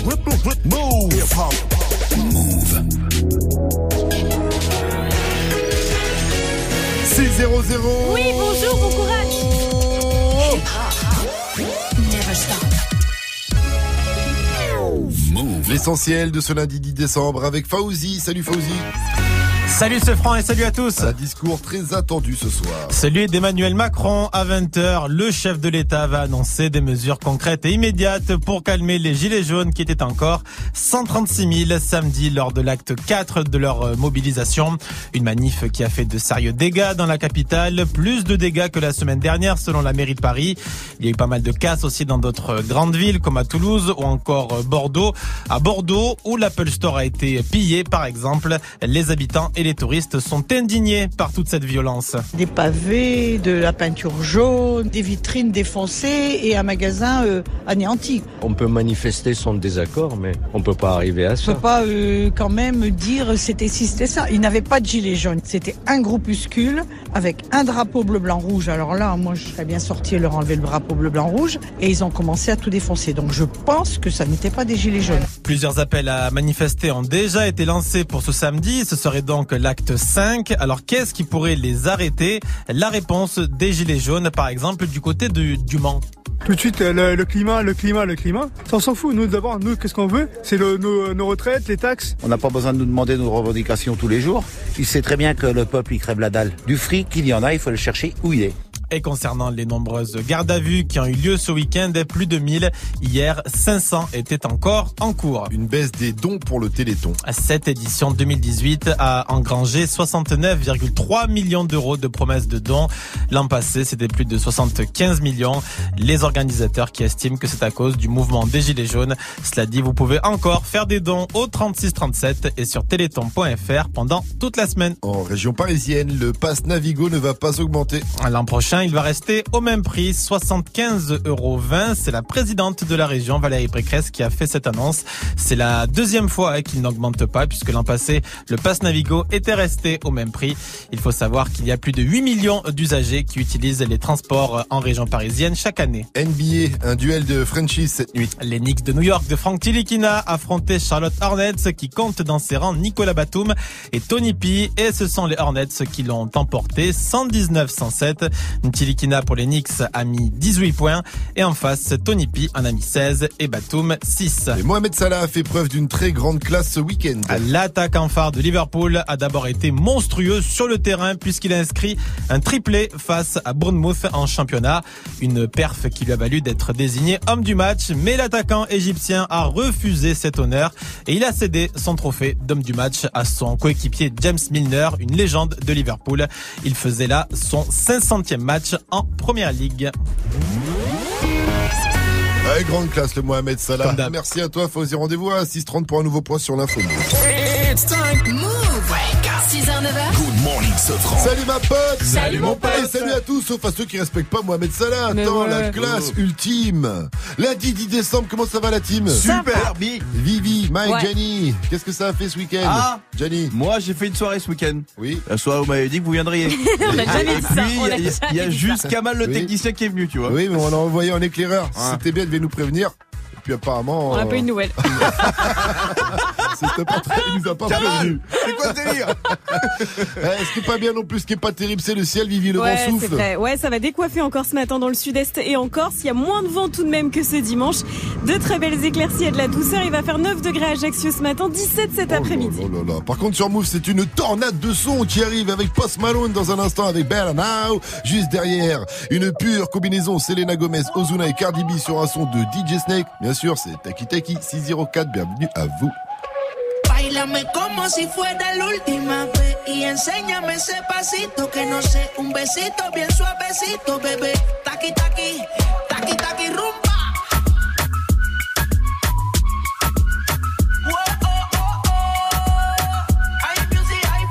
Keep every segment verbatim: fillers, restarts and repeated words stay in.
Move. Move. six zéro zéro. Oui, bonjour, bon courage. Never stop. Move. L'essentiel de ce lundi dix décembre avec Fauzi. Salut Fauzi. Salut ce franc et salut à tous. Un discours très attendu ce soir. Celui d'Emmanuel Macron à vingt heures. Le chef de l'État va annoncer des mesures concrètes et immédiates pour calmer les gilets jaunes qui étaient encore cent trente-six mille samedi lors de l'acte quatre de leur mobilisation. Une manif qui a fait de sérieux dégâts dans la capitale. Plus de dégâts que la semaine dernière selon la mairie de Paris. Il y a eu pas mal de casses aussi dans d'autres grandes villes comme à Toulouse ou encore Bordeaux. À Bordeaux où l'Apple Store a été pillé par exemple. Les habitants et les touristes sont indignés par toute cette violence. Des pavés, de la peinture jaune, des vitrines défoncées et un magasin euh, anéanti. On peut manifester son désaccord, mais on peut pas arriver à ça. On peut pas euh, quand même dire c'était ci, c'était ça. Ils n'avaient pas de gilets jaunes. C'était un groupuscule avec un drapeau bleu, blanc, rouge. Alors là, moi, je serais bien sorti et leur enlever le drapeau bleu, blanc, rouge. Et ils ont commencé à tout défoncer. Donc je pense que ça n'était pas des gilets jaunes. Plusieurs appels à manifester ont déjà été lancés pour ce samedi. Ce serait donc l'acte cinq. Alors qu'est-ce qui pourrait les arrêter? La réponse des gilets jaunes, par exemple, du côté de, du Mans. Tout de suite, le, le climat, le climat, le climat. Ça, on s'en fout. Nous, d'abord, nous, qu'est-ce qu'on veut? C'est le, nos, nos retraites, les taxes. On n'a pas besoin de nous demander nos revendications tous les jours. Il sait très bien que le peuple, il crève la dalle. Du fric, il y en a, il faut le chercher où il est. Et concernant les nombreuses gardes à vue qui ont eu lieu ce week-end, plus de mille. Hier, cinq cents étaient encore en cours. Une baisse des dons pour le Téléthon. Cette édition deux mille dix-huit a engrangé soixante-neuf virgule trois millions d'euros de promesses de dons. L'an passé, c'était plus de soixante-quinze millions. Les organisateurs qui estiment que c'est à cause du mouvement des Gilets jaunes. Cela dit, vous pouvez encore faire des dons au trente-six trente-sept et sur téléthon point f r pendant toute la semaine. En région parisienne, le pass Navigo ne va pas augmenter. L'an prochain, il va rester au même prix, soixante-quinze euros vingt. C'est la présidente de la région, Valérie Pécresse, qui a fait cette annonce. C'est la deuxième fois qu'il n'augmente pas, puisque l'an passé, le pass Navigo était resté au même prix. Il faut savoir qu'il y a plus de huit millions d'usagers qui utilisent les transports en région parisienne chaque année. N B A, un duel de franchise cette nuit. Les Knicks de New York de Frank Ntilikina affrontaient Charlotte Hornets, qui compte dans ses rangs Nicolas Batum et Tony P. Et ce sont les Hornets qui l'ont emporté cent dix-neuf à cent sept. Ntilikina pour les Knicks a mis dix-huit points et en face Tony P en a mis seize et Batum six. Et Mohamed Salah a fait preuve d'une très grande classe ce week-end. L'attaquant phare de Liverpool a d'abord été monstrueux sur le terrain puisqu'il a inscrit un triplé face à Bournemouth en championnat. Une perf qui lui a valu d'être désigné homme du match, mais l'attaquant égyptien a refusé cet honneur et il a cédé son trophée d'homme du match à son coéquipier James Milner, une légende de Liverpool. Il faisait là son cinq centième match en Première Ligue. Ouais, grande classe le Mohamed Salah. Merci à toi, Fauzi. Rendez-vous à six trente pour un nouveau point sur l'info. It's time. Move. Wake up. six heures neuf heures. Good morning, Sofran. Salut ma pote. Salut mon pote. Et salut à tous, sauf à ceux qui respectent pas Mohamed Salah. Mais Attends, ouais. la classe oh. ultime. Lundi dix décembre, comment ça va la team? Super. Vivi, Mike, Ouais. Gianni. Qu'est-ce que ça a fait ce week-end? Ah, Gianni. moi j'ai fait une soirée ce week-end. Oui. La soirée vous m'avez dit que vous viendriez. On a jamais Et dit puis ça. il On y a, a il y a- il y a jamais dit juste ça. Kamal le Oui. technicien qui est venu, tu vois. Oui, mais on l'a envoyé en éclaireur. Ah. C'était bien, il devait nous prévenir. Et puis apparemment. On n'a euh, pas eu de nouvelles. c'était pas très, il nous a pas prévenu. C'est quoi ce délire? Eh, ce qui est pas bien non plus, ce qui est pas terrible, c'est le ciel. Vivi, le Ouais, vent c'est souffle. vrai. Ouais, ça va décoiffer encore ce matin dans le sud-est et en Corse. Il y a moins de vent tout de même que ce dimanche. De très belles éclaircies et de la douceur. Il va faire neuf degrés à Ajaccio ce matin, dix-sept cet Oh après-midi. là là là. Par contre, sur Move, c'est une tornade de son qui arrive avec Post Malone dans un instant avec Better Now. Juste derrière, une pure combinaison Selena Gomez, Ozuna et Cardi B sur un son de D J Snake. Bien sûr, c'est Taki Taki six zéro quatre. Bienvenue à vous. Báilame como si fuera la última vez y enséñame ese pasito que no sé, un besito bien suavecito, bebé. Taki taki, taki taki rumba. Whoa, oh, oh, oh. Hay music, hay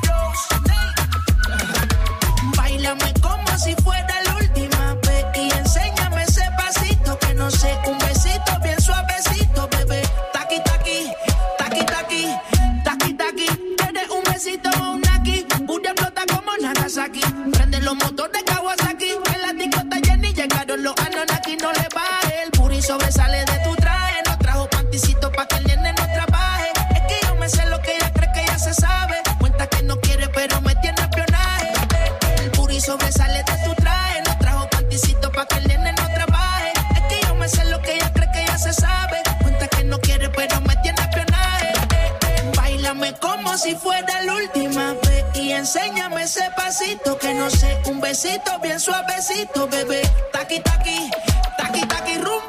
flows. Báilame como si fuera la última vez y enséñame ese pasito que no sé, un besito bien suavecito, bebé. Taki taki, taki taki. Taki taki, eres un besito o un naki. Booty explota como Nagasaki. Prende los motores Kawasaki. En la discota Jenny llegaron los Anunnaki. No le baje el como si fuera la última vez y enséñame ese pasito que no sé, un besito bien suavecito, bebé. Taqui taqui, taqui taqui rumba.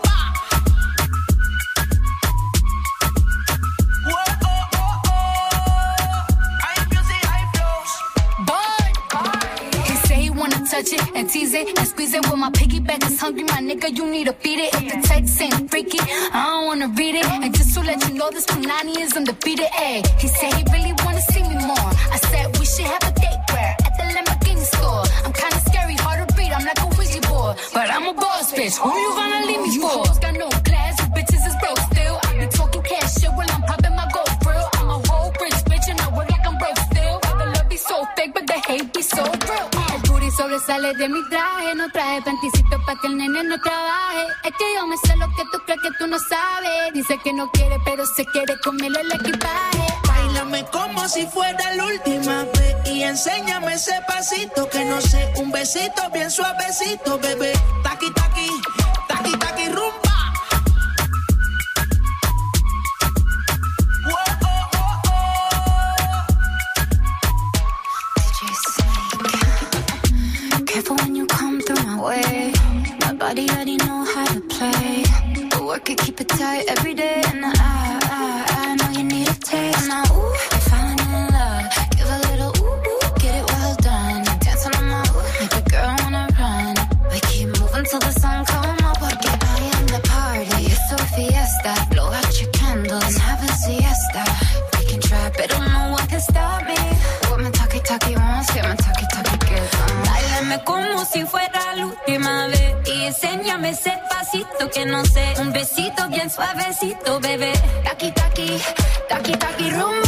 Touch it and tease it and squeeze it. When my piggyback is hungry, my nigga, you need to feed it. If the text ain't freaky, I don't wanna read it. And just to let you know, this Punani is undefeated. Ay, he said he really wanna see me more. I said we should have a date where at the Lamborghini store. I'm kinda scary, hard to read. I'm like a Ouija board, but I'm a boss bitch. Who you gonna leave me for? Got no class, you bitches is broke still. I be talking cash shit while I'm popping my gold grill. I'm a whole rich bitch and I work like I'm broke still. The love be so fake, but the hate be so real. Sobresale de mi traje, no traje panticito pa' que el nene no trabaje. Es que yo me sé lo que tú crees que tú no sabes. Dice que no quiere, pero se quiere comerle el equipaje. Báilame como si fuera la última vez y enséñame ese pasito que no sé, un besito bien suavecito, bebé. Taqui taqui, taqui taqui rumba. Careful when you come through my way. My body already know how to play. But work it, keep it tight every day. And I, I, I know you need a taste. Now, ooh, I'm falling in love. Give a little ooh, ooh, get it well done. Dance on my ooh, make a girl wanna run. We keep moving till the sun come up. Porque I am the party. It's so fiesta. Blow out your candles and have a siesta. We can try, but no one can stop me. What my talkie talkie wants, get my talkie talkie good. Báilame como si fuera la última vez y enséñame ese pasito que no sé, un besito bien suavecito, bebé. Taqui taqui, taqui taqui rumba.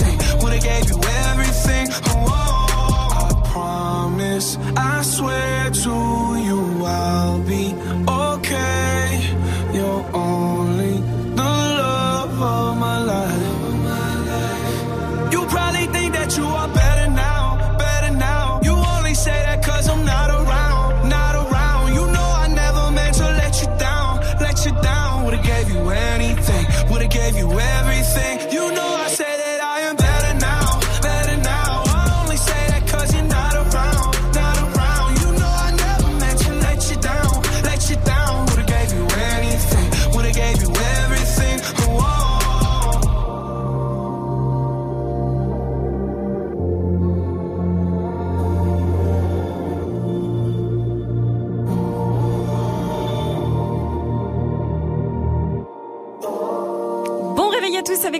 I swear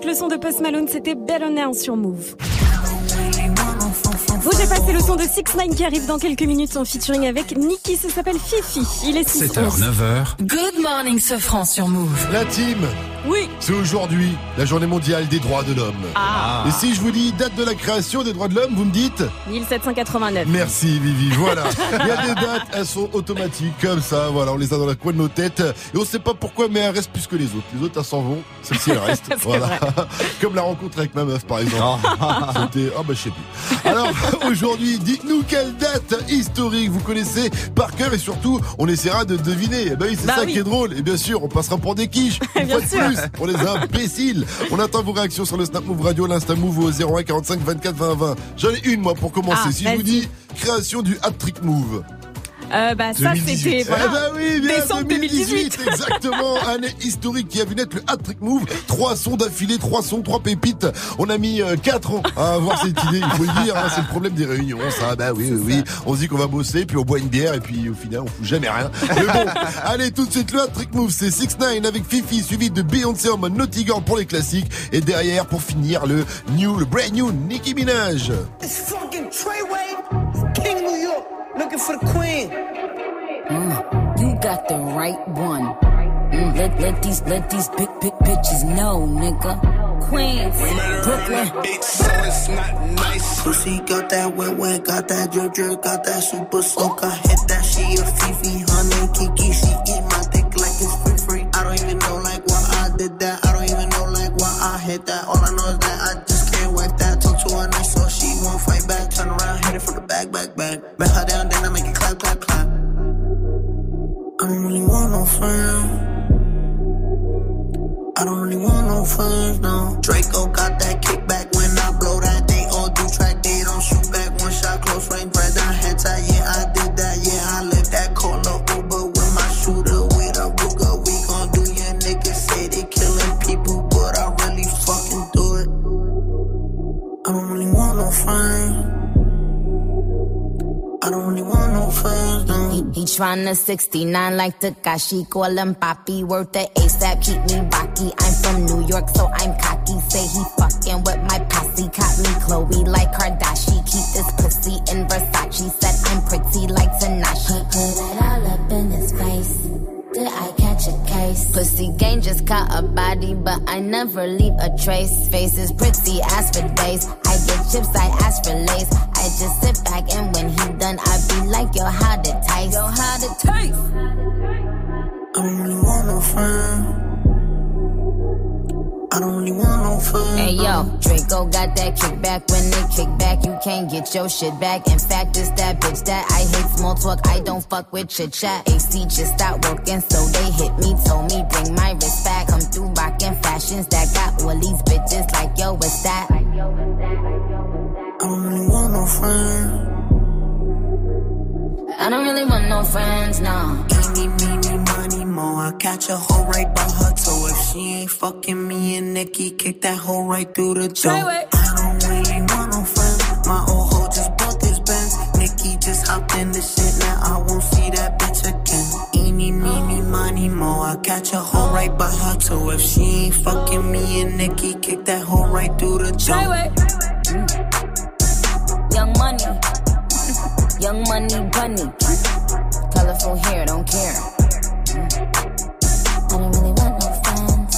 avec le son de Post Malone, c'était Better Now sur Move. Bougez pas, c'est le son de six ix qui arrive dans quelques minutes en featuring avec Nicki, ça s'appelle Fifi. Il est six heures. sept heures, neuf heures. Good morning, Sofran sur Move. La team. Oui. C'est aujourd'hui la journée mondiale des droits de l'homme. Ah. Et si je vous dis date de la création des droits de l'homme, vous me dites mille sept cent quatre-vingt-neuf. Merci Vivi, voilà. Il y a des dates, elles sont automatiques, comme ça, voilà, on les a dans la coin de nos têtes. Et on sait pas pourquoi, mais elles restent plus que les autres. Les autres, elles s'en vont, celle-ci, elle reste. Voilà. Comme la rencontre avec ma meuf, par exemple. C'était, ah oh, bah je sais plus. Alors, aujourd'hui, dites-nous quelle date historique vous connaissez par cœur et surtout, on essaiera de deviner. Bah oui, c'est bah ça oui. qui est drôle. Et bien sûr, on passera pour des quiches. Une fois de plus, pour les imbéciles. On attend vos réactions sur le Snap Move Radio, l'Insta Move au zéro un quarante-cinq vingt-quatre vingt vingt. J'en ai une, moi, pour commencer. Ah, si vas-y. Je vous dis création du hat-trick move. Euh, bah ça deux mille dix-huit. c'était voilà, eh bah oui, bien, décembre deux mille dix-huit. Exactement, année historique qui a vu naître le hat-trick move. Trois sons d'affilée, trois sons, trois pépites. On a mis euh, quatre ans à avoir cette idée, il faut le dire, hein, c'est le problème des réunions, ça, bah oui, oui, oui. On se dit qu'on va bosser, puis on boit une bière, et puis au final on fout jamais rien. Mais bon, allez tout de suite, le hat-trick move, c'est six ix avec Fifi, suivi de Beyoncé en mode Naughty Girl pour les classiques, et derrière, pour finir, le new, le brand new Nicki Minaj. It's fucking Treyway, King New York, looking for the queen. Mm, you got the right one. Mm, let let these let these big big bitches know, nigga. Queens, Brooklyn. So it's not nice. Pussy got that wet wet, got that drip drip, got that super soak. I hit that, she a Fifi, honey Kiki. She eat my dick like it's free free. I don't even know like why I did that. I don't even know like why I hit that. All I know is that I just can't wipe that. Talk to her nice so she won't fight back. Turn around, hit it for the back, back, back. Bet her down, then I make it clap, clap, clap. I don't really want no friends. I don't really want no friends, no. Draco got that kickback when I blow that. They all do track, they don't shoot back. One shot, close range, right down head tie. Yeah, I did that, yeah, I lived that. Call up Uber with my shooter, with a Ruger. We gon' do your niggas say they killing people, but I really fucking do it. I don't really want no friends. I don't really want no friends, no. He, he tryna sixty-nine like Takashi, call him Papi, worth the ASAP, keep me rocky. I'm from New York, so I'm cocky. Say he fucking with my posse, caught me Chloe like Kardashian. Keep this pussy in Versace, said I'm pretty like Tanashi. Put it all up in his face. Did I catch a case? Pussy gang just caught a body, but I never leave a trace. Face is pretty, ass for days. I get chips, I ask for lace. I just sit back and when he done, I be like, yo, how to taste? Yo, how to taste? I don't really want no friend. I don't really want no friend. Hey yo, Draco got that kickback. When they kick back, you can't get your shit back. In fact, it's that bitch that I hate small talk. I don't fuck with chit chat. A C just stopped working, so they hit me, told me bring my wrist back. Come through rockin' fashions that got all these bitches like yo, what's that? I don't really want no friend. I don't really want no friends, no. Eeny, meeny, money, mo. I catch a hoe right by her toe. If she ain't fucking me and Nicki, kick that hoe right through the door. I don't really want no friends. My old hoe just bought this Benz. Nicki just hopped in the shit, now I won't see that bitch again. Eeny, meeny, money, mo. I catch a hoe right by her toe. If she ain't fucking me and Nicki, kick that hoe right through the door. Mm. Young money. Young money bunny, colorful hair, don't care. I don't really want no friends.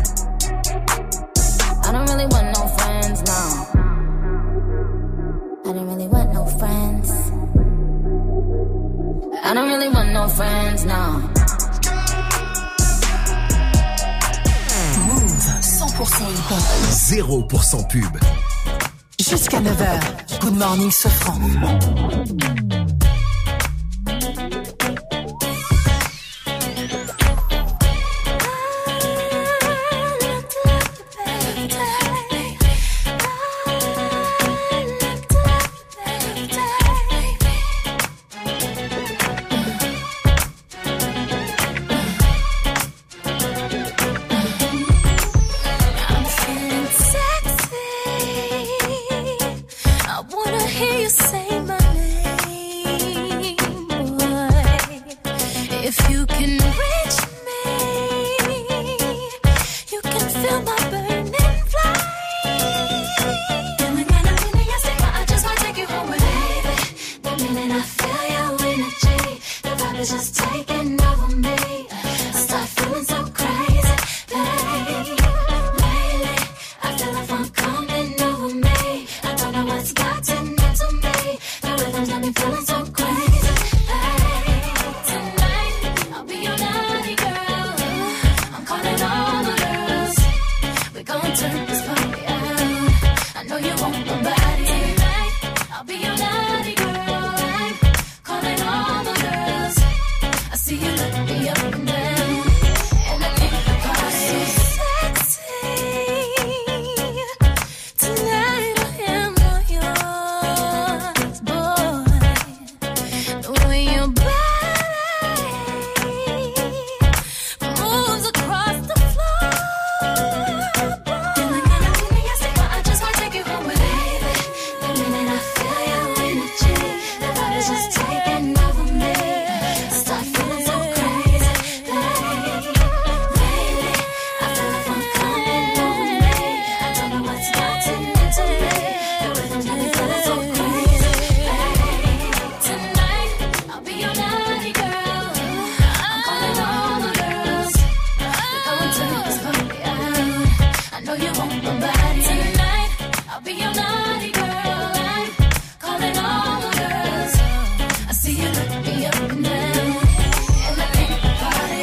I don't really want no friends, no. I don't really want no friends. I don't really want no friends, no. Move, cent pour cent hip-hop. zéro pour cent pub. Jusqu'à neuf heures. Good morning, Sofran. If you can reach me, you can feel my burning flame. what's gotten into me. The rhythm's got me feeling so crazy. Hey, tonight I'll be your naughty girl. I'm calling all the girls. We gon' turn this party out. I know you want my body. Tonight I'll be your naughty girl. I'm calling all the girls. I see you look me up and down, and I think the party's so sexy. Tonight I am all yours, boy. The way your body moves across the floor, boy. Feeling kinda enthusiastic, but I just wanna take you home with me, baby. The minute I feel your energy, the vibe is just taking over me. I start feeling so crazy, baby. Lately, I feel the funk coming over me. I don't know what's gotten into me. The rhythm's got me feeling so crazy, baby. Tonight, I'll be your naughty girl. I'm calling all the girls. We're going to this party out. I know you want my body. Tonight, I'll be your naughty girl. I'm calling all the girls. I see you look me up and down, and I think the party.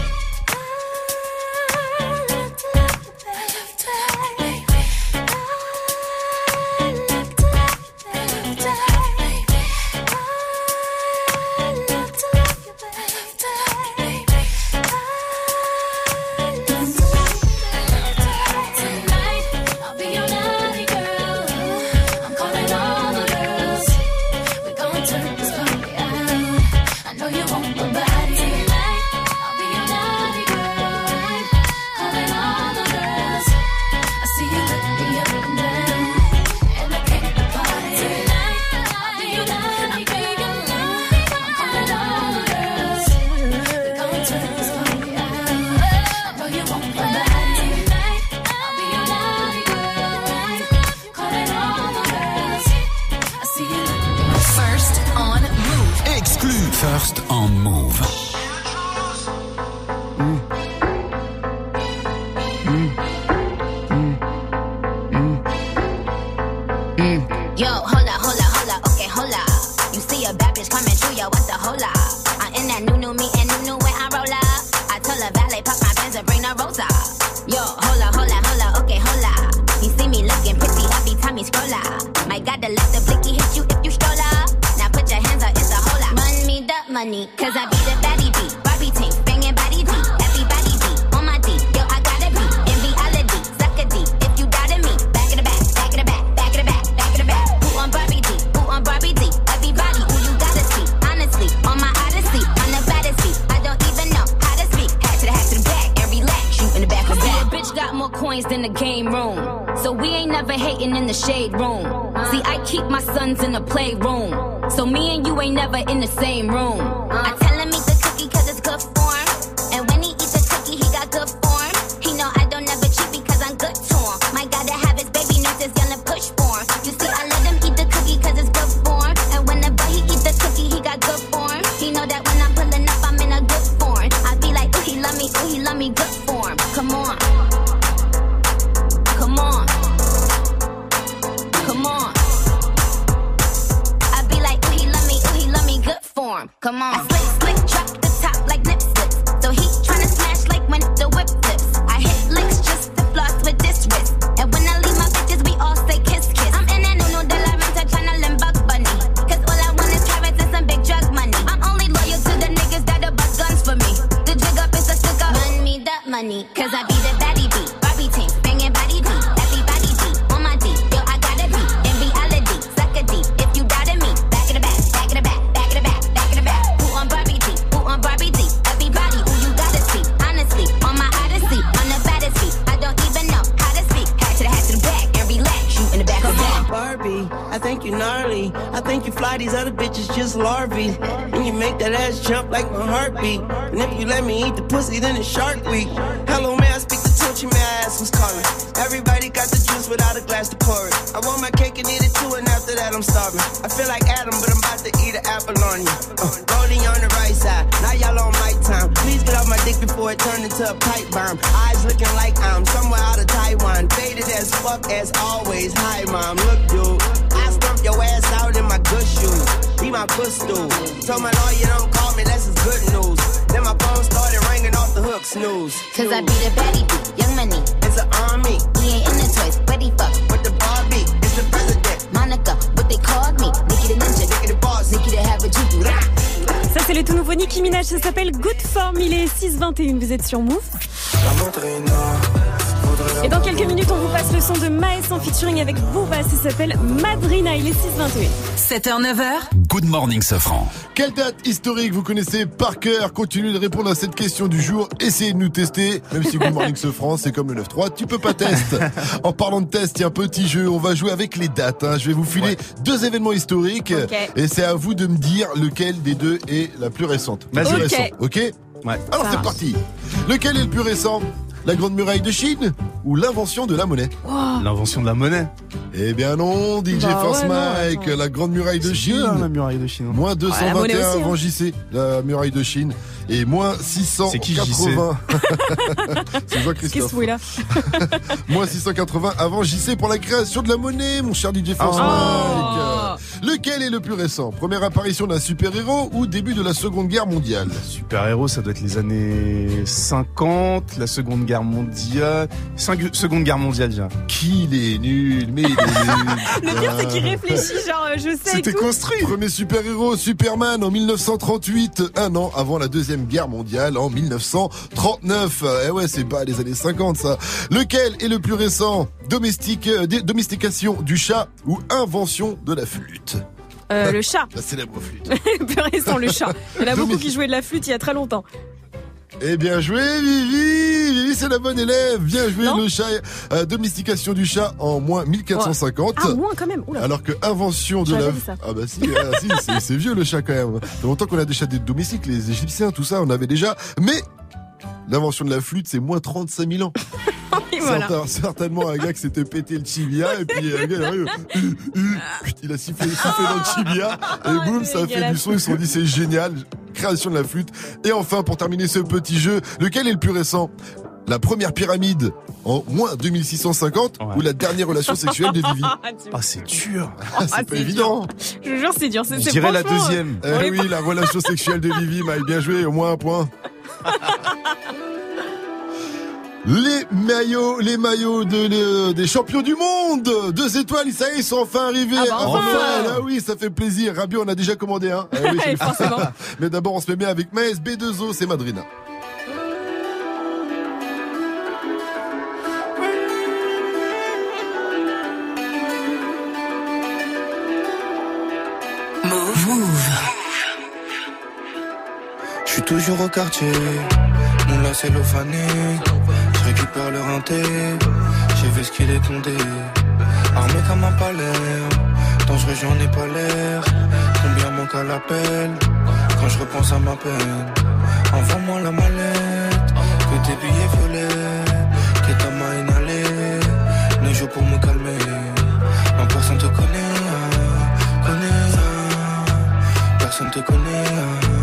Tonight, I'll be your naughty girl. I'm calling all the girls. We gon' turn this party out. I know you want my body. Tonight, I'll be your naughty girl. I'm calling all the girls. I see you look me up and down, and I think the party. Tonight, I'll be your naughty girl. I'm calling all the girls. We gon' turn this party out. I know you want my body. Tonight, I'll be your naughty girl. I'm calling all the girls. I see you look me up. First on Move. Exclu. First on Move. Yo, hola, hola, hola, okay, hola. You see a bad bitch coming through, yo, what the hola? I'm in that new, new me and new, new when I roll up. I tell a valet, pop my Benz and bring the rosa. Yo, hola, hola, hola, okay, hola. You see me looking pretty every time you scroll up. Might gotta let the blicky hit you if you stroll up. Now put your hands up, it's a hola. Run me the money, cause I be the baddie beat. Barbie team, banging body deep. Everybody deep, on my D, yo, I gotta be. In reality, suck a D, if you doubted me. Back in the back, back in the back, back in the back, back in the back. Who on Barbie D, who on Barbie D? Everybody, who you gotta see. Honestly, on my odyssey, on the baddest seat. I don't even know how to speak. Hat to the hat to the back, and relax, shoot in the back of the back. Bitch got more coins than the game room, so we ain't never hating in the shade room. See, I keep my sons in the playroom, so me and you ain't never in the same room. I tell him eat the cookie cause it's good for him, and when he eats the cookie he got good form. He know I don't never cheat because I'm good to him. My gotta have his baby news is gonna push for him. You see, I let him eat the cookie cause it's good for him, and whenever he eat the cookie he got good form. He know that when I'm pulling up I'm in a good form. I be like, ooh, he love me, ooh, he love me, good form. Come on, come on, come on. I be like, ooh, he love me, ooh, he love me, good form. Come on. I slick, slick, drop the top like lip slips. So he tryna smash like when the whip flips. I hit licks just to floss with this wrist. And when I leave my bitches, we all say kiss, kiss. I'm in that new de la renta tryna limb Bugs Bunny. Cause all I want is carrots and some big drug money. I'm only loyal to the niggas that'll bust guns for me. The jig up is a stick up. Run me that money, cause I be the baddie beat. Barbie team, banging body deep. Everybody deep, on my D, yo, I gotta be. In reality, suck a D, if you doubted me. Back in the back, back in the back, back in the back, back in the back. Who on Barbie D, who on Barbie D? Everybody, who you gotta see. Honestly, on my odyssey, on the baddest beat. I don't even know how to speak. Hat to the hat to the back, and relax, shoot in the back of the back. Barbie, I think you gnarly. I think you fly, these other bitches just larvae. And you make that ass jump like my heartbeat. And if you let me eat the pussy, then it's Shark Week. Hello, may I speak to Tunchi? May I ask who's calling? Everybody got the juice without a glass to pour it. I want my cake and eat it too, and after that I'm starving. I feel like Adam, but I'm about to eat an apple on you. Uh, Goldie on the right side, now y'all on my time. Please get off my dick before it turned into a pipe bomb. Eyes looking like I'm somewhere out of Taiwan. Faded as fuck as always. Hi mom, look dude, I my footstool. Told my lawyer don't call me, that's his good news. Then my phone started ringing off the hook, snooze. Cause I be the baddie boo, young money. It's an army. He ain't in the toys, but he fuck with the Barbie. It's the president. Monica, what they called me. Nikki the ninja, Nikki the boss, Nikki the have a juju. Ça c'est le tout nouveau Nicki Minaj, ça s'appelle Good Form, il est six vingt et un, vous êtes sur Move. Et dans quelques minutes on vous passe le son de Maes en featuring avec Booba, ça s'appelle Madrina, il est six vingt et un. sept heures neuf heures. Good morning, Safran. Quelle date historique vous connaissez par cœur? Continuez de répondre à cette question du jour. Essayez de nous tester. Même si Good Morning Safran, c'est comme le neuf trois, tu peux pas tester. En parlant de test, il y a un petit jeu. On va jouer avec les dates. Hein. Je vais vous filer ouais. deux événements historiques. Okay. Et c'est à vous de me dire lequel des deux est la plus récente. Vas-y. Plus okay. récent. Ok ouais. Alors c'est parti. Lequel est le plus récent? La Grande Muraille de Chine ou l'invention de la monnaie? Wow. L'invention de la monnaie. Eh bien non, D J bah Force ouais, Mike, non, la Grande Muraille de Chine. Bien, la muraille de Chine. Moins deux cent vingt et un ouais, avant J C, la Muraille de Chine. Et moins six cent quatre-vingts. C'est Jean-Christophe. Qu'est-ce là Moins six cent quatre-vingts avant J C pour la création de la monnaie, mon cher D J Force oh. Mike. Lequel est le plus récent? Première apparition d'un super-héros ou début de la Seconde Guerre mondiale? Super-héros, ça doit être les années cinquante, la Seconde Guerre mondiale. Cinq, Seconde Guerre mondiale déjà. Qu'il est nul, mais il est nul. Le pire, c'est qu'il réfléchit, genre, je sais. C'était construit. Premier super-héros, Superman, en mille neuf cent trente-huit, un an avant la Deuxième Guerre mondiale, en mille neuf cent trente-neuf. Eh ouais, c'est pas les années cinquante, ça. Lequel est le plus récent? Domestique, euh, domestication du chat ou invention de la flûte? Euh, le chat. La célèbre flûte. Le plus récent, le chat. Il y en a beaucoup qui jouaient de la flûte il y a très longtemps. Eh bien joué, Vivi. Vivi, c'est la bonne élève. Bien joué, non. Le chat. Euh, domestication du chat en moins mille quatre cent cinquante. Ah, moins quand même. Oula. Alors que invention de la... Ah bah si, ah, si c'est, c'est vieux le chat quand même. Ça fait longtemps qu'on a des chats domestiques, les Égyptiens, tout ça, on avait déjà. Mais l'invention de la flûte, c'est moins trente-cinq mille ans. Voilà. Certain, certainement un gars qui s'était pété le tibia et puis un gars il arrive, euh, euh, il a sifflé, sifflé dans le tibia et boum, ça a fait du son. Ils se sont dit c'est génial, création de la flûte. Et enfin, pour terminer ce petit jeu, lequel est le plus récent? La première pyramide en moins deux mille six cent cinquante ouais. ou la dernière relation sexuelle de Vivi? Ah, c'est dur. Ah, c'est ah, pas c'est évident. Dur. Je vous jure, c'est dur. C'est, Je c'est dirais la deuxième. Euh, eh oui, pas... la relation sexuelle de Vivi, Maï, bien joué, au moins un point. Les maillots, les maillots de, les, des champions du monde, deux étoiles, ça y est, ils sont enfin arrivés. Ah bah enfin, enfin là oui, ça fait plaisir. Rabi, on a déjà commandé un. Hein. Ah oui, forcément. Mais d'abord, on se met bien avec Maes, B deux O, c'est Madrina. Move. Move. Je suis toujours au quartier. Mon lacet cellophane, je récupère le rinté, j'ai vu ce qu'il est condé. Armé comme un palais, dangereux j'en ai pas l'air. Combien manque à l'appel, quand je repense à ma peine. Envoie-moi la mallette, que tes billets violets, que ta main inhalée, ne joue pour me calmer. Non, personne te connaît, connaît, personne te connaît.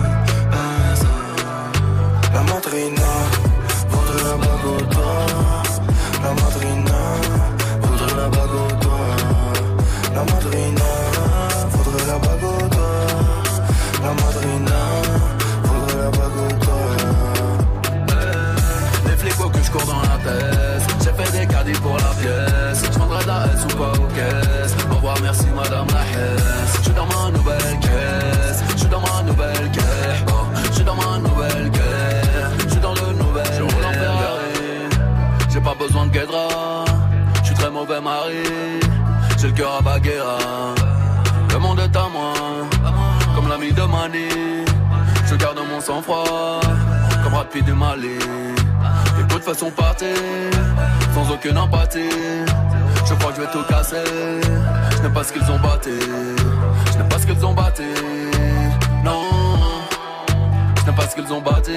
La madrina voudrait la bague au doigt. La madrina voudrait la bague au doigt. La madrina voudrait la bague au doigt. La madrina voudrait la bague au doigt. Les flics que je cours dans la tête. J'ai fait des caddies pour la pièce. Je prendrai de la S ou pas aux caisses. Au revoir, merci madame la hesse. Je suis dans ma nouvelle caisse. Je suis dans ma nouvelle caisse. Oh, je suis dans ma nouvelle caisse. Je roule en Ferrari, j'ai pas besoin de guédra. Je suis très mauvais mari, j'ai le cœur à Baguera. Le monde est à moi, comme l'ami de Mani. Je garde mon sang-froid, comme Rapide du Mali. Les potes façon partir, sans aucune empathie. Je crois que je vais tout casser, je n'aime pas ce qu'ils ont batté. Je n'aime pas ce qu'ils ont batté, non. Je n'aime pas ce qu'ils ont batté.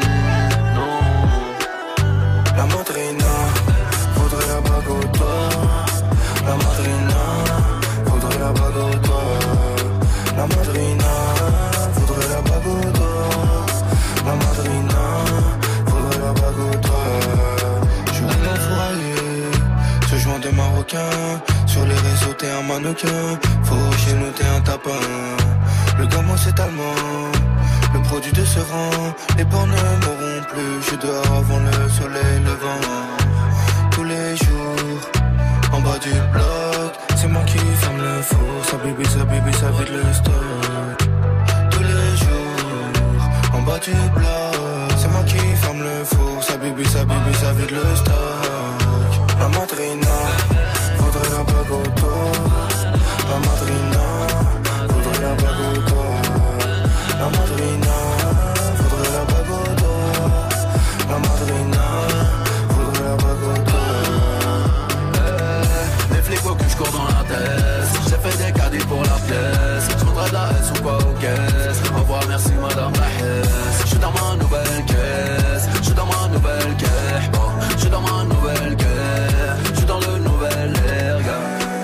La madrina voudrait la bague au doigt. La madrina voudrait la bague au doigt. La madrina voudrait la bague au doigt. La madrina voudrait la bague au doigt. Je roule en foyer, ce joint de marocain. Sur les réseaux t'es un mannequin, faut chez nous t'es un tapin. Le gamin c'est allemand, le produit de ce rang. Les bords ne mourront plus, je suis dehors avant le soleil levant. Tous les jours, en bas du bloc, c'est moi qui ferme le four. Ça bibi, ça bibi, ça vide le stock. Tous les jours, en bas du bloc, c'est moi qui ferme le four. Ça bibi, ça bibi, ça vide le stock. La madrina voudrait la bague au dos. La madrina voudrait la bague au dos. La madrina voudrait la bague au dos. La madrina voudrait la bague au dos. Eh, les flics que je cours dans la tête. J'ai fait des caddies pour la pièce. Je voudrais de la S ou pas aux caisses. Au revoir, merci madame la hesse. Je suis dans ma nouvelle caisse. Je suis dans ma nouvelle caisse. Oh, je suis dans ma nouvelle caisse. Je suis dans le nouvel air, gars.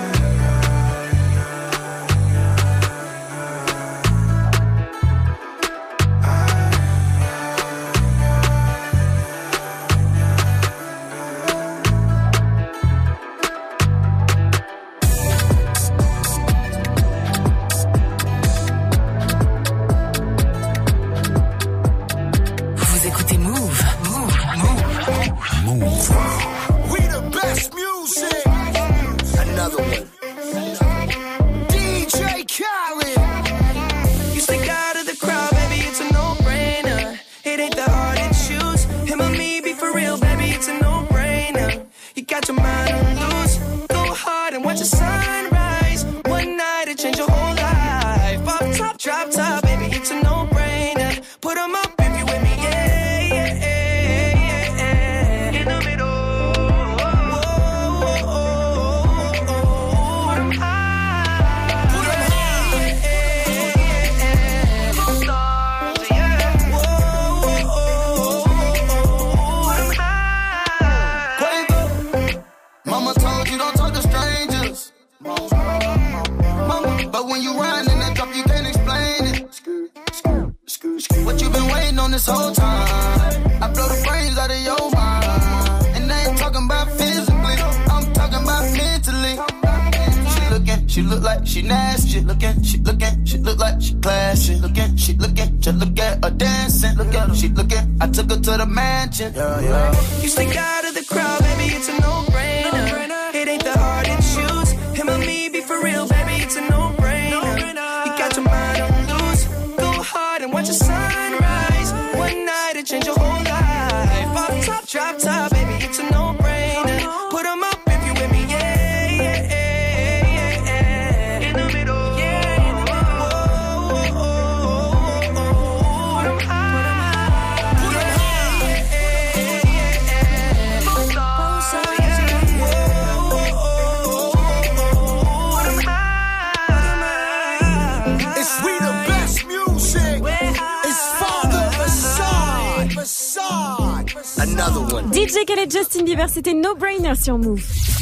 Yeah, yeah. You stick out of the crowd, baby, it's a no-brainer. It ain't that hard to choose. Him or me, be for real, baby, it's a no-brainer. You got your mind on loose. Go hard and watch the sunrise. One night to change your whole life. Off top, drop top, baby, it's a no-brainer. Put 'em up if you with me, yeah, yeah, yeah, yeah. In the middle, yeah, in the middle. Whoa, whoa, whoa, whoa. Put 'em high, put 'em high. D J Khaled, Justin Bieber, c'était No Brainer sur Move.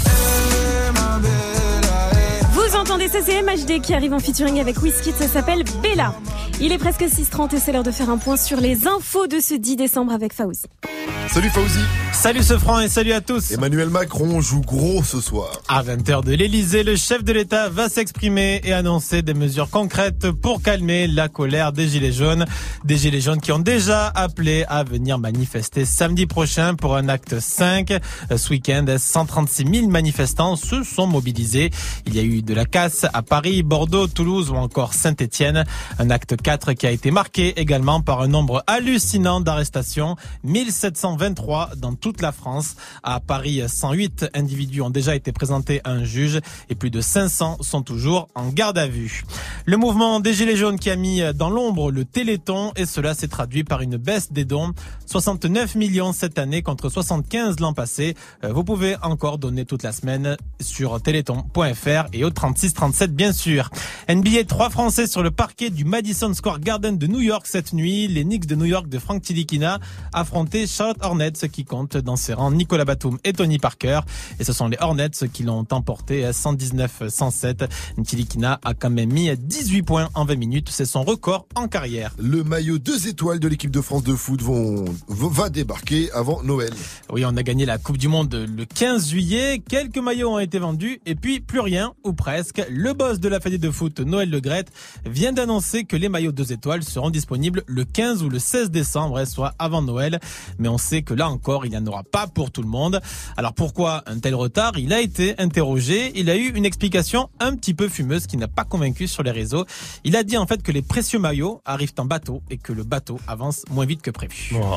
Vous entendez ça, c'est M H D qui arrive en featuring avec Wizkid, ça s'appelle Bella. Il est presque six heures trente et c'est l'heure de faire un point sur les infos de ce dix décembre avec Fauzi. Salut Fauzi. Salut Sofran et salut à tous. Emmanuel Macron joue gros ce soir. À vingt heures de l'Elysée, le chef de l'État va s'exprimer et annoncer des mesures concrètes pour calmer la colère des Gilets jaunes. Des Gilets jaunes qui ont déjà appelé à venir manifester samedi prochain pour un acte cinq. Ce week-end, cent trente-six mille manifestants se sont mobilisés. Il y a eu de la casse à Paris, Bordeaux, Toulouse ou encore Saint-Étienne. Un acte quatre qui a été marqué également par un nombre hallucinant d'arrestations. mille sept cent vingt-trois dans toute la France. À Paris, cent huit individus ont déjà été présentés à un juge et plus de cinq cents sont toujours en garde à vue. Le mouvement des Gilets jaunes qui a mis dans l'ombre le Téléthon et cela s'est traduit par une baisse des dons. soixante-neuf millions cette année contre soixante-quinze l'an passé. Vous pouvez encore donner toute la semaine sur téléthon point f r et au trente-six trente-sept bien sûr. N B A, trois Français sur le parquet du Madison Square Garden de New York cette nuit. Les Knicks de New York de Frank Tilikina affrontaient Charlotte Hornets qui compte dans ses rangs Nicolas Batum et Tony Parker. Et ce sont les Hornets qui l'ont emporté à cent dix-neuf à cent sept. Tilikina a quand même mis dix-huit points en vingt minutes. C'est son record en carrière. Le maillot deux étoiles de l'équipe de France de foot vont va débarquer avant Noël. Oui, on a gagné la Coupe du Monde le quinze juillet. Quelques maillots ont été vendus et puis plus rien, ou presque. Le boss de la Fédé de foot, Noël Le Graët, vient d'annoncer que les maillots deux étoiles seront disponibles le quinze ou le seize décembre, soit avant Noël. Mais on sait que là encore, il n'y en aura pas pour tout le monde. Alors pourquoi un tel retard? Il a été interrogé. Il a eu une explication un petit peu fumeuse qui n'a pas convaincu sur les réseaux. Il a dit en fait que les précieux maillots arrivent en bateau et que le bateau avance moins vite que prévu. Oh.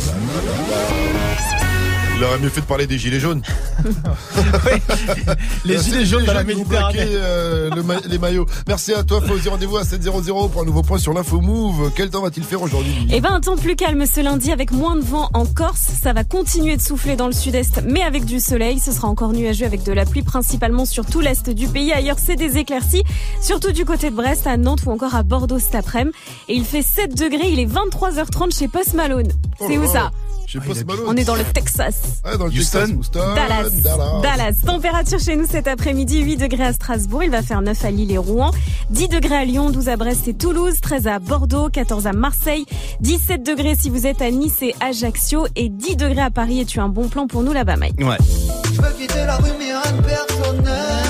Il aurait mieux fait de parler des gilets jaunes. Oui. Les Merci gilets jaunes dans la Méditerranée. Euh, le ma- les maillots. Merci à toi, Fauzi. Rendez-vous à sept heures pour un nouveau point sur l'info Move. Quel temps va-t-il faire aujourd'hui? Eh ben, un temps plus calme ce lundi avec moins de vent en Corse. Ça va continuer de souffler dans le sud-est, mais avec du soleil. Ce sera encore nuageux avec de la pluie principalement sur tout l'est du pays. Ailleurs, c'est des éclaircies, surtout du côté de Brest, à Nantes ou encore à Bordeaux cet après-midi. Et il fait sept degrés. Il est vingt-trois heures trente chez Post Malone. C'est oh où ça? Chez Post Malone. On est dans le Texas. Ah, dans le Houston. Texas, Houston. Dallas. Dallas. Dallas. Température chez nous cet après-midi, huit degrés à Strasbourg. Il va faire neuf à Lille et Rouen. dix degrés à Lyon, douze à Brest et Toulouse, treize à Bordeaux, quatorze à Marseille, dix-sept degrés si vous êtes à Nice et Ajaccio et dix degrés à Paris. Et tu as un bon plan pour nous là-bas, Mike. Ouais. Je veux quitter la rue mais rien de personnel.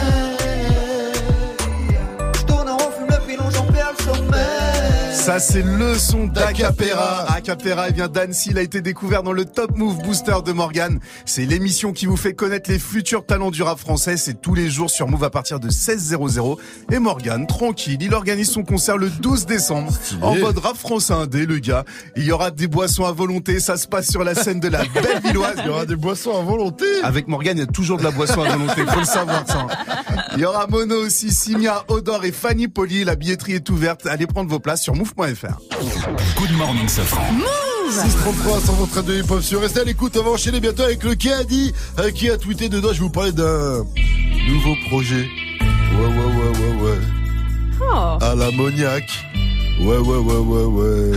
Je tourne en rond, fume le pilon, j'en perds le sommeil. Ça, c'est le son d'Acapera. Acapera, il vient d'Annecy. Il a été découvert dans le Top Move Booster de Morgane. C'est l'émission qui vous fait connaître les futurs talents du rap français. C'est tous les jours sur Move à partir de seize heures. Et Morgane, tranquille, il organise son concert le douze décembre. Stylé. En mode rap français indé, le gars. Il y aura des boissons à volonté. Ça se passe sur la scène de la Bellevilloise. Il y aura des boissons à volonté. Avec Morgane, il y a toujours de la boisson à volonté. Faut le savoir, ça. Il y aura Mono aussi, Simia, Odor et Fanny Poli. La billetterie est ouverte. Allez prendre vos places sur move point f r. Good morning, Safran. six trente-trois sur votre radio hip-hop sur Restez à l'écoute. On va enchaîner bientôt avec le Kadi euh, qui a tweeté dedans. Je vais vous parler d'un nouveau projet. Ouais, ouais, ouais, ouais, ouais. Oh. À l'ammoniac. Ouais, ouais, ouais, ouais, ouais.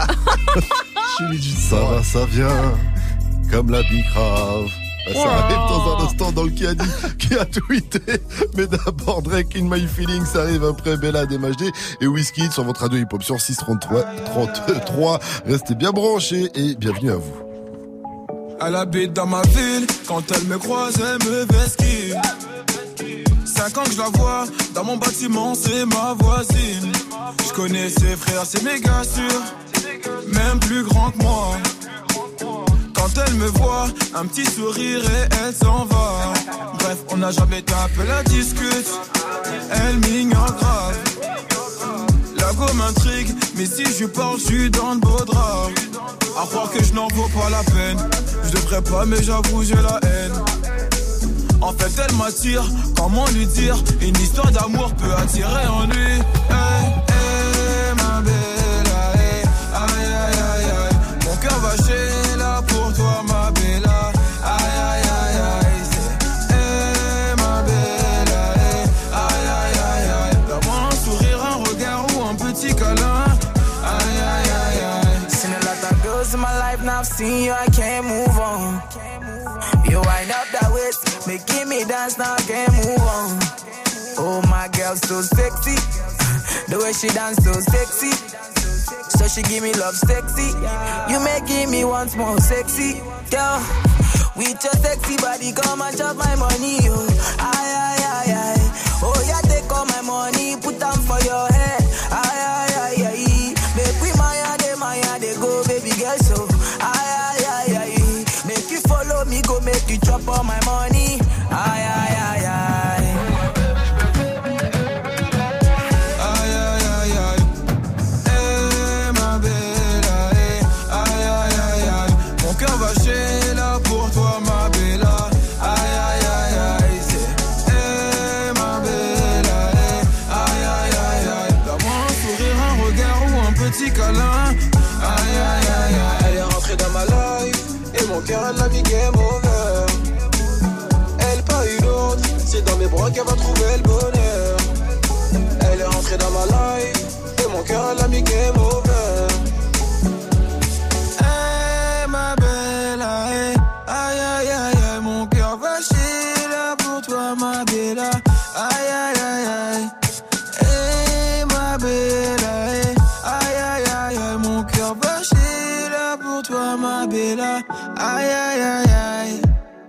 Ça va, ça vient. Comme la bicrave. Ça Wow. arrive dans un instant dans le Kadi qui a tweeté. Mais d'abord, Drake in My Feelings, ça arrive après Bella D M H D et Wizkid sur votre radio hip-hop sur six trente-trois. trente-trois. Restez bien branchés et bienvenue à vous. Elle habite dans ma ville, quand elle me croise, elle me vesquille. Cinq ans que je la vois, dans mon bâtiment, c'est ma voisine. Je connais ses frères, c'est méga sûr, même plus grand que moi. Quand elle me voit, un petit sourire et elle s'en va. Bref, on n'a jamais tapé la discute, elle m'ignore grave. La go m'intrigue, mais si je parle, je suis dans le beau drap. À croire que je n'en vaux pas la peine. Je devrais pas, mais j'avoue, j'ai la haine. En fait, elle m'attire, comment lui dire? Une histoire d'amour peut attirer en lui. Hey, hey, ma belle, hey, aïe, aïe, aïe, aïe. Mon cœur va chez là pour toi, ma belle, aïe, aïe, aïe, aïe. C'est, hey, ma belle, hey, aïe, aïe, aïe, aïe. D'avoir un sourire, un regard ou un petit câlin. Aïe, aïe, aïe, aïe. Seen a lot of girls in my life, now I've seen you, I can't move on. You wind up that waist, making me dance, now I can't move on. Oh, my girl, so sexy. The way she dance, so sexy. So she give me love sexy. You making me once more sexy. Girl, with your sexy body, come and chop my money, yo. Aye, aye, aye, aye. Oh, yeah, take all my money, put them for your head. Aye, aye, aye, aye. Make we maya, de maya, de go, baby girl, so. Aye, aye, aye, aye. Make you follow me, go make you chop all my money. Aye, aye, aye, aye. Aïe, aïe, aïe, aïe. Eh, ma belle, aïe, aïe, aïe, aïe, aïe. Mon cœur va chez là pour toi, ma belle. Aïe, aïe, aïe, aïe. C'est, eh, ma belle, aïe, aïe, aïe, aïe, aïe. D'avoir un sourire, un regard ou un petit câlin. Aïe, aïe, aïe, aïe. Elle est rentrée dans ma life et mon cœur, elle l'a mis game over. Elle pas une autre, c'est dans mes bras qu'elle va trouver le bonheur. Elle est rentrée dans ma life et mon cœur, elle a mis game over. Hey, ma belle, aïe, aïe, aïe, aïe, aïe. Mon cœur va chier là pour toi, ma belle. Aïe, aïe, aïe, aïe. Hey, ma belle, aïe, aïe, aïe, aïe, aïe. Mon cœur va chier là pour toi, ma belle. là. Aïe, aïe, aïe, aïe.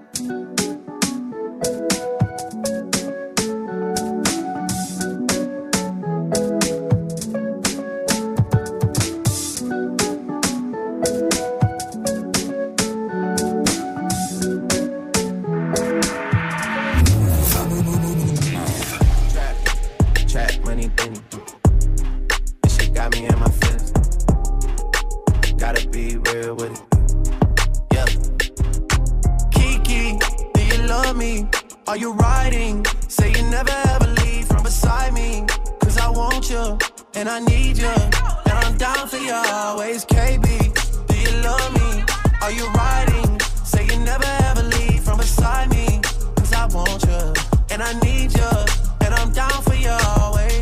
Are you riding? Say you never ever leave from beside me. Cause I want you, and I need you, and I'm down for you always. K B, do you love me? Are you riding? Say you never ever leave from beside me. Cause I want you, and I need you, and I'm down for you always.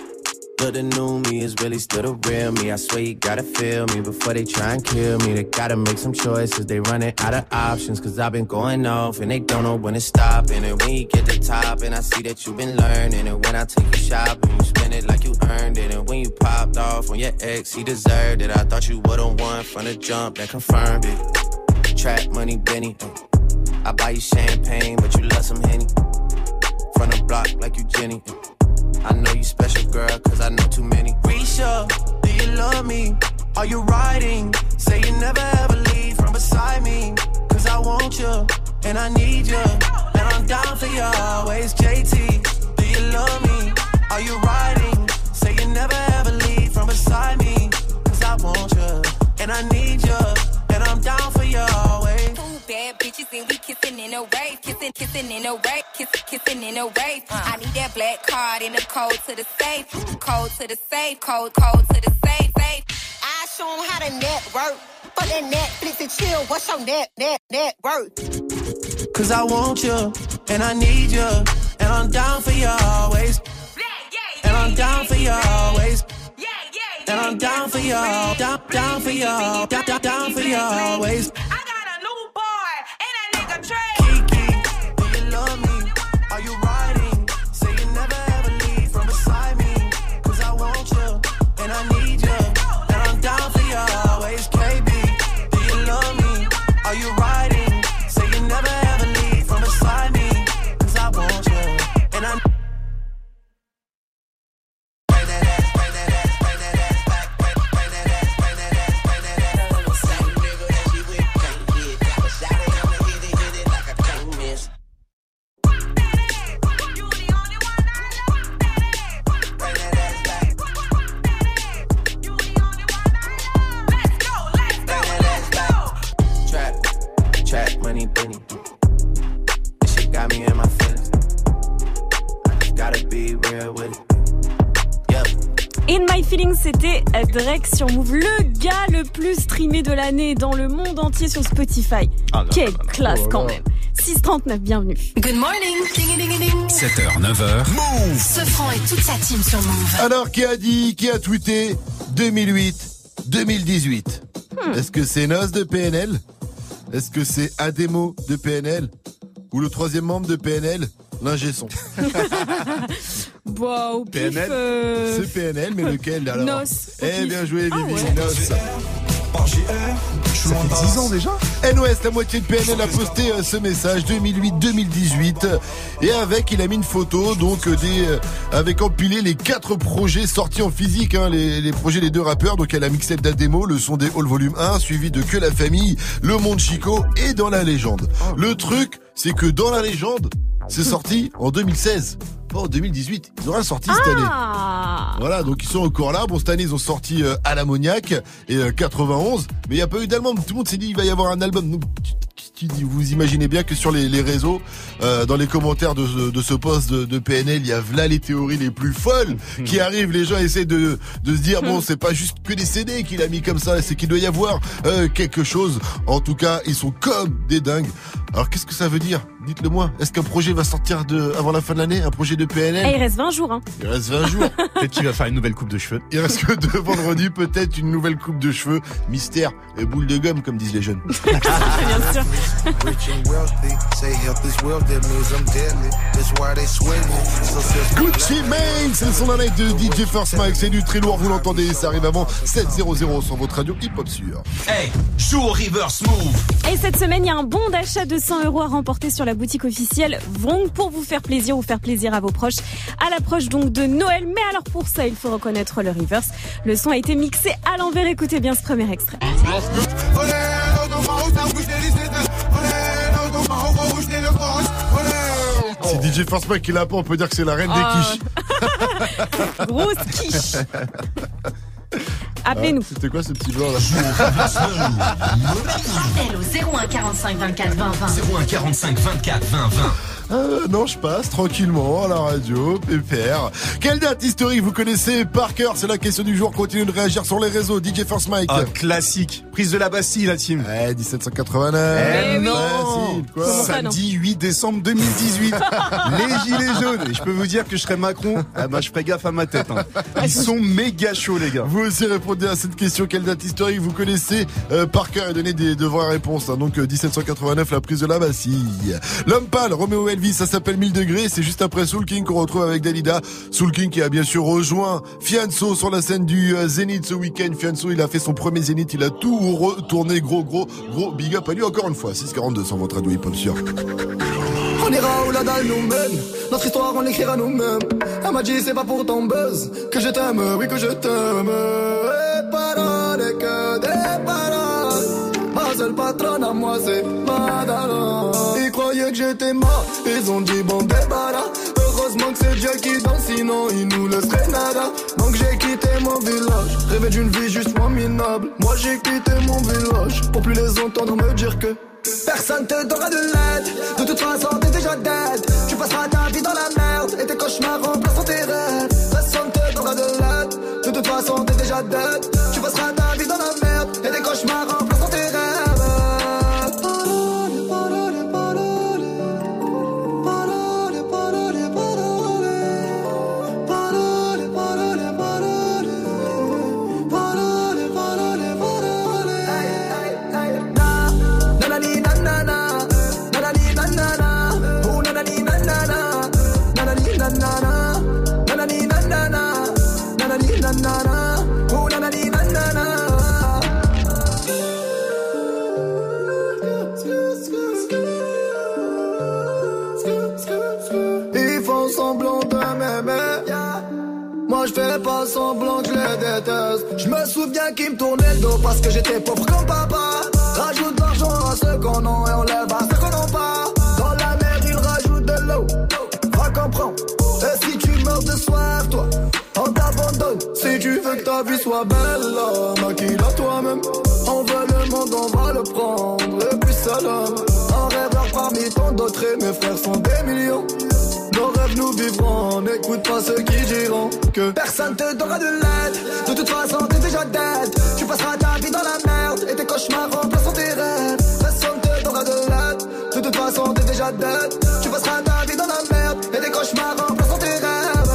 But the new me is really still the real me. I swear you gotta feel me before they try and kill me. They gotta make some choices, they running out of options. Cause I've been going off and they don't know when to stop. And when you get to the top and I see that you've been learning. And when I take you shopping, you spend it like you earned it. And when you popped off on your ex, he deserved it. I thought you would've won from the jump, that confirmed it. Trap money, Benny. I buy you champagne, but you love some Henny. From the block like you Jenny. I know you special, girl, cause I know too many. Risha, do you love me? Are you riding? Say you never ever leave from beside me. Cause I want you, and I need you, and I'm down for you always. J T, do you love me? Are you riding? Say you never ever leave from beside me. Cause I want you, and I need you, and I'm down for you always. Bad bitches and we kissing in a wave, kissing, kissing in a wave, kissing, kissing in a wave. Uh. I need that black card in the code to the safe, code to the safe, code, code to the safe, safe. I show 'em how to network, for that Netflix and chill. What's your net, net, net worth? Cause I want you, and I need you, and I'm down for you always. And I'm down for you always. And I'm down for you, down, down for you, down, down, down for you always. Kiki, do you love me? Are you riding? Say you never ever leave from beside me. Cause I want you, and I need you, and I'm down for you always. K B, do you love me? Are you riding? Say you never ever leave from beside me. Cause I want you, and I money, Benny. This shit got me in my feelings. I just gotta be real with it. Yep. In My Feelings, c'était Drake sur Move, le gars le plus streamé de l'année dans le monde entier sur Spotify. Ah, quelle classe oh, quand même. six trente-neuf, bienvenue. Good morning. sept heures, neuf heures. Move. Sofran et toute sa team sur Move. Alors, qui a dit, qui a tweeté deux mille huit, deux mille dix-huit hmm. Est-ce que c'est Nos de P N L? Est-ce que c'est Ademo de P N L? Ou le troisième membre de P N L, l'ingé son? Wow, P N L, euh... c'est P N L, mais lequel alors? Nos. Eh bien joué, Vivi, ah ouais. Nos. Ça fait dix ans déjà. N O S, la moitié de P N L a posté euh, ce message deux mille huit deux mille dix-huit et avec il a mis une photo donc euh, des euh, avec empilé les quatre projets sortis en physique, hein, les, les projets des deux rappeurs. Donc elle a mixtape d'Ademo, le son des Hall volume un, suivi de Que la famille, Le Monde Chico et Dans la légende. Le truc, c'est que Dans la légende, c'est sorti en deux mille seize. Pas en deux mille dix-huit, ils ont rien sorti cette année. Ah. Voilà, donc ils sont encore là. Bon, cette année, ils ont sorti euh, À l'ammoniaque et euh, quatre-vingt-onze, mais il n'y a pas eu d'album. Tout le monde s'est dit il va y avoir un album. Donc, vous imaginez bien que sur les, les réseaux, euh, dans les commentaires de, de ce post de, de P N L, il y a là les théories les plus folles qui arrivent. Les gens essaient de, de se dire bon, c'est pas juste que des C D qu'il a mis comme ça, c'est qu'il doit y avoir euh, quelque chose. En tout cas, ils sont comme des dingues. Alors qu'est-ce que ça veut dire? Dites-le moi. Est-ce qu'un projet va sortir de avant la fin de l'année, un projet de P N L? Et il reste vingt jours. Hein. Il reste vingt jours. Peut-être qu'il va faire une nouvelle coupe de cheveux. Il reste que deux vendredis, peut-être une nouvelle coupe de cheveux. Mystère et boule de gomme, comme disent les jeunes. Bien sûr. Rich and wealthy, say health is wealth, that means I'm deadly. That's why they sweat me. So Gucci Mane, c'est le son d'un live de D J First Mike, c'est du très lourd, vous l'entendez, ça arrive avant sept heures sur votre radio hip-hop sûr. Hey, joue au reverse move. Et cette semaine, il y a un bon d'achat de cent euros à remporter sur la boutique officielle Vrong pour vous faire plaisir ou faire plaisir à vos proches. À l'approche donc de Noël, mais alors pour ça, il faut reconnaître le reverse. Le son a été mixé à l'envers, écoutez bien ce premier extrait. Si D J First Mike qui l'a pas, on peut dire que c'est la reine Ah. des quiches. Grosse quiche. Appelez-nous. Ah, c'était quoi ce petit blanc là? Appel au zéro un quarante-cinq vingt-quatre vingt vingt. zéro un quarante-cinq vingt-quatre vingt vingt. Euh, non, je passe tranquillement à la radio, pépère. Quelle date historique vous connaissez par cœur? C'est la question du jour. Continuez de réagir sur les réseaux. D J First Mike. Ah, classique. Prise de la Bastille, la team. Ouais, dix-sept cent quatre-vingt-neuf. Eh Ouais, non. si, quoi. Comment ça, Samedi huit décembre deux mille dix-huit. Les gilets jaunes. Et je peux vous dire que je serais Macron. Ah bah, je ferais gaffe à ma tête. Hein. Ils sont méga chauds, les gars. Vous aussi répondez à cette question. Quelle date historique vous connaissez euh, par cœur et donnez des, de vraies réponses. Hein. Donc euh, dix-sept cent quatre-vingt-neuf, la prise de la Bastille. L'homme pâle, Roméo Elvis, ça s'appelle mille degrés. C'est juste après Soul King qu'on retrouve avec Dalida. Soul King qui a bien sûr rejoint Fianso sur la scène du euh, Zénith ce week-end. Fianso, il a fait son premier Zénith. Il a tout retourné. Gros, gros, gros big up à lui encore une fois. six quarante-deux sur votre radio hip-hop sûr. On ira où la dalle nous mène. Notre histoire on l'écrira nous-mêmes. Elle m'a dit c'est pas pour ton buzz que je t'aime, oui que je t'aime. Et paroles et que des paroles. Ma seule patronne à moi c'est Madara. Ils croyaient que j'étais mort, ils ont dit bon débarras. Heureusement que c'est Dieu qui danse, sinon il nous laisserait nada. Donc j'ai quitté mon village, rêvé d'une vie juste moins minable. Moi j'ai quitté mon village, pour plus les entendre me dire que personne te donnera de l'aide. De toute façon t'es déjà dead. Tu passeras ta vie dans la merde et tes cauchemars remplaceront tes rêves. Personne te donnera de l'aide. De toute façon t'es déjà dead. Tu passeras ta vie dans la merde et tes cauchemars remplaceront tes rêves. Ils font semblant de m'aimer. Moi je fais pas semblant que je les déteste. Je me souviens qu'ils me tournaient le dos parce que j'étais pauvre comme papa. Rajoute de l'argent à ceux qu'on a et on lève à ceux qu'on n'a pas. Dans la mer ils rajoutent de l'eau. Va comprendre. Et si tu meurs de soif toi, on t'abandonne. Si tu veux que ta vie soit belle là, maquille-la toi-même. On veut le monde, on va le prendre. Et puis salam. Un rêveur parmi tant d'autres et mes frères sont des millions. Nos rêves nous vivrons, n'écoute pas ceux qui diront que personne te donnera de l'aide. De toute façon t'es déjà dead. Tu passeras ta vie dans la merde et tes cauchemars remplaceront tes rêves. Personne te donnera de l'aide. De toute façon t'es déjà dead. Tu passeras ta vie dans la merde et tes cauchemars remplaceront tes rêves.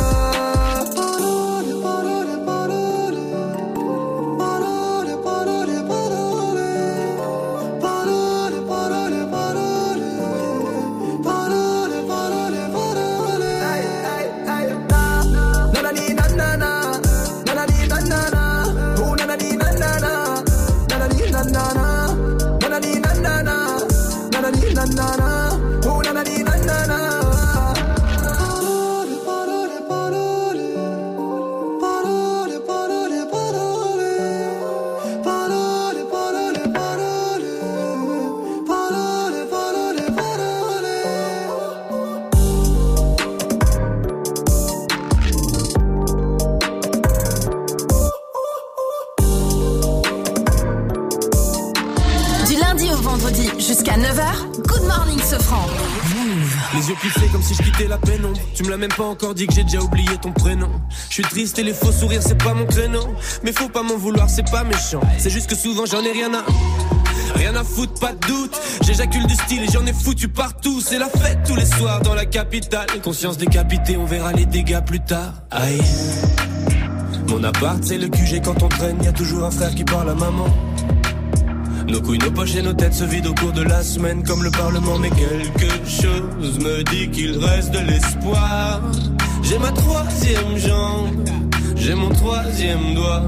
Jusqu'à neuf heures, Good Morning Sofran. Les yeux plissés comme si je quittais la pénombre. Tu me l'as même pas encore dit que j'ai déjà oublié ton prénom. Je suis triste et les faux sourires c'est pas mon créneau. Mais faut pas m'en vouloir, c'est pas méchant. C'est juste que souvent j'en ai rien à... Rien à foutre, pas de doute. J'éjacule du style et j'en ai foutu partout. C'est la fête tous les soirs dans la capitale. Conscience décapitée, on verra les dégâts plus tard. Aïe. Mon appart c'est le Q G quand on traîne. Y'a toujours un frère qui parle à maman. Nos couilles, nos poches et nos têtes se vident au cours de la semaine comme le Parlement. Mais quelque chose me dit qu'il reste de l'espoir. J'ai ma troisième jambe, j'ai mon troisième doigt.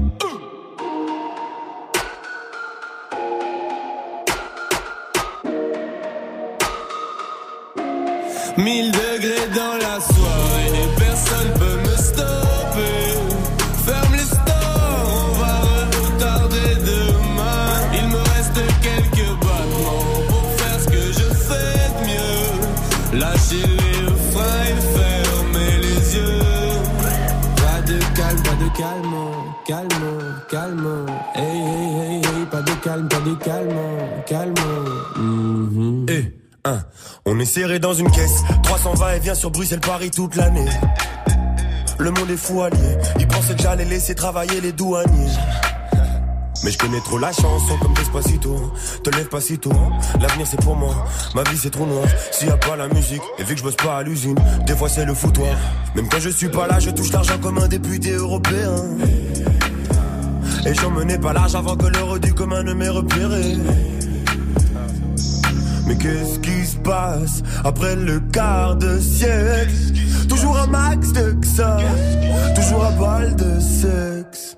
Mille degrés dans la soirée et personne peut me stopper. Ferme les stores, on va retarder demain. Il me reste quelques battements pour faire ce que je fais de mieux. Lâcher les freins et fermer les yeux. Pas de calme, pas de calme, calme, calme. Hey, hey, hey, hey, pas de calme, pas de calme, calme. Mm-hmm. Hey. Hein. On est serré dans une caisse, trois cent vingt et vient sur Bruxelles-Paris toute l'année. Le monde est fou allié, ils pensaient que j'allais laisser travailler les douaniers. Mais je connais trop la chanson comme Despacito. Te lève pas si tôt, l'avenir c'est pour moi. Ma vie c'est trop noir, s'il y a pas la musique. Et vu que je bosse pas à l'usine, des fois c'est le foutoir. Même quand je suis pas là, je touche l'argent comme un député européen. Et j'en menais pas large avant que l'euro du commun ne m'ait repéré. Mais qu'est-ce qui se passe après le quart de siècle? Toujours un max de ça, toujours à balle de sexe.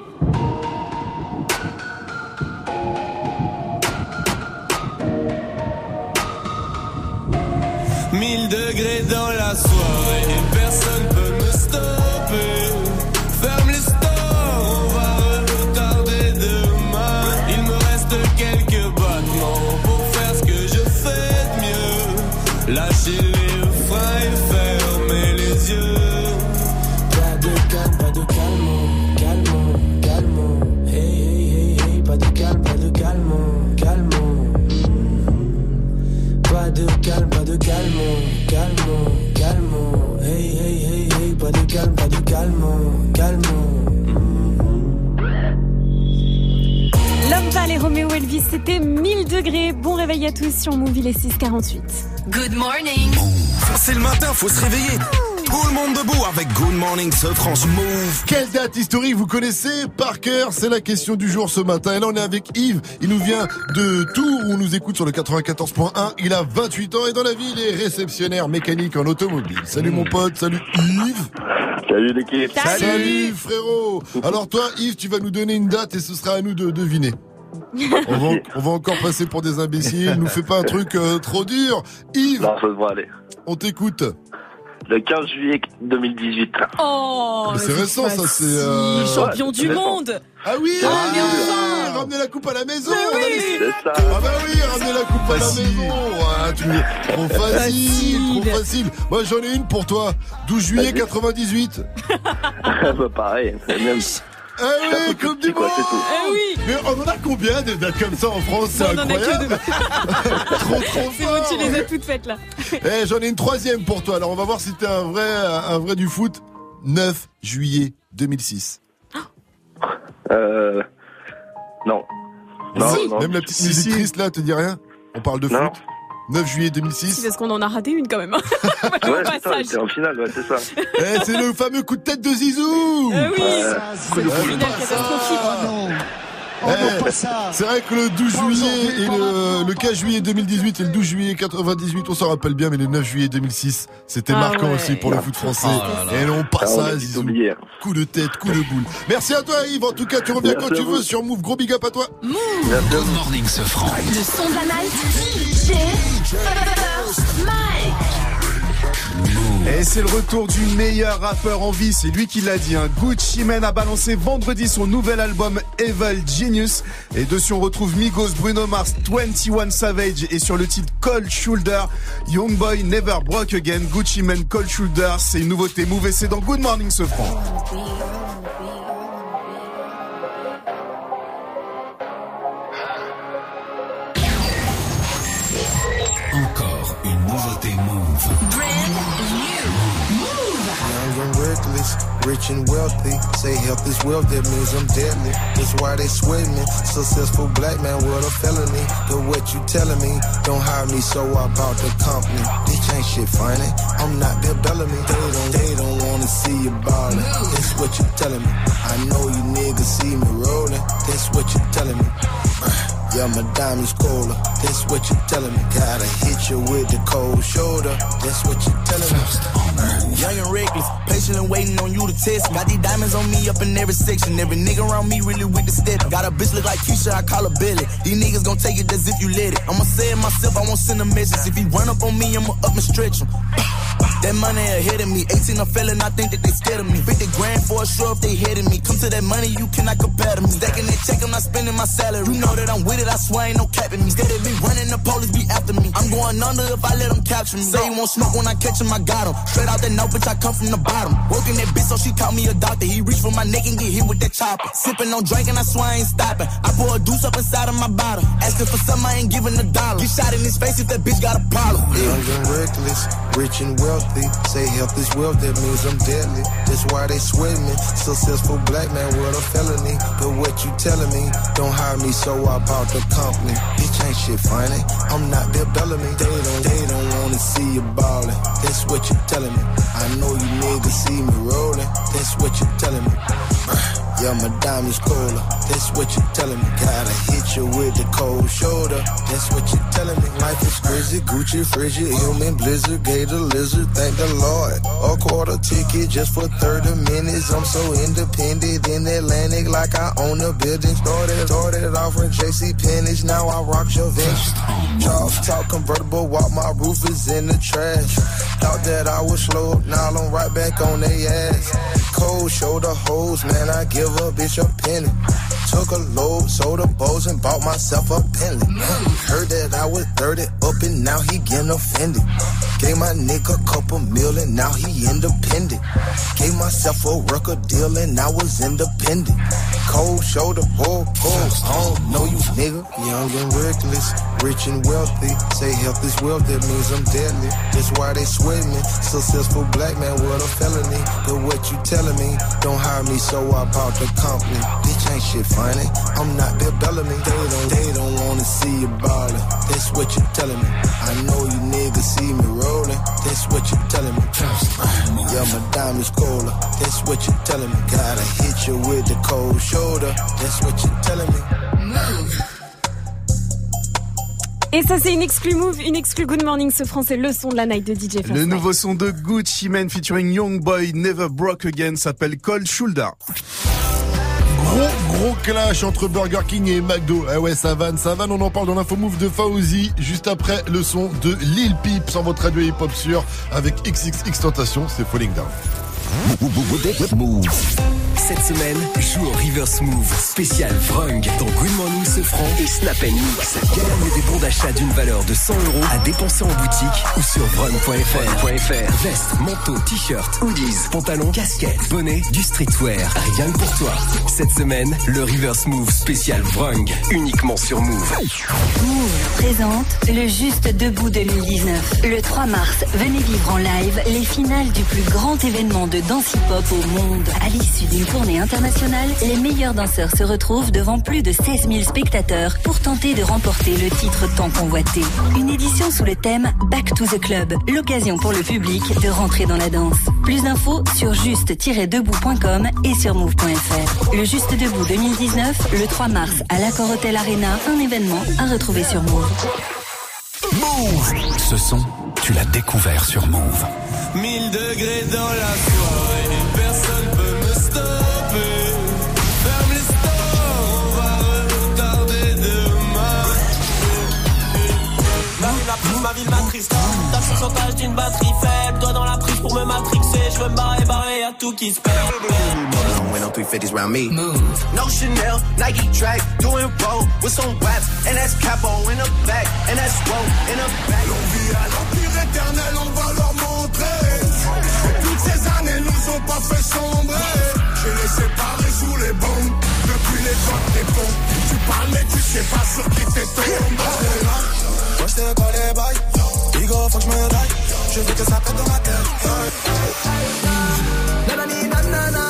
Mille degrés dans la soirée et personne peut me stopper. Ferme les stores, on va retarder demain. Il me reste quelques battements pour faire ce que je fais de mieux. Lâcher les freins et fermer les yeux. Pas de calme, pas de calme, calme, calme. Hey, hey, hey, hey, pas de calme, pas de calme, calme. Pas de calme, pas de calme, calme, calme. Hey, hey, hey, hey, pas de calme, pas de calme, calme. L'homme pâle et Roméo Elvis, c'était mille degrés. Bon réveil à tous sur Move, il est six quarante-huit. Good morning. C'est le matin, faut se réveiller. Tout le monde debout avec Good Morning ce France Move. Quelle date historique vous connaissez par cœur? C'est la question du jour ce matin. Et là on est avec Yves. Il nous vient de Tours où on nous écoute sur le quatre-vingt-quatorze point un. Il a vingt-huit ans et dans la vie il est réceptionnaire mécanique en automobile. Salut mon pote, salut Yves. Salut l'équipe. Salut. Salut frérot. Alors toi Yves, tu vas nous donner une date et ce sera à nous de deviner. On va, on va encore passer pour des imbéciles. Nous fais pas un truc euh, trop dur. Yves. Non, ça devrait aller. On t'écoute. Le quinze juillet deux mille dix-huit. Oh, mais c'est mais récent, ça, c'est euh... champion ouais, du monde. Ah oui, oh, mais enfin, ramener la coupe à la maison. Mais oui. C'est ça. Ah bah oui, ramener la coupe à la maison. Ouais, tu... Trop facile, facile, trop facile. Moi j'en ai une pour toi. douze juillet quatre-vingt-dixhuit. Bah pareil, même. Ah oui, comme du monde. Ah oui. Mais on en a combien des dates comme ça en France? C'est bon, incroyable. Trop trop c'est fort. bon, tu les as toutes faites là. Eh, j'en ai une troisième pour toi. Alors on va voir si t'es un vrai, un vrai du foot. neuf juillet deux mille six. Euh, non. Non, si. non. Même la petite si, musique si. triste là, te dit rien? On parle de non. foot. neuf juillet deux mille six. Si, parce qu'on en a raté une quand même. Ouais, c'est ça, c'était en finale, ouais, c'est ça. Eh, c'est le fameux coup de tête de Zizou. Euh, oui, euh, c'est une finale catastrophique. Oh non. Eh, c'est vrai que le douze juillet et le, le quinze juillet deux mille dix-huit et le douze juillet quatre-vingt-dix-huit, on s'en rappelle bien, mais le neuf juillet deux mille six, c'était ah marquant ouais. aussi pour le foot français. Oh et on passe ah, à Zizou. Coup de tête, coup de boule. Merci à toi Yves, en tout cas tu reviens Merci quand tu veux sur Move, gros big up à toi. Move. Good morning ce franc. Le son de la night, D J Mike. Et c'est le retour du meilleur rappeur en vie, c'est lui qui l'a dit. Hein. Gucci Mane a balancé vendredi son nouvel album Evil Genius. Et dessus on retrouve Migos, Bruno Mars, vingt et un Savage. Et sur le titre Cold Shoulder, Young Boy Never Broke Again, Gucci Mane Cold Shoulder. C'est une nouveauté Move et c'est dans Good Morning ce franc. Encore une nouveauté Move. Brand new. Move. Young and reckless, rich and wealthy. Say health is wealth, that means I'm deadly. That's why they sweat me. Successful black man with a felony. But what you telling me? Don't hire me, so I bought the company. Bitch ain't shit funny. I'm not Bill Bellamy. They don't, they don't wanna see you ballin'. That's what you telling me. I know you niggas see me rollin'. That's what you telling me. Yeah, my diamonds colder. That's what you telling me. Gotta hit you with the cold shoulder. That's what you telling me. Young and reckless, patient and waiting on you to test. Got these diamonds on me up in every section. Every nigga around me really with the step. Got a bitch look like Keisha, I call her Billy. These niggas gon' take it as if you let it. I'ma say it myself, I won't send a message. If he run up on me, I'ma up and stretch him. That money ahead of me. eighteen a felon, I think that they scared of me. fifty grand for a show if they headed me. Come to that money, you cannot compare to me. Stacking that check, I'm not spending my salary. You know that I'm with it, I swear ain't no capping me. Steady be running, the police be after me. I'm going under if I let them capture me. Say you won't smoke when I catch him, I got him. Straight out that no, bitch, I come from the bottom. Working that bitch, so she called me a doctor. He reached for my neck and get hit with that chopper. Sipping on drink and I swear I ain't stopping. I pour a deuce up inside of my bottle. Asking for something, I ain't giving a dollar. Get shot in his face if that bitch got a problem. Yeah. Young and reckless, rich and wealthy. Say health is wealth, that means I'm deadly. That's why they sweat me. Successful black man with a felony. But what you telling me? Don't hire me, so I bought the company. Bitch ain't shit funny. I'm not Bill Bellamy. They don't, they don't wanna see you ballin'. That's what you telling me. I know you niggas see me rollin'. That's what you telling me. Yeah, my diamonds colder. That's what you telling me. Gotta hit you with the cold shoulder. That's what you telling me. Life is crazy, Gucci, frigid, human blizzard, gator, lizard. Thank the Lord. A quarter ticket just for thirty minutes. I'm so independent in Atlantic, like I own a building. Started, started off with J C Penney's. Now I rock your venture. Charles talk convertible, walk my roof is in the trash. Thought that I was slow, now I'm right back on they ass. Cold shoulder hoes, man, I give a bitch a penny. Took a load, sold a bows and bought myself a Bentley. Heard that I was thirty up and now he getting offended. Gave my nigga a couple million, now he independent. Gave myself a record deal and I was independent. Cold shoulder, bull, cold, I don't know you nigga. Young and reckless, rich and wealthy. Say health is wealth, that means I'm deadly. That's why they sweat me. Successful black man with a felony. But what you telling me? Don't hire me, so I bought the company. Bitch ain't shit funny. I'm not Bill Bellamy. They don't, they don't wanna see you ballin'. That's what you telling me. I know you niggas see me rollin'. That's what you telling me. Yeah, my diamonds colder. That's what you telling me. Gotta hit you with the cold shoulder. That's what you telling me. Move. Et ça c'est une exclu Move, une exclu Good Morning ce français, le son de la night de D J First. Le nouveau son de Gucci Mane featuring Young Boy Never Broke Again s'appelle Cold Shoulder. Gros gros clash entre Burger King et McDo. Eh ouais, ça vanne, ça vanne, on en parle dans l'info Move de Fauzi, juste après le son de Lil Peep sur votre radio hip-hop sûr, avec X X X Tentation, c'est Falling Down. Move. Cette semaine, joue au Reverse Move spécial Vrung dans Good Morning Sofran et Snap and Mix. Gagne des bons d'achat d'une valeur de cent euros à dépenser en boutique ou sur vrung point f r. Veste, manteau, t-shirt, hoodies, pantalons, casquettes, bonnets, du streetwear. Rien que pour toi. Cette semaine, le Reverse Move spécial Vrung, uniquement sur Move. Move présente le Juste Debout deux mille dix-neuf. Le trois mars, venez vivre en live les finales du plus grand événement de danse hip-hop au monde. À l'issue d'une tournée internationale, les meilleurs danseurs se retrouvent devant plus de seize mille spectateurs pour tenter de remporter le titre tant convoité. Une édition sous le thème Back to the Club, l'occasion pour le public de rentrer dans la danse. Plus d'infos sur juste tiret debout point com et sur move point f r. Le Juste Debout deux mille dix-neuf, le trois mars à l'Accor Hotel Arena, un événement à retrouver sur Move. Move. Ce son, tu l'as découvert sur Move. mille degrés dans la soirée, personne peut me stopper. Ferme les stores, on va retarder demain. Ma ville, ma prise, ma ville m'attriste. T'as le pourcentage d'une batterie faible, toi dans la prise pour me matrixer. Je veux me barrer, barrer, y'a tout qui se perd. When I'm three fifties round me. Move. No Chanel, Nike track, doing roll with some waps, and that's capo in the back, and that's roll in the back. L'envie à l'empire éternel, on va leur montrer. Toutes ces années nous ont pas fait sombrer. J'ai les séparés sous les bombes, depuis l'époque des ponts. Tu parles mais tu sais pas sur qui t'es tombé. Moi j'te connais bye, Bigo faut que j'me daille. Je veux que ça pète dans ma tête. Nanani nanana.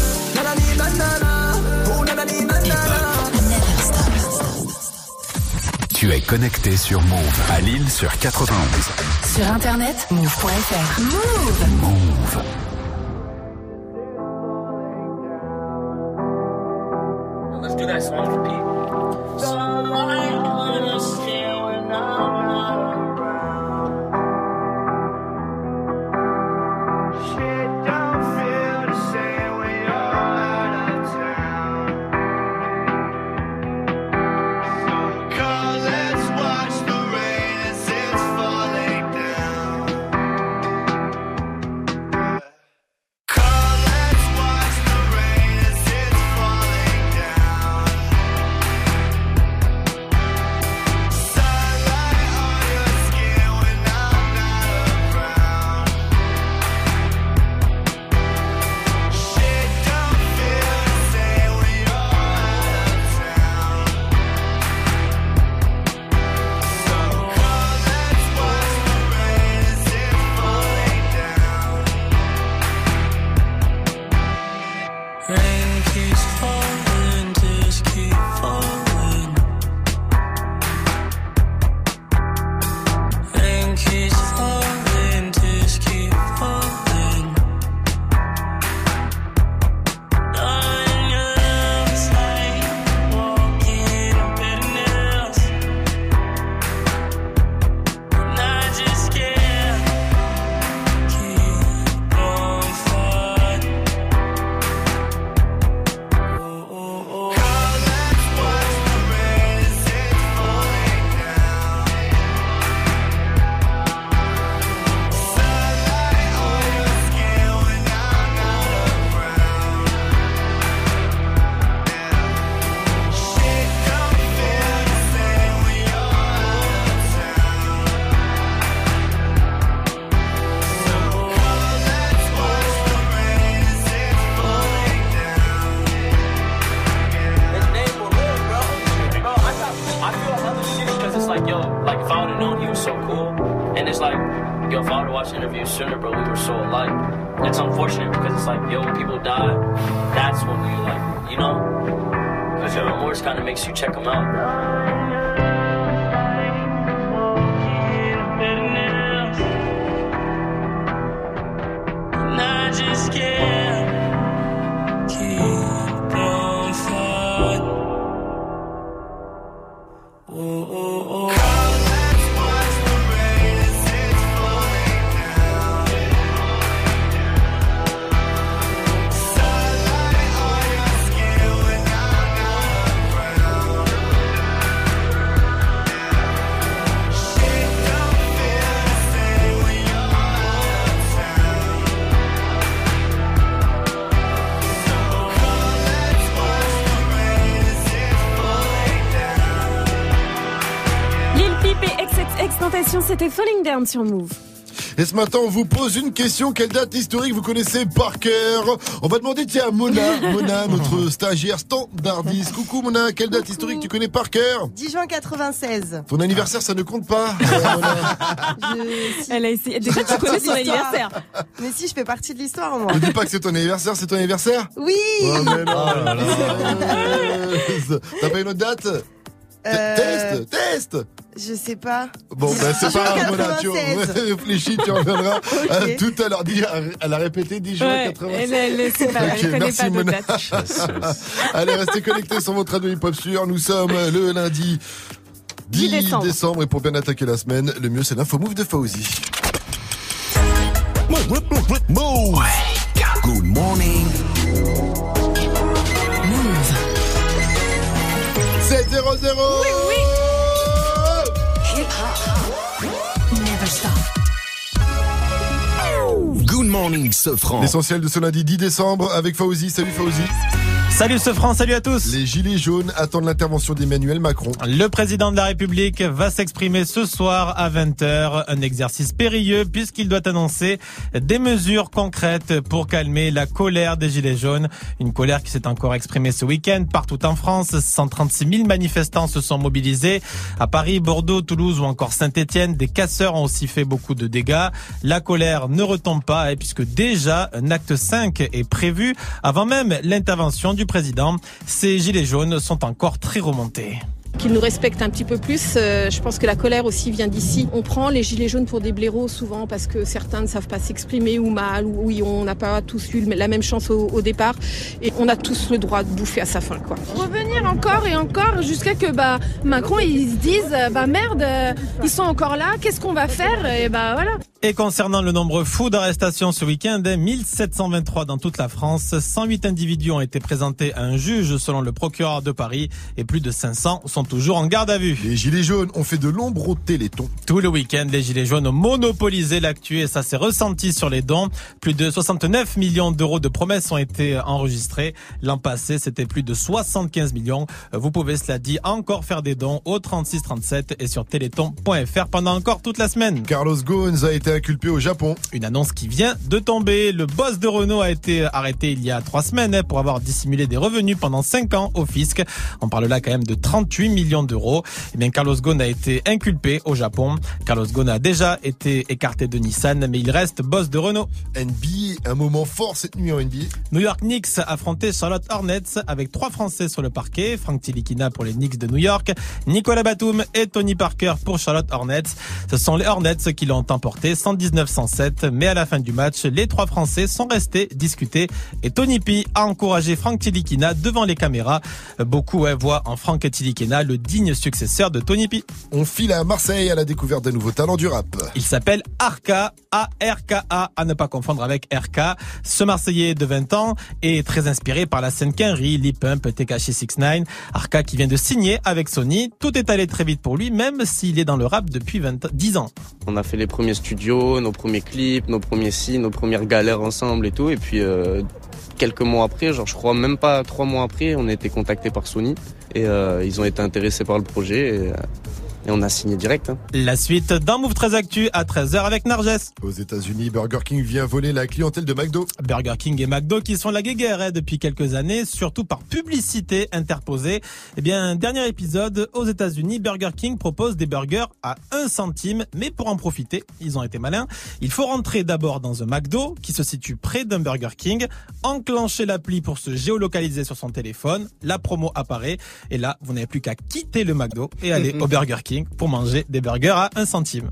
Tu es connecté sur Move à Lille sur quatre-vingt-onze. Sur internet, move point f r. Move. Move. Let's do that song for people. Sooner, but we were so alike. It's unfortunate because it's like, yo, when people die, that's when we like, you know, because your remorse kind of makes you check them out. Not just scared, keep on fighting. Oh, oh, oh. Extentation, c'était Falling Down sur Move. Et ce matin, on vous pose une question. Quelle date historique vous connaissez par cœur? On va demander, tiens, à Mona, Mona, notre stagiaire standardiste. Coucou Mona, quelle date historique tu connais par cœur? dix juin quatre-vingt-seize. Ton anniversaire, ça ne compte pas. Ouais, je... si. Elle a essayé. Déjà, tu connais son anniversaire. Mais si, je fais partie de l'histoire, moi. Ne dis pas que c'est ton anniversaire, c'est ton anniversaire? Oui. Oh, mais non. Oh là là. T'as pas une autre date? Euh... Test, test. Je sais pas. Bon, ben bah, c'est pas grave, Mona, tu réfléchis, tu reviendras. Okay. euh, tout à l'heure. Elle a répété dix juin ouais, quatre-vingt-seize. Elle, elle, c'est pas, okay, elle connaît merci, pas Mona. de date. Allez, restez connectés sur votre radio hip-hop sûr. Nous sommes le lundi dix décembre. décembre. Et pour bien attaquer la semaine, le mieux c'est l'info move de Fauzi. Move. Good morning. Move. sept zéro zéro. Oui, oui. Never stop. Good morning, Sofran. L'essentiel de ce lundi dix décembre avec Fauzi. Salut Fauzi. Salut Sofran, salut à tous. Les gilets jaunes attendent l'intervention d'Emmanuel Macron. Le président de la République va s'exprimer ce soir à vingt heures. Un exercice périlleux puisqu'il doit annoncer des mesures concrètes pour calmer la colère des gilets jaunes. Une colère qui s'est encore exprimée ce week-end partout en France. cent trente-six mille manifestants se sont mobilisés. À Paris, Bordeaux, Toulouse ou encore Saint-Étienne, des casseurs ont aussi fait beaucoup de dégâts. La colère ne retombe pas hein, puisque déjà un acte cinq est prévu avant même l'intervention du président. Ces gilets jaunes sont encore très remontés. qu'ils nous respectent un petit peu plus. Euh, je pense que la colère aussi vient d'ici. On prend les gilets jaunes pour des blaireaux souvent parce que certains ne savent pas s'exprimer ou mal, ou oui, on n'a pas tous eu la même chance au, au départ et on a tous le droit de bouffer à sa faim, quoi. Revenir encore et encore jusqu'à que bah, Macron ils se disent bah merde, euh, ils sont encore là, qu'est-ce qu'on va faire? Et bah voilà. Et concernant le nombre fou d'arrestations ce week-end, mille sept cent vingt-trois dans toute la France, cent huit individus ont été présentés à un juge selon le procureur de Paris et plus de cinq cents sont toujours en garde à vue. Les gilets jaunes ont fait de l'ombre au Téléthon. Tout le week-end, les gilets jaunes ont monopolisé l'actu et ça s'est ressenti sur les dons. Plus de soixante-neuf millions d'euros de promesses ont été enregistrées. L'an passé, c'était plus de soixante-quinze millions. Vous pouvez, cela dit, encore faire des dons au trente-six trente-sept et sur téléthon point f r pendant encore toute la semaine. Carlos Ghosn a été inculpé au Japon. Une annonce qui vient de tomber. Le boss de Renault a été arrêté il y a trois semaines pour avoir dissimulé des revenus pendant cinq ans au fisc. On parle là quand même de trente-huit millions d'euros. Et bien, Carlos Ghosn a été inculpé au Japon. Carlos Ghosn a déjà été écarté de Nissan, mais il reste boss de Renault. N B A, un moment fort cette nuit en N B A. New York Knicks affrontait Charlotte Hornets avec trois Français sur le parquet. Frank Tilikina pour les Knicks de New York, Nicolas Batum et Tony Parker pour Charlotte Hornets. Ce sont les Hornets qui l'ont emporté cent dix-neuf à cent sept, mais à la fin du match, les trois Français sont restés discutés et Tony P a encouragé Frank Tilikina devant les caméras. Beaucoup ouais, voient en Frank Tilikina le digne successeur de Tony P. On file à Marseille à la découverte d'un nouveau talent du rap. Il s'appelle Arca, A R K A, à ne pas confondre avec R K. Ce Marseillais de vingt ans est très inspiré par la scène Quinry, Lil Pump, Tekashi six neuf. Arca qui vient de signer avec Sony. Tout est allé très vite pour lui, même s'il est dans le rap depuis vingt, dix ans. On a fait les premiers studios, nos premiers clips, nos premiers si, nos premières galères ensemble et tout. Et puis euh, quelques mois après, genre je crois même pas trois mois après, on a été contacté par Sony et euh, ils ont été intéressés par le projet. Et, euh, Et on a signé direct. Hein. La suite dans Move treize Actu à treize heures avec Narges. Aux États-Unis, Burger King vient voler la clientèle de McDo. Burger King et McDo qui sont la guéguerre hein, depuis quelques années, surtout par publicité interposée. Eh bien, dernier épisode, aux États-Unis, Burger King propose des burgers à un centime, mais pour en profiter, ils ont été malins. Il faut rentrer d'abord dans un McDo qui se situe près d'un Burger King, enclencher l'appli pour se géolocaliser sur son téléphone, la promo apparaît, et là, vous n'avez plus qu'à quitter le McDo et aller au Burger King pour manger des burgers à un centime.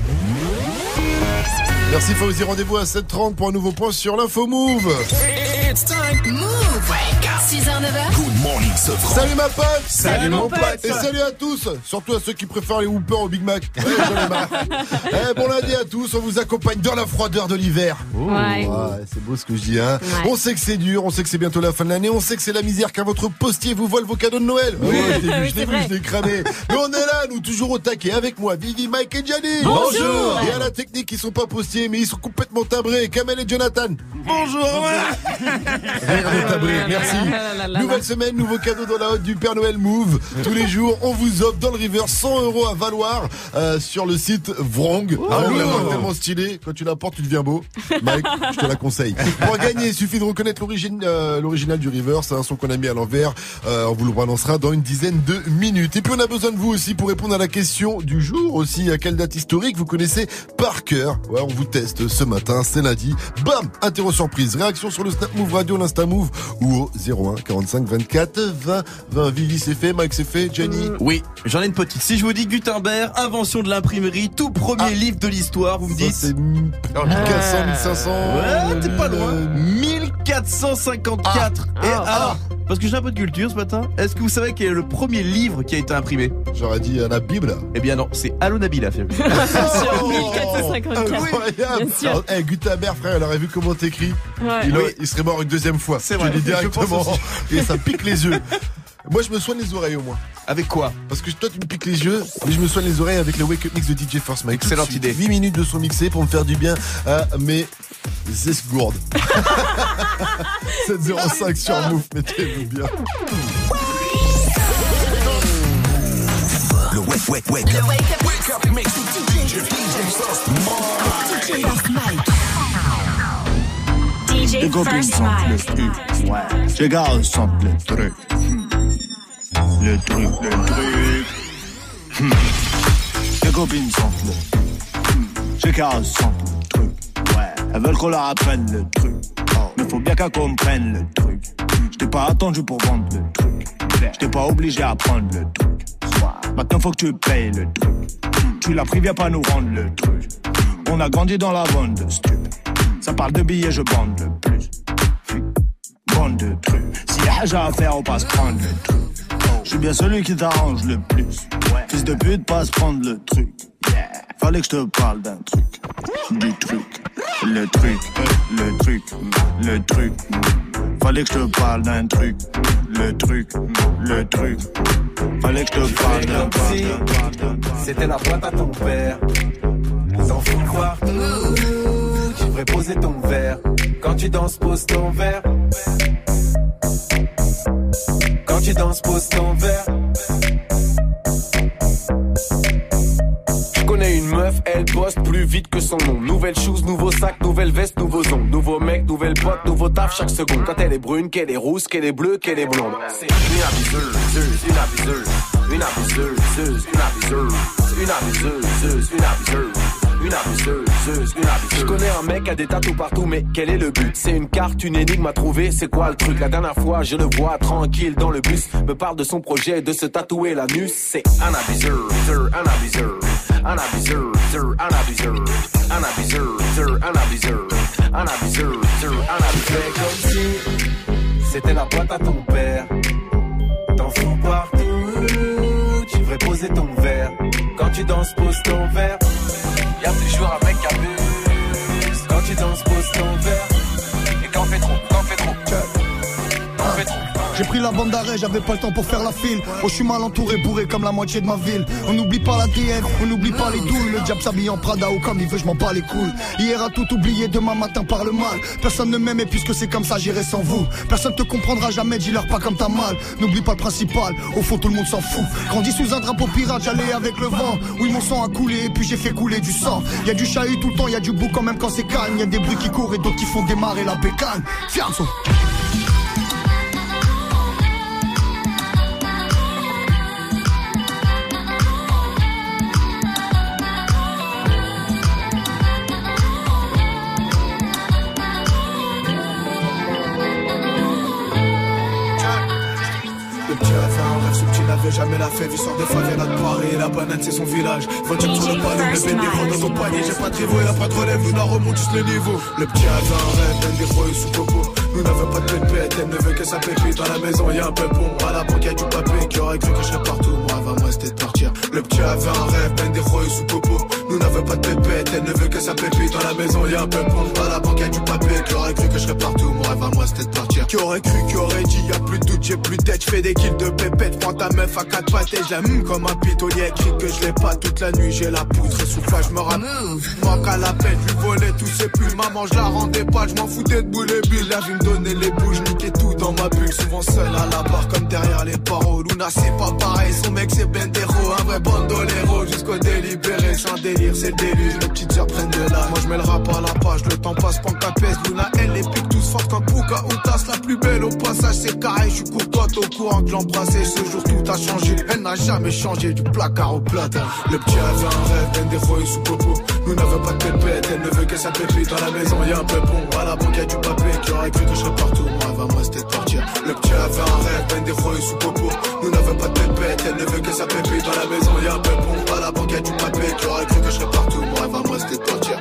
Merci Fauzi, rendez-vous à sept heures trente pour un nouveau point sur l'info Move. It's time. Move. Wake up. six heures neuf heures. Good morning, Sofran. Salut ma pote. Salut, salut mon pote. Et salut à tous, surtout à ceux qui préfèrent les Whoopers au Big Mac. Ouais, j'en ai marre. Eh, bon lundi à tous, on vous accompagne dans la froideur de l'hiver. Ouais. Ouais, c'est beau ce que je dis, hein. Ouais. On sait que c'est dur, on sait que c'est bientôt la fin de l'année, on sait que c'est la misère car votre postier vous vole vos cadeaux de Noël. Oui, ouais, je l'ai vu, oui, je l'ai c'est vu, vrai. je l'ai cramé. Mais on est là, nous, toujours au taquet, avec moi, Vivi, Mike et Gianni. Bonjour. Et à la technique, ils sont pas postiers, mais ils sont complètement timbrés. Kamel et Jonathan. Bonjour. Rire de timbré, merci. Nouvelle semaine, nouveau cadeau dans la hotte du Père Noël Move. Tous les jours, on vous offre dans le river cent euros à valoir euh, sur le site Vrong. Ah, la marque tellement stylée. Quand tu la portes, tu deviens beau. Mike, je te la conseille. Pour gagner, il suffit de reconnaître l'origine, euh, l'original du river. C'est un son qu'on a mis à l'envers. Euh, on vous le balancera dans une dizaine de minutes. Et puis, on a besoin de vous aussi pour répondre à la question du jour aussi. À quelle date historique vous connaissez par cœur? Ouais, on vous teste ce matin. C'est lundi. Bam! Interro surprise. Réaction sur le Snap Move Radio, l'Insta Move ou au zéro un quarante-cinq vingt-quatre vingt vingt. Vivi, c'est fait. Mike, c'est fait. Jenny? Oui, j'en ai une petite. Si je vous dis Gutenberg, invention de l'imprimerie, tout premier ah. livre de l'histoire, vous me dites? Ça, c'est mille quatre cents, mille cinq cents. Ouais, t'es pas loin. mille quatre cent cinquante-quatre. Ah. Et Ah. alors, parce que j'ai un peu de culture ce matin, est-ce que vous savez quel est le premier livre qui a été imprimé? J'aurais dit euh, la Bible. Eh bien non, c'est Allo Nabila, film. Sur mille quatre cent cinquante-quatre. Incroyable. Bien sûr. Alors, hey, Gutenberg, frère, il aurait vu comment t'écris. Ouais. Il, Oui. aurait- il serait mort une deuxième fois. C'est Je vrai. te le dis Je directement. pense Et ça pique les yeux. Moi, je me soigne les oreilles au moins. Avec quoi? Parce que toi, tu me piques les yeux, mais je me soigne les oreilles avec le Wake Up Mix de D J First Mike. Excellente Tout de suite, idée. huit minutes de son mixé pour me faire du bien à mes esgourdes. sept zéro cinq sur Move, mettez-vous bien. Le wake, wake, wake. Le wake up. Wake up mix with D J, D J First Mike. D J Les copines First sentent le Mike. truc, ouais. Les gars sentent le truc. Hmm. Le truc, le truc. Hmm. Les copines sentent le truc. Hmm. Les gars sentent le truc, ouais. Elles veulent qu'on leur apprenne le truc. Oh. Mais faut bien qu'elles comprennent le truc. J't'ai pas attendu pour vendre le truc. J't'ai pas obligé à prendre le truc. Maintenant faut que tu payes le truc. Tu l'as pris, viens pas nous rendre le truc. On a grandi dans la bande de stup. Ça parle de billets, je bande le plus. Bande de trucs. S'il y a haja à faire, on passe prendre le truc. Je suis bien celui qui t'arrange le plus. Fils de pute, passe prendre le truc. Fallait que je te parle d'un truc. Du truc. Le truc, le truc, le truc. Fallait que je te parle d'un truc. Le truc, le truc. Fallait que je te parle d'un truc. C'était la boîte à ton père. T'en fous partout. Tu devrais poser ton verre. Quand tu danses, pose ton verre. Quand tu danses, pose ton verre. Je connais une meuf, elle bosse plus vite que son nom. Nouvelle shoes, nouveau sac, nouvelle veste, nouveaux ongles. Nouveau mec, nouvelle pote, nouveau taf chaque seconde. Quand elle est brune, qu'elle est rousse, qu'elle est bleue, qu'elle est blonde. C'est une abuseuse, une abuseuse, une abuseuse, une abuseuse, une abuseuse, une abuseuse. Une abuseuse, une abuseuse. Je connais un mec qui a des tatous partout, mais quel est le but? C'est une carte, une énigme à trouver, c'est quoi le truc? La dernière fois, je le vois tranquille dans le bus, me parle de son projet de se tatouer l'anus. C'est un abuseur, un abuseur, un abuseur, un abuseur, un abuseur, un abuseur, un abuseur, un abuseur. Comme si c'était la boîte à ton père. T'en fous partout, tu devrais poser ton verre. Quand tu danses, pose ton verre. Y'a toujours un mec qui abuse. Quand tu danses, pose ton verre. Et quand fait trop, quand fait trop, quand fait trop. J'ai pris la bande d'arrêt, j'avais pas le temps pour faire la file. Oh, je suis mal entouré, bourré comme la moitié de ma ville. On n'oublie pas la D F, on n'oublie pas les douilles. Le diable s'habille en Prada ou comme il veut, je m'en bats les couilles. Hier a tout oublié, demain matin par le mal. Personne ne m'aime et puisque c'est comme ça, j'irai sans vous. Personne te comprendra jamais, dis-leur pas comme t'as mal. N'oublie pas le principal, au fond tout le monde s'en fout. Grandi sous un drapeau pirate, j'allais avec le vent. Oui, mon sang a coulé et puis j'ai fait couler du sang. Y'a du chahut tout le temps, y'a du bouc quand même quand c'est calme. Y'a des bruits qui courent et d'autres qui font démarrer la bécane. Fianzo. Jamais la fève, il sort des favelas de Paris. La banane c'est son village. Voiture sur le panneau, le bénévole dans ton panier. J'ai pas de rivaux, y'a pas de relève, nous la remonte juste le niveau. Le petit avait un rêve, d'un des rois sous coco. Nous n'avons pas de pépette, elle ne veut que sa pépite. Dans la maison y'a un peu bon, à la banque y'a du papier. Qui aurait cru que je serais partout, moi avant moi c'était de partir. Le petit avait un rêve, d'un des rois sous coco. Nous n'avons pas de pépette, elle ne veut que sa pépite. Dans la maison y'a un peu bon, à la banque y'a du papier. Qui aurait cru que je serais partout, moi avant moi c'était de partir. Qui aurait cru, qui aurait dit, y'a plus de doute, j'ai plus de tête. J'fais des kills de pépette, prends ta meuf à quatre pattes et je l'aime comme un pitonier. Écrit que je l'ai pas toute la nuit, j'ai la poutre et soufflage me ramène. Manque à la peine, lui volais tous ses pulls. Maman, je la rendais pas, je m'en foutais de boule et bulles. La vie me donnait les boules, je niquais tout dans ma bulle. Souvent seul à la barre comme derrière les barreaux. Luna c'est pas pareil, son mec c'est Bendero. Un vrai bandolero jusqu'au délibéré. C'est un délire, c'est le déluge, les petites heures prennent de l'âge. Moi je mets le rap à la page, le temps passe pendant qu'à pèse. Luna elle les pique tous fortes comme Pouka ou tasse. La plus belle au passage c'est carré, je suis courtois au courant que l'embrasser. Ce jour tout a changé, elle n'a jamais changé du placard au platin. Le petit avait un rêve, ben des fois sous coco. Nous n'avons pas de pépette, elle ne veut que sa pépite. Dans la maison y'a un peu bon, à la banque y'a du papier. Qui aurait cru que je serais partout, moi avant moi c'était de partir. Le petit avait un rêve, ben des fois sous coco. Nous n'avons pas de pépette, elle ne veut que sa pépite. Dans la maison y'a un peu bon, à la banque y'a du papier. Qui aurait cru que je serais partout, moi avant moi c'était de partir.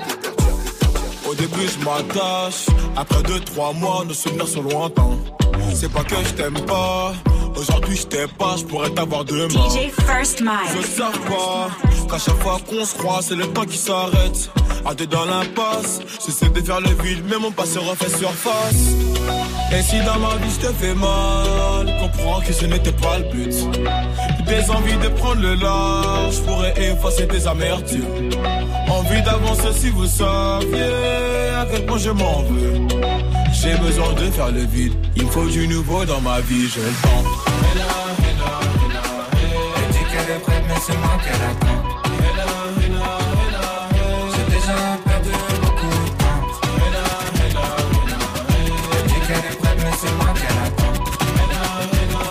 Au début je m'attache, après deux trois mois nos souvenirs sont lointains. C'est pas que je t'aime pas, aujourd'hui je t'aime pas, je pourrais t'avoir demain. D J First Mike. Je sais pas qu'à chaque fois qu'on se croise c'est le temps qui s'arrête. À deux dans l'impasse, j'essaie de faire le vide mais mon passé refait surface. Et si dans ma vie je te fais mal, comprends que ce n'était pas le but. Des envies de prendre le large, je pourrais effacer tes amertumes. Envie d'avancer si vous saviez à quel point je m'en veux. J'ai besoin de faire le vide, il me faut du nouveau dans ma vie, j'ai le temps. Hella, hella, hella, hella. Elle dit qu'elle est prête mais c'est moi qu'elle attend. Hella, hella, hella, j'ai déjà perdu beaucoup de temps. Hella, hella, hella, elle dit qu'elle est prête mais c'est moi qu'elle attend. Hella, hella,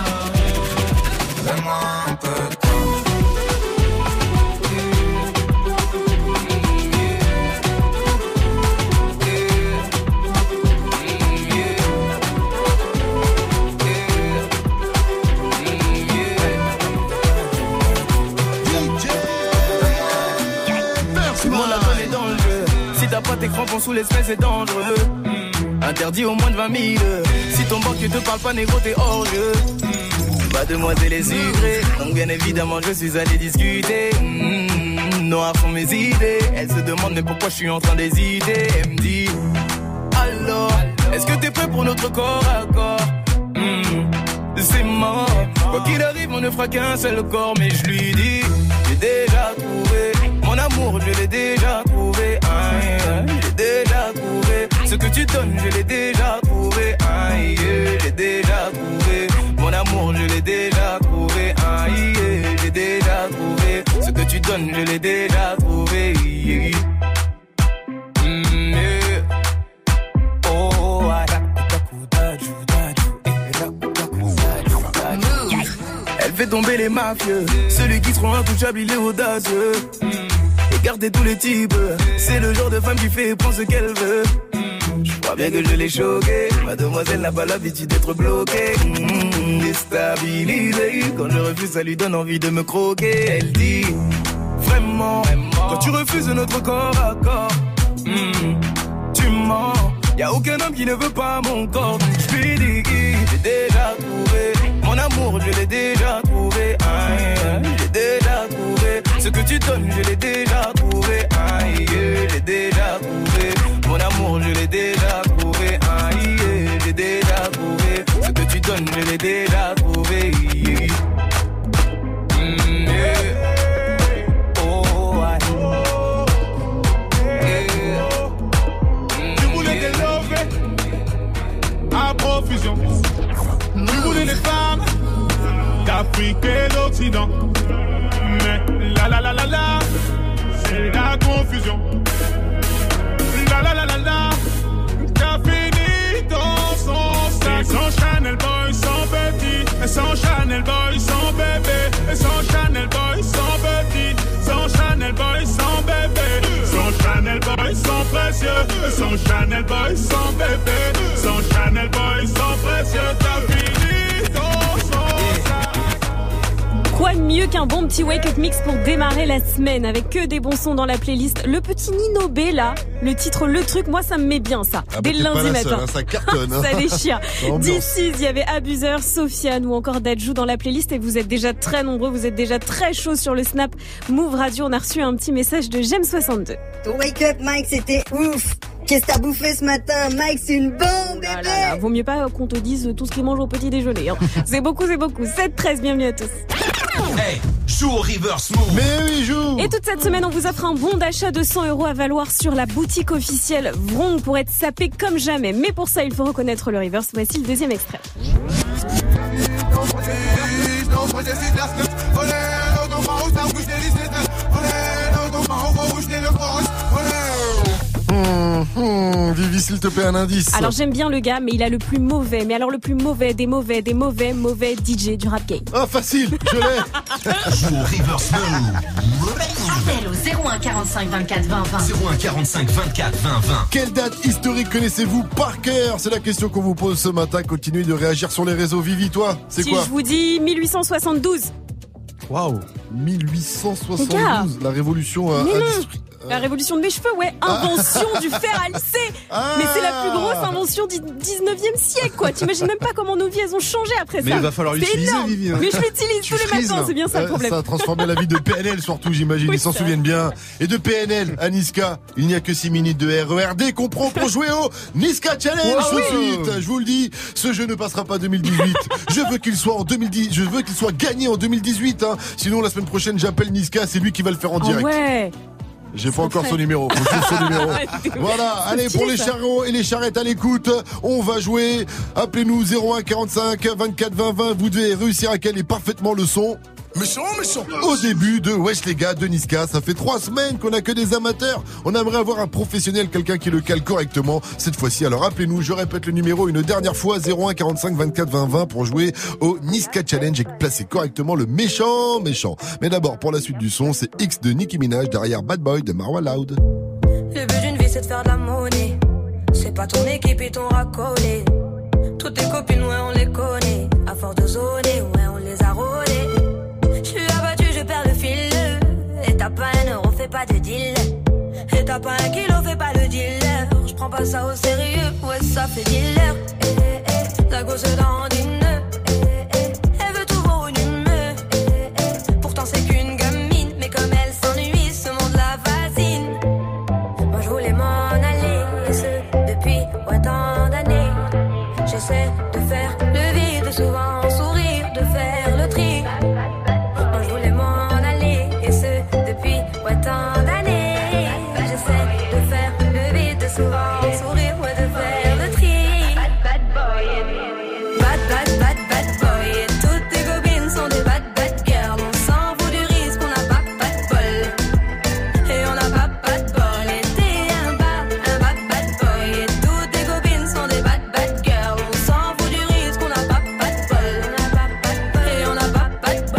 hella, donne-moi un peu de temps. tes crampons sous l'espèce c'est dangereux. Mmh. Interdit au moins de vingt mille. Si ton banquier te parle pas négro t'es hors jeu. Mmh. Mademoiselle est sucrée, donc bien évidemment je suis allé discuter. Mmh. Noir sont mes idées. Elle se demande mais pourquoi je suis en train d'hésiter. Elle me dit alors, est-ce que t'es prêt pour notre corps à corps? Mmh. C'est mort. Quoi qu'il arrive on ne fera qu'un seul corps. Mais je lui dis j'ai déjà trouvé mon amour, je l'ai déjà trouvé. Aïe, j'ai déjà trouvé ce que tu donnes, je l'ai déjà trouvé. Aïe, j'ai déjà trouvé mon amour, je l'ai déjà trouvé. Aïe, j'ai déjà trouvé ce que tu donnes, je l'ai déjà trouvé. Mm, yeah. Oh, elle fait tomber les mafieux, celui qui seront intouchables, il est audacieux. Écartez tous les types, c'est le genre de femme qui fait prendre ce qu'elle veut. Je crois bien que je l'ai choquée, mademoiselle n'a pas l'habitude d'être bloquée. Mmh, déstabilisée, quand je refuse ça lui donne envie de me croquer. Elle dit, vraiment, quand tu refuses notre corps à corps, mmh, tu mens. Y'a aucun homme qui ne veut pas mon corps. Je lui dis, j'ai déjà trouvé mon amour, je l'ai déjà trouvé. Aïe, j'ai déjà trouvé ce que tu donnes, je l'ai déjà trouvé. Aïe, j'ai déjà trouvé mon amour, je l'ai déjà trouvé. Aïe, j'ai déjà trouvé ce que tu donnes, je l'ai déjà trouvé. Mm, yeah. Oh, aïe. Yeah. Tu voulais des lovés à profusion. Tu voulais les femmes d'Afrique et d'Occident. Mais la la la la la, c'est la confusion. La la la la la, t'as fini dans son sac. Et sans Chanel Boy, sans petit. Et sans Chanel Boy, sans bébé. Et sans Chanel Boy, sans petit. Sans Chanel Boy, sans bébé. Sans Chanel Boy, sans précieux. Et sans Chanel Boy, sans bébé. Sans Chanel Boy, sans précieux. T'as fini dans son sac. Quoi de mieux qu'un bon petit wake-up mix pour démarrer la semaine avec que des bons sons dans la playlist. Le petit Nino B là, le titre Le Truc, moi ça me met bien ça. Ah bah dès le lundi matin. Seule, hein, ça cartonne. Hein. Ça déchire. Ambiance. D'ici, il y avait Abuseur, Sofiane ou encore Dadju dans la playlist et vous êtes déjà très nombreux, vous êtes déjà très chauds sur le Snap Move Radio. On a reçu un petit message de Jem soixante-deux. Ton wake-up Mike c'était ouf. Qu'est-ce que t'as bouffé ce matin? Mike, c'est une bombe, bébé! Ah là là, vaut mieux pas qu'on te dise tout ce qu'il mange au petit déjeuner. Hein. C'est beaucoup, c'est beaucoup. sept treize, bienvenue à tous. Hey, joue au reverse move. Mais oui, joue. Et toute cette semaine, on vous offre un bon d'achat de cent euros à valoir sur la boutique officielle Vrong pour être sapé comme jamais. Mais pour ça, il faut reconnaître le reverse. Voici le deuxième extrait. Mmh, mmh, Vivi, s'il te plaît, un indice. Alors j'aime bien le gars, mais il a le plus mauvais, mais alors le plus mauvais des mauvais, des mauvais, mauvais D J du rap game. Oh, facile, je l'ai. Joue au reverse move. Appel au zéro un quarante-cinq vingt-quatre vingt vingt. zéro un quarante-cinq vingt-quatre vingt vingt. Quelle date historique connaissez-vous par cœur? C'est la question qu'on vous pose ce matin. Continuez de réagir sur les réseaux. Vivi, toi, c'est si quoi? Je vous dis mille huit cent soixante-douze. Waouh, mille huit cent soixante-douze, la révolution euh, industrie. La révolution de mes cheveux, ouais. Invention ah. du fer à lisser. Ah. Mais c'est la plus grosse invention du dix-neuvième siècle, quoi. T'imagines même pas comment nos vies, elles ont changé après mais ça. Mais il va falloir l'utiliser, Vivi. Hein. Mais je l'utilise tous les matins, c'est bien ça le problème. Ça a transformé la vie de P N L, surtout, j'imagine. Oui, ils s'en ça. souviennent bien. Et de P N L à Niska, il n'y a que six minutes de R E R D qu'on prend pour jouer au Niska Challenge. Wow. Tout de suite, je vous le dis, ce jeu ne passera pas deux mille dix-huit. Je veux qu'il soit en deux mille dix, je veux qu'il soit gagné en deux mille dix-huit. Hein. Sinon, la semaine prochaine, j'appelle Niska, c'est lui qui va le faire en direct. Oh ouais. J'ai pas encore son numéro. Faut son numéro. Voilà. Allez, pour les chariots et les charrettes à l'écoute, on va jouer. Appelez-nous zéro un quarante-cinq vingt-quatre vingt vingt. Vous devez réussir à caler parfaitement le son. Méchant, méchant. Au début de Wesh les gars de Niska, ça fait trois semaines qu'on a que des amateurs. On aimerait avoir un professionnel, quelqu'un qui le cale correctement cette fois-ci. Alors appelez-nous, je répète le numéro une dernière fois, zéro un quarante-cinq vingt-quatre vingt vingt pour jouer au Niska Challenge et placer correctement le méchant méchant. Mais d'abord, pour la suite du son, c'est X de Nicki Minaj derrière Bad Boy de Marwa Loud. Le but d'une vie c'est de faire de la monnaie. C'est pas ton équipe et ton racolé. Toutes tes copines, ouais on les connaît. À force de zoner, ouais on les a rôlées. Et t'as pas un euro, fais pas de deal. Et t'as pas un kilo, fais pas le deal. ça au sérieux, ouais, ça fait dealer. Eh, eh, eh, la gosse dans des nœuds. Eh, eh, elle veut tout voir une humeur. Eh, eh, pourtant c'est qu'une gamine, mais comme elle s'ennuie, ce monde la fascine. Moi je voulais m'en aller, et ce depuis ouais, tant d'années. J'essaie de faire le vide, souvent sourire, de faire le tri. Moi je voulais m'en aller, et ce depuis ouais, tant d'années. J'essaie de faire le vide, souvent sourire, ouais, de faire le tri. Bad, bad boy, bad, bad, bad, bad boy. Et toutes tes copines sont des bad, bad girls. On s'en fout du risque, on n'a pas, pas de bol. Et on n'a pas, pas de bol. Et t'es un bad, un bad, bad boy. Et toutes tes copines sont des bad, bad girls. On s'en fout du risque, on n'a pas, pas de bol. On n'a pas, pas de bol. Et on n'a pas, pas de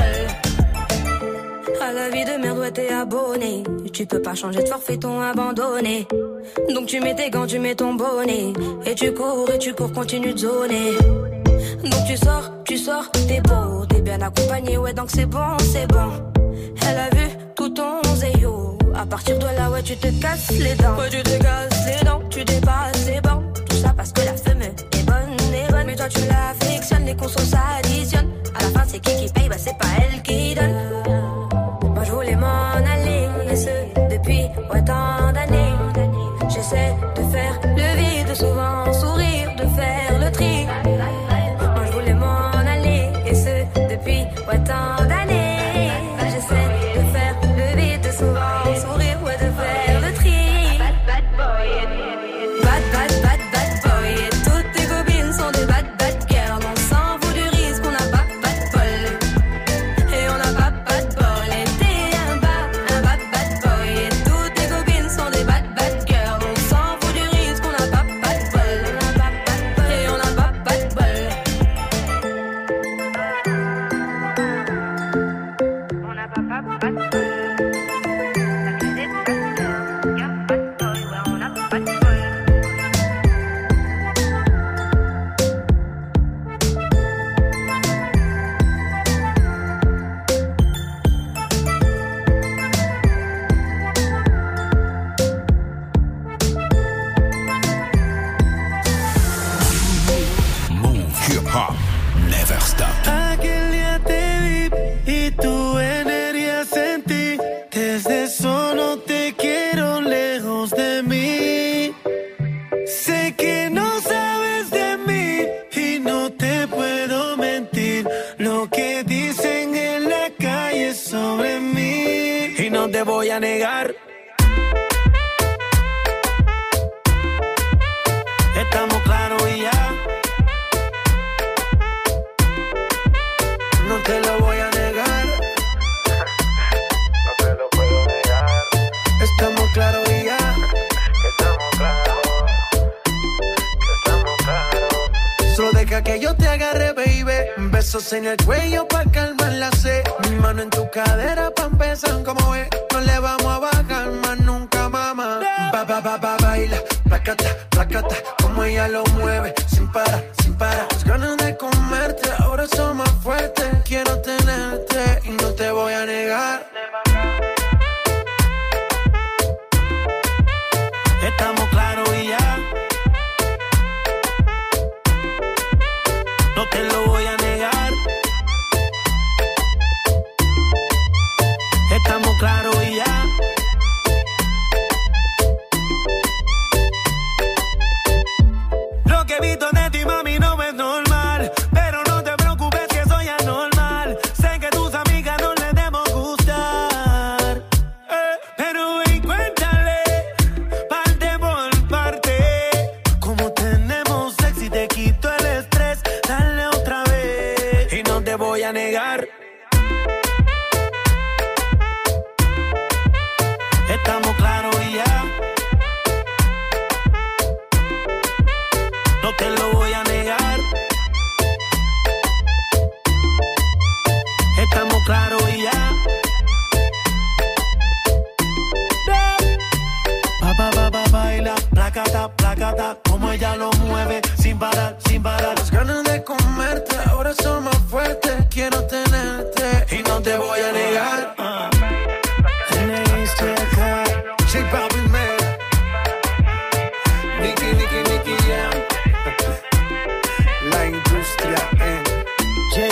bol. À la vie de merde, ouais, t'es abonné. Tu peux pas changer de forfait, ton abandonné. Donc tu mets tes gants, tu mets ton bonnet. Et tu cours, et tu cours, continue de zoner. Donc tu sors, tu sors, t'es beau, t'es bien accompagné, ouais, donc c'est bon, c'est bon. Elle a vu tout ton zéyo. À partir de là, ouais, tu te casses les dents. Ouais, tu te casses les dents, tu dépasses les bornes. Tout ça parce que la femme est bonne, est bonne. Mais toi tu l'affectionnes, les consos s'additionnent. À la fin, c'est qui qui paye, bah c'est pas elle qui donne. Moi je voulais m'en aller, et ce depuis ouais, tant d'années. J'essaie de faire le vide, souvent sourire, de faire le tri. Moi je voulais m'en aller, et ce depuis ouais, tant d'années. J'essaie de faire le vide, souvent sourire, ouais, de faire le tri. Bad, bad boy, bad, bad, bad, bad boy. Et toutes tes copines sont des bad, bad girls. On s'en fout du risque, on n'a pas, pas de bol. Et on n'a pas, pas de bol. Et t'es un bad, un bad, bad boy. Et toutes tes copines sont des bad, bad girls. On s'en fout du risque, on n'a pas, pas de bol. On n'a pas, pas de bol. Et on n'a pas, pas de bol. On n'a pas, pas, pas de bol. Move hip hop, never stop. Aquel día te vi y tu energía sentí. Desde eso no te quiero lejos de mí. Sé que no sabes de mí y no te puedo mentir. Lo que dicen en la calle sobre mí. Y no te voy a negar. Estamos claros y ya. No te lo voy a negar. No te lo puedo negar. Estamos claros y ya. Que estamos claros. Que estamos claros. Solo deja que yo te agarre, baby. Besos en el cuello pa' calmar la sed. Mi mano en tu cadera pa' empezar, como ves. No le vamos a bajar más nunca, mamá. Ba, ba, ba, ba, baila. Placata, placata. Como ella lo mueve. Sin parar, sin parar. Las ganas de comerte ahora son más fuertes. Quiero tenerte y no te voy a negar. Estamos claros y ya. No te lo voy a negar. Estamos claros y ya. Lo que he visto de ti, mami, no es normal. Pero no te preocupes que soy anormal. Sé que tus amigas no les debemos gustar. Eh, pero ven, cuéntale, parte por parte. Como tenemos sexy, te quito el estrés. Dale otra vez. Y no te voy a negar. Estamos claros y ya. No te lo voy a negar. Estamos claros y ya. Pa, pa, pa, pa, baila, placata, placata. Como ella lo mueve, sin parar, sin parar. Las ganas de comerte ahora son más fuertes. Quiero tenerte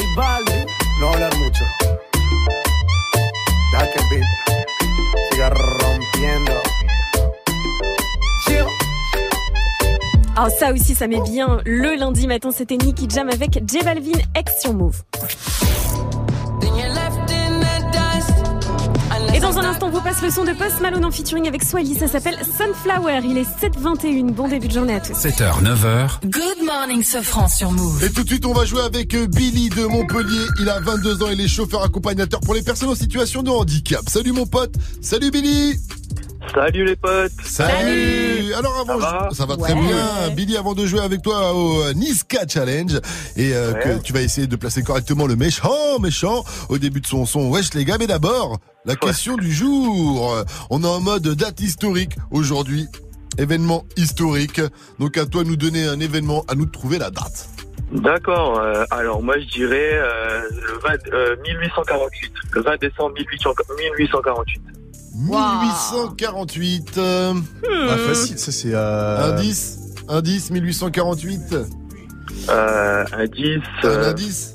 Balvin. No hablar mucho. Deja que el beat siga rompiendo. Chill. Alors ça aussi, ça met bien le lundi matin. C'était Nicky Jam avec J Balvin, ex sur Move. Et dans un instant, on vous passe le son de Post Malone en featuring avec Swally. Ça s'appelle Sunflower. Il est sept heures vingt et une. Bon début de journée à tous. sept heures, neuf heures. Good morning, Sofran sur Move. Et tout de suite, on va jouer avec Billy de Montpellier. Il a vingt-deux ans. Il est chauffeur accompagnateur pour les personnes en situation de handicap. Salut mon pote. Salut Billy. Salut les potes. Salut. Salut. Alors avant, ça va, ça va très ouais. bien. Billy, avant de jouer avec toi au Niska Challenge et euh, ouais. que tu vas essayer de placer correctement le méchant, méchant au début de son son. Wesh les gars, mais d'abord la ouais. question du jour. On est en mode date historique aujourd'hui, événement historique. Donc à toi de nous donner un événement, à nous de trouver la date. D'accord. Euh, alors moi je dirais euh, le vingt, euh, mille huit cent quarante-huit, le vingt décembre mille huit cent quarante-huit. mille huit cent quarante-huit. Euh... Hmm. Ah, facile, ça c'est. Euh... Indice Indice mille huit cent quarante-huit. Euh, indice. Un euh... indice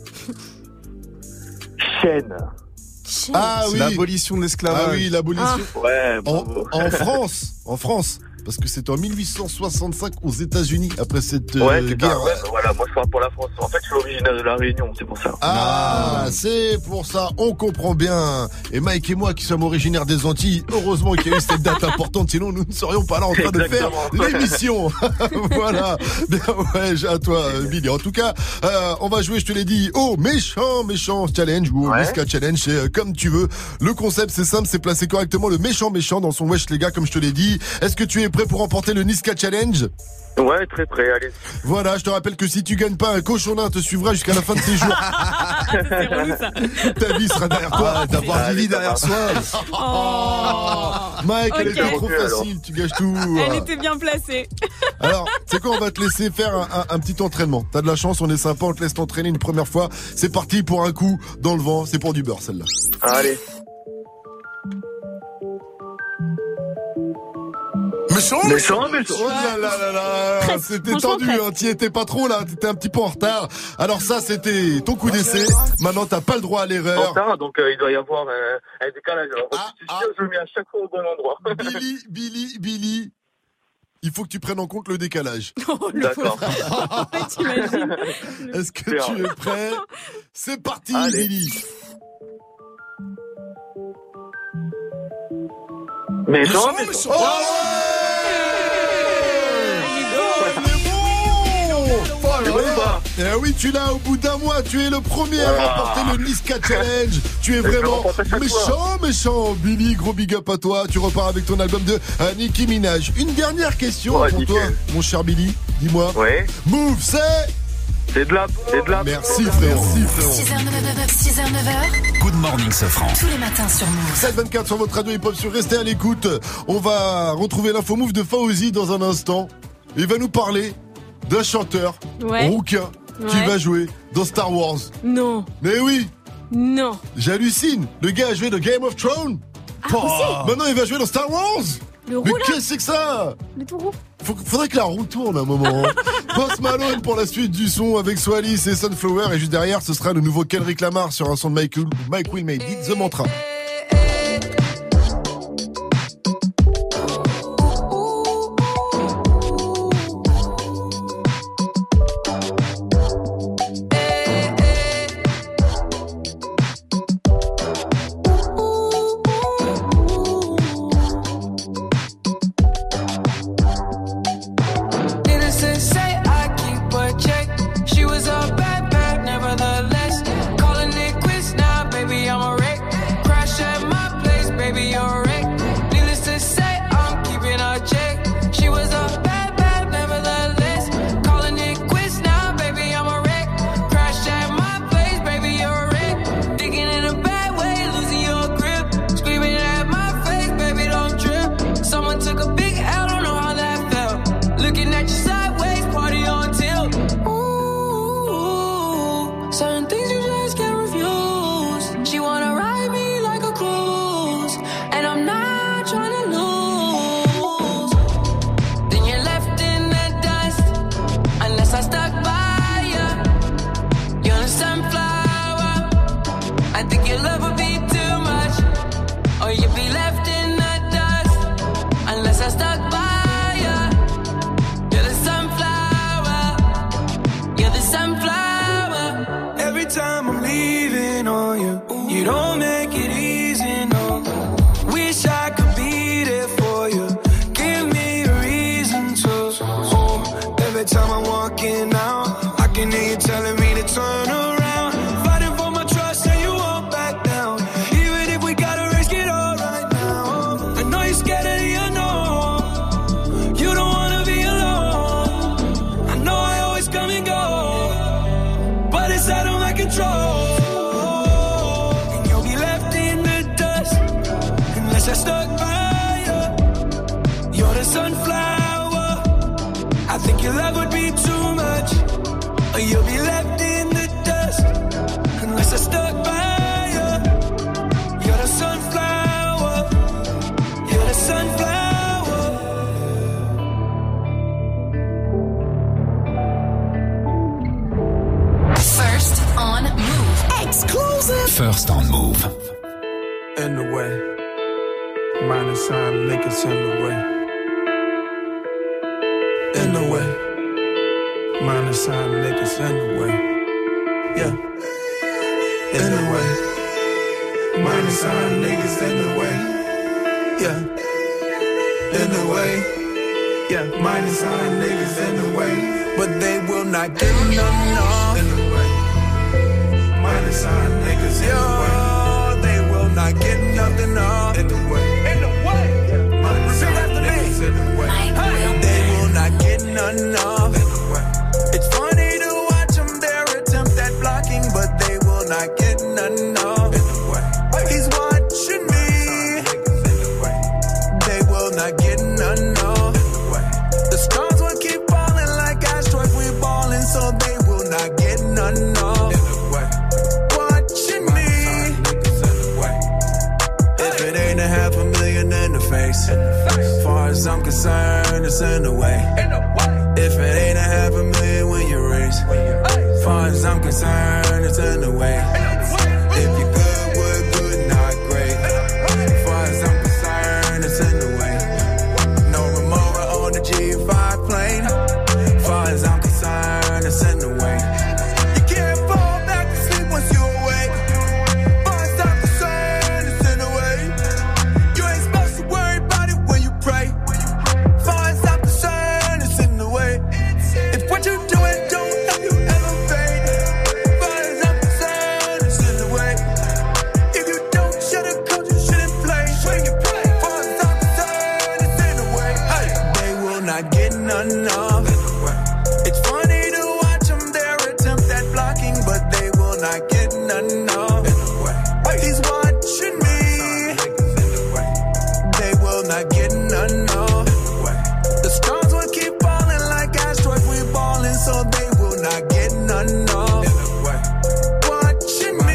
Chaîne. Ah c'est oui. L'abolition de l'esclavage. Ah oui, l'abolition. Ah. Ouais, en, en France. En France. Parce que c'était en mille huit cent soixante-cinq aux États-Unis après cette ouais, euh, c'est guerre. Pas, ouais, voilà, moi je parle pour la France. En fait, je suis originaire de la Réunion, c'est pour ça. Ah, c'est pour ça, on comprend bien. Et Mike et moi qui sommes originaires des Antilles, heureusement qu'il y a eu cette date importante, sinon nous ne serions pas là en train Exactement. de faire l'émission. Voilà. Bien, ouais, à toi, Billy. En tout cas, euh, on va jouer, je te l'ai dit, au méchant, méchant challenge ou au Niska Challenge, c'est euh, comme tu veux. Le concept, c'est simple, c'est placer correctement le méchant, méchant dans son wesh, les gars, comme je te l'ai dit. Est-ce que tu es prêt pour remporter le Niska Challenge? Ouais, très prêt, allez. Voilà, je te rappelle que si tu gagnes pas, un cochon nain te suivra jusqu'à la fin de tes jours. C'est relou ça. Ta vie sera derrière toi. Ah, d'avoir Vivi derrière soi. Oh. Mike, okay. Elle était trop facile, tu gâches tout. Elle était bien placée. Alors, c'est quoi, on va te laisser faire un, un, un petit entraînement. T'as de la chance, on est sympa, on te laisse t'entraîner une première fois. C'est parti pour un coup dans le vent, c'est pour du beurre celle-là. Allez. Méchant, méchant, méchant. Oh là là là là, c'était tendu, hein, t'y étais pas trop là, t'étais un petit peu en retard. Alors ça, c'était ton coup d'essai. Maintenant, t'as pas le droit à l'erreur. En retard, donc euh, il doit y avoir euh, un décalage. Alors, ah, ah, je le mets à chaque fois au bon endroit. Billy, Billy, Billy, il faut que tu prennes en compte le décalage. Oh, d'accord. T'imagines. Est-ce que tu es prêt? C'est parti, allez. Billy. Méchant, méchant, méchant. Oh Eh oui, tu l'as au bout d'un mois, tu es le premier à remporter le Niska Challenge. Tu es vraiment méchant, méchant. Billy, gros big up à toi. Tu repars avec ton album de euh, Nicki Minaj. Une dernière question ouais, pour nickel. toi, mon cher Billy. Dis-moi. Ouais. Move, c'est... C'est de la... C'est de la... Merci, frère. Merci, frère. six heures, neuf heures. Good morning, Sofran. Tous les matins sur Move. sept vingt-quatre sur votre radio hip-hop sur Restez à l'écoute. On va retrouver l'info Move de Fauzi dans un instant. Il va nous parler d'un chanteur ouais. rouquin ouais. qui va jouer dans Star Wars. Non. Mais oui. Non. J'hallucine. Le gars a joué dans Game of Thrones. Ah, oh. Maintenant, il va jouer dans Star Wars. Le roux, Mais là. qu'est-ce que c'est que ça? Le tout roux. Faut, faudrait que la roue tourne un moment. Post Malone pour la suite du son avec Swally et Sunflower. Et juste derrière, ce sera le nouveau Kendrick Lamar sur un son de Mike, Mike Will Made It, The Mantra. Crash time I'm leaving on you. You don't make it easy, no. Wish I could be there for you. Give me a reason to. Oh, every time I'm walking out, I can hear you telling me to turn around. Fighting for my trust and you won't back down. Even if we gotta risk it all right now. I know you're scared of the unknown. You don't wanna be alone. I know I always come and go, but it's out of my control. And you'll be left in the dust unless I stuck by you. You're the sunflower. I think your love would be too much. Or you'll be left in the dust unless I stuck by you. You're the sunflower. You're the sunflower. First on Move. Exclusive. First on Move. In the way. Minus sign, niggas in the way. In the way. Minus sign, niggas in the way. Yeah. In the way. Minus sign, niggas in the way. Yeah. In the way. Yeah. Minus sign, niggas in the way. But they will not get none off. In the way. Minus sign, niggas in the way. They will not get nothing off. In the way. In the way. Minus sign, niggas in the way. They will not get none off. It's funny to watch them, their attempt at blocking, but they will not get none off. He's watching me. They will not get none off. The stars will keep falling like asteroids, we balling, so they will not get none off. Watching me. If it ain't a half a million in the face, as far as I'm concerned, it's in the way. If it ain't a half a million when you raise, as far as I'm concerned, it's in the way. If you're good, we're good, not great. As far as I'm concerned, it's in the way. No Remora on the G five plane. As far as I'm concerned, it's in the way. You can't fall back to sleep once you awake. As far as I'm concerned, it's in the way. You ain't supposed to worry about it when you pray. As far as I'm concerned, it's in the way. If what you doing don't help you elevate, as far as I'm concerned, it's in the way. If you don't shut a coach, you shouldn't play. As far as I'm concerned, it's in the way. Hey, they will not get none off. It's funny to watch them, their attempt at blocking, but they will not get none off. He's watching me. They will not get none off. The stars will keep falling like asteroids, we balling, so they will not get none off. Watching me.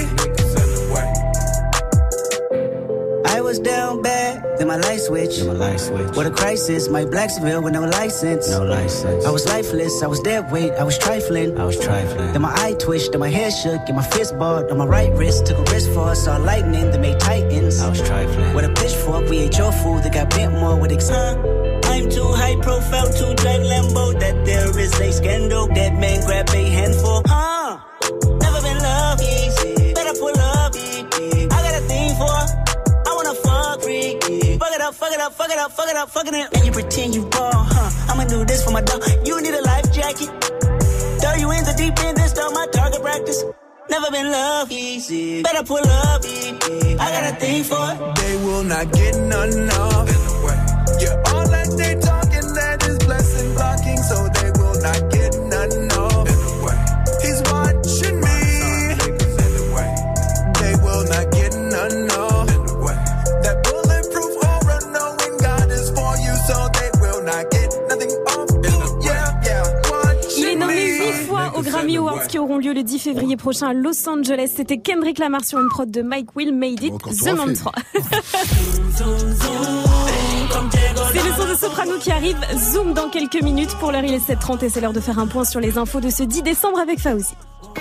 I was down bad, then my light switch. Then my light switch. What a crisis, my Blacksonville with no license. No license. I was lifeless, I was dead weight, I was trifling. I was trifling. Then my eye twitched, then my hair shook, and my fist balled on my right wrist. Took a risk for us, saw lightning that made titans. I was trifling. With a pitchfork, we ate your food that got bent more with ex- uh, I'm too high profile to drive Lambo. That there is a scandal. That man grab a handful. Huh? Never been loved easy. Better pull up. I got a thing for. I wanna fuck free. Fuck it up, fuck it up, fuck it up, fuck it up, fucking it. And you pretend you ball, huh? I'ma do this for my dog. You need a life jacket. Throw you in the deep end, this start my target practice. Never been loved easy. Better pull up. I got a thing for it. They will not get none off. Yeah, all that they talking, that is blessing blocking, so they will not get none off. He's watching me. They will not get none off. That bulletproof aura, knowing God is for you, so they will not get nothing off. Yeah, yeah. Il est nommé huit fois aux Grammy Awards qui auront lieu le dix février prochain à Los Angeles. C'était Kendrick Lamar sur une prod de Mike Will, Made It, The Man trois. C'est le son de Soprano qui arrive. Zoom dans quelques minutes. Pour l'heure, il est sept heures trente et c'est l'heure de faire un point sur les infos de ce dix décembre avec Fauzi.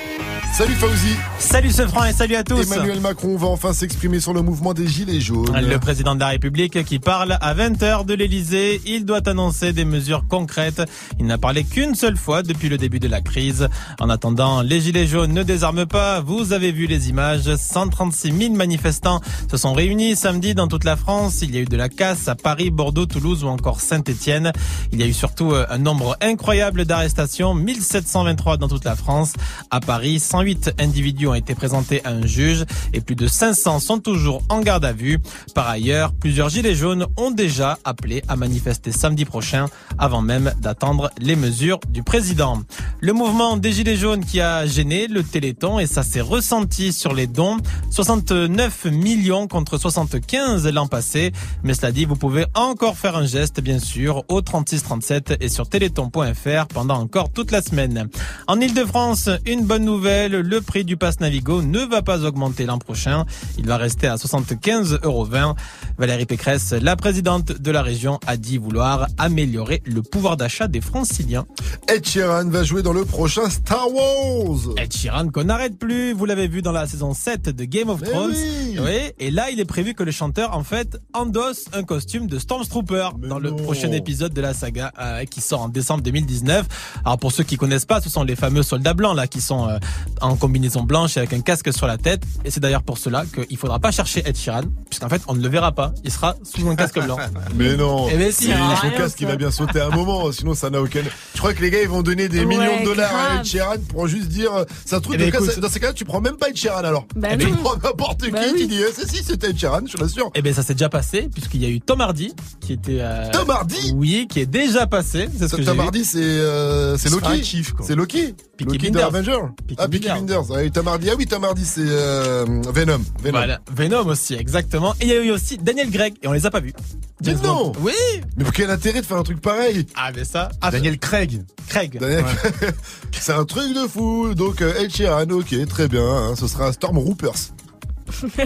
Salut Fauzi. Salut ce franc et salut à tous. Emmanuel Macron va enfin s'exprimer sur le mouvement des Gilets jaunes. Le président de la République qui parle à vingt heures de l'Elysée. Il doit annoncer des mesures concrètes. Il n'a parlé qu'une seule fois depuis le début de la crise. En attendant, les Gilets jaunes ne désarment pas. Vous avez vu les images. cent trente-six mille manifestants se sont réunis samedi dans toute la France. Il y a eu de la casse à Paris, Bordeaux, Toulouse ou encore Saint-Étienne. Il y a eu surtout un nombre incroyable d'arrestations. mille sept cent vingt-trois dans toute la France. À Paris, cent huit individus ont été présentés à un juge et plus de cinq cents sont toujours en garde à vue. Par ailleurs, plusieurs gilets jaunes ont déjà appelé à manifester samedi prochain avant même d'attendre les mesures du président. Le mouvement des gilets jaunes qui a gêné le Téléthon et ça s'est ressenti sur les dons. soixante-neuf millions contre soixante-quinze l'an passé. Mais cela dit, vous pouvez encore faire un geste bien sûr au trente-six trente-sept et sur téléthon point f r pendant encore toute la semaine. En Ile-de-France, une bonne nouvelle, le prix du pass Navigo ne va pas augmenter l'an prochain. Il va rester à soixante-quinze euros vingt. Valérie Pécresse, la présidente de la région, a dit vouloir améliorer le pouvoir d'achat des Franciliens. Ed Sheeran va jouer dans le prochain Star Wars. Ed Sheeran qu'on n'arrête plus. Vous l'avez vu dans la saison sept de Game of Thrones. Oui. Oui. Et là, il est prévu que le chanteur, en fait, endosse un costume de Stormtrooper Mais dans non. le prochain épisode de la saga euh, qui sort en décembre deux mille dix-neuf. Alors pour ceux qui connaissent pas, ce sont les fameux soldats blancs là qui sont euh, en combinaison blanche et avec un casque sur la tête. Et c'est d'ailleurs pour cela qu'il faudra pas chercher Ed Sheeran, puisqu'en fait on ne le verra pas. Il sera sous un casque blanc. Mais non. Et mais si, mais hein, son casque il va bien sauter à un moment, sinon ça n'a aucun. Je crois que les gars ils vont donner des ouais, millions de dollars grave. à Ed Sheeran pour juste dire c'est un truc. Eh de ben, cas, écoute, dans ces cas-là, tu prends même pas Ed Sheeran alors. Bah tu non. prends n'importe bah qui oui. qui dit eh, c'est si c'était Ed Sheeran, je l'assure. Eh ben ça s'est déjà passé puisqu'il y a eu Tom Hardy qui était. Euh... Tom Hardy. Oui, qui est déjà passé. C'est ce que Tom j'ai Hardy c'est euh, c'est Loki. Un kiff, quoi. C'est Loki. Peaky Loki de Blinders. Avenger. Peaky Ah Peaky Blinders. Blinders. Ah, Tom Hardy. Ah oui Tom Hardy c'est euh, Venom. Venom. Voilà, Venom aussi, exactement. Et il y a eu aussi Daniel Craig et on les a pas vus. Mais non. Oui. Mais quel intérêt de faire un truc pareil? Ah mais ça. Ah, Daniel Craig. Craig. Daniel... Ouais. C'est un truc de fou. Donc euh, Ed Sheeran, ok, très bien. Hein, ce sera Stormtroopers. Ouais,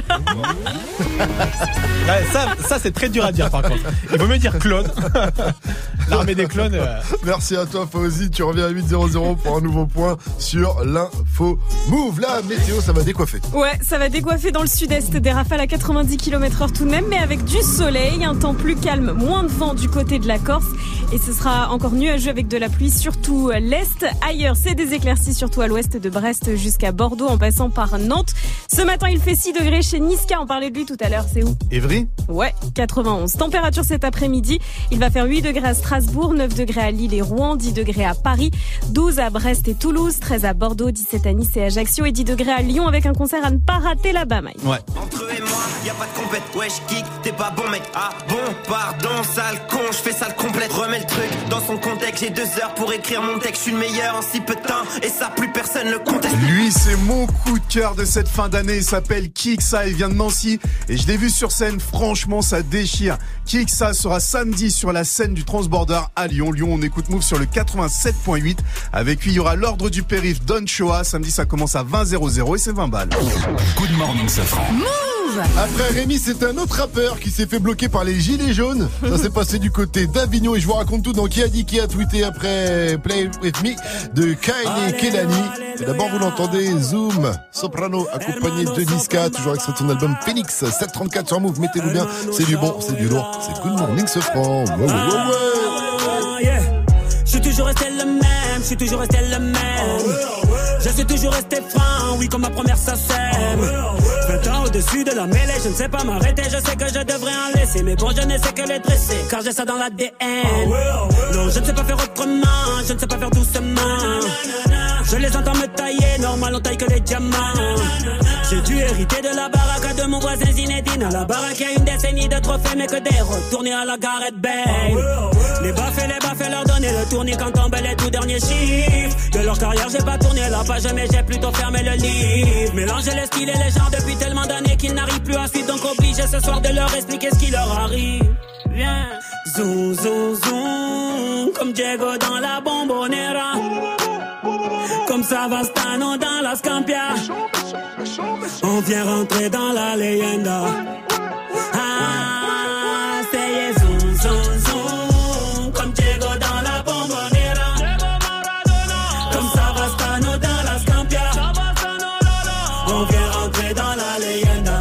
ça, ça c'est très dur à dire par contre. Il vaut mieux dire clone. L'armée des clones. Euh... Merci à toi Fauzi, tu reviens à huit heures pour un nouveau point sur l'info Move. La météo, ça va décoiffer. Ouais, ça va décoiffer dans le sud-est, des rafales à quatre-vingt-dix kilomètres heure tout de même, mais avec du soleil, un temps plus calme, moins de vent du côté de la Corse et ce sera encore nuageux avec de la pluie, surtout à l'est. Ailleurs, c'est des éclaircies, surtout à l'ouest de Brest jusqu'à Bordeaux en passant par Nantes. Ce matin, il fait six degrés chez Niska, on parlait de lui tout à l'heure, c'est où? Évry? Ouais, quatre-vingt-onze. Température cet après-midi, il va faire huit degrés à Strasbourg, neuf degrés à Lille et Rouen, dix degrés à Paris, douze à Brest et Toulouse, treize à Bordeaux, dix-sept à Nice et Ajaccio et dix degrés à Lyon avec un concert à ne pas rater là-bas, Mike. Ouais. Entre eux et moi, y a pas de compète, ouais je kick, t'es pas bon mec. Ah bon, pardon, sale con, je fais ça le complète. Remets le truc dans son contexte, j'ai deux heures pour écrire mon texte, je suis le meilleur en si peu de temps et ça plus personne le conteste. Lui c'est mon coup de cœur de cette fin d'année, il s'appelle Kiksa, il vient de Nancy et je l'ai vu sur scène, franchement ça déchire. Kiksa sera samedi sur la scène du Transborder à Lyon. Lyon, on écoute Move sur le quatre-vingt-sept point huit. Avec lui, il y aura l'ordre du périph' Don Choa. Samedi, ça commence à vingt zéro zéro et c'est vingt balles. Good morning, Safran. Move. Après Rémi, c'est un autre rappeur qui s'est fait bloquer par les gilets jaunes. Ça s'est passé du côté d'Avignon et je vous raconte tout dans Qui a dit qui a tweeté après Play With Me de Kaine et Kelani. Et d'abord, vous l'entendez, Zoom, Soprano, accompagné de Niska, toujours avec son album Phoenix, sept trente-quatre sur Move. Mettez-vous bien, c'est du bon, c'est du lourd, c'est Good Morning Safran. Ouais, ouais, ouais, ouais. Je suis toujours resté le même, je suis toujours resté le même. Je suis toujours resté franc, oui comme ma première ça sème. vingt ans au-dessus de la mêlée, je ne sais pas m'arrêter, je sais que je devrais en laisser. Mais bon, je ne sais que les dresser, car j'ai ça dans l'A D N. Non, je ne sais pas faire autrement, je ne sais pas faire doucement. Je les entends me tailler, normal on taille que les diamants. J'ai dû hériter de la baraque de mon voisin Zinedine. À la baraque, il y a une décennie de trophées, mais que des retournés à la Gareth Bale. Les baffes et les baffes, leur donner le tournis quand tombent les tout derniers chiffres. De leur carrière, j'ai pas tourné la page, mais j'ai plutôt fermé le livre. Mélanger les styles et les gens depuis tellement d'années qu'ils n'arrivent plus à suivre. Donc obligé ce soir de leur expliquer ce qui leur arrive. Viens, zoom, zoom, zoom, comme Diego dans la Bombonera. Comme Savastano dans la Scampia. On vient rentrer dans la leyenda. Ah, c'est zoom, zoom, zoom, comme Diego dans la Bombonera. Comme Savastano dans la Scampia. On vient rentrer dans la leyenda.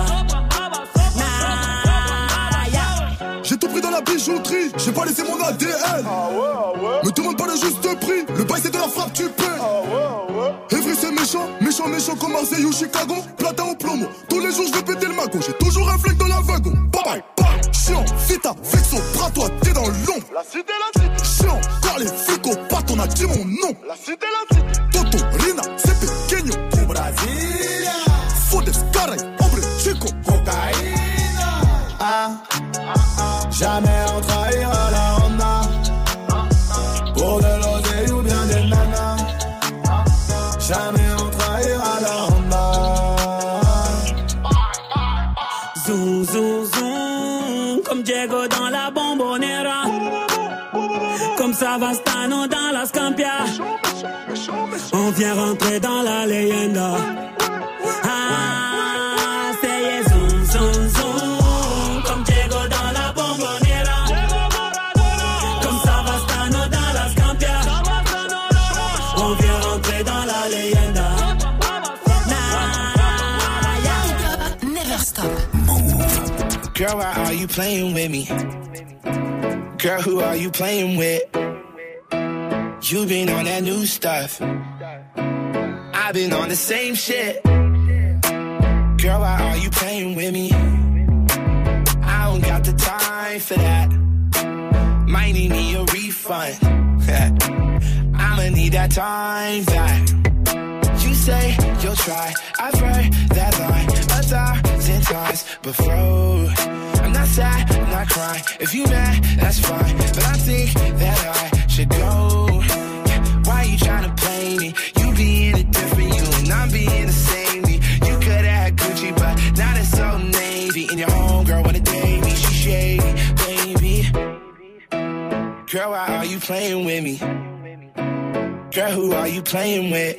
J'ai tout pris dans la bijouterie, j'ai pas laissé mon A D N. Ah ouais, ah ouais. Me demande pas le juste prix, le bail c'est de la frappe, tu paies. Ah ouais, ah ouais. Evry c'est méchant, méchant, méchant comme Marseille ou Chicago. Platin au plomo, tous les jours je vais péter le mago. J'ai toujours un flingue dans la wagon. Bye bye, bye. Chiant, vita, vexo, bras toi, t'es dans l'ombre. La cité, la cité. Chiant, car les flics au pat, on a dit mon nom. La cité, la cité. Toto, Rina, c'est pequeño. Au Brasilia. Fodes, caray, hombre, chico. Cocaïna. Ah. Jamais on trahira la Honda pour de l'oseille ou bien des nanas. Jamais on trahira la Honda. Zoom, zoom, zoom, comme Diego dans la Bombonera, comme Savastano dans la Scampia. On vient rentrer dans la leyenda. Ah, c'est zoom, zoom, zoom. Girl, why are you playing with me? Girl, who are you playing with? You been on that new stuff. I've been on the same shit. Girl, why are you playing with me? I don't got the time for that. Might need me a refund. I'ma need that time back. You say you'll try, I've heard that line a thousand times before. I'm not sad, I'm not crying. If you mad, that's fine. But I think that I should go. Why you tryna play me? You being a different you and I'm being the same me. You coulda had Gucci, but now it's so Navy. And your homegirl wanna date me, she shady, baby. Girl, why are you playing with me? Girl, who are you playing with?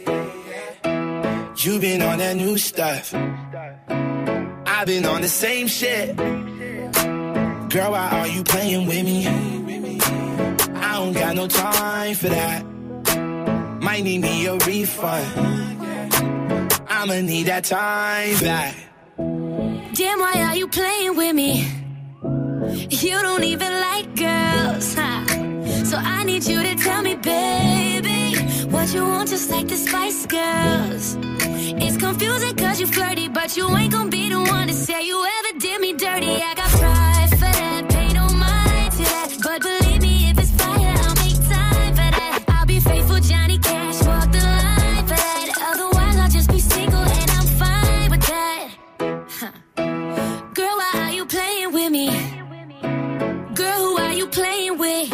You been on that new stuff. I've been on the same shit. Girl, why are you playing with me? I don't got no time for that. Might need me a refund. I'ma need that time back. Damn, why are you playing with me? You don't even like girls, huh? So I need you to tell me, baby, what you want, just like the Spice Girls. It's confusing cause you flirty, but you ain't gon' be the one to say you ever did me dirty. I got pride for that, pay no mind to that. But believe me, if it's fire, I'll make time for that. I'll be faithful, Johnny Cash, walk the line for that. Otherwise, I'll just be single and I'm fine with that. Huh. Girl, why are you playing with me? Girl, who are you playing with?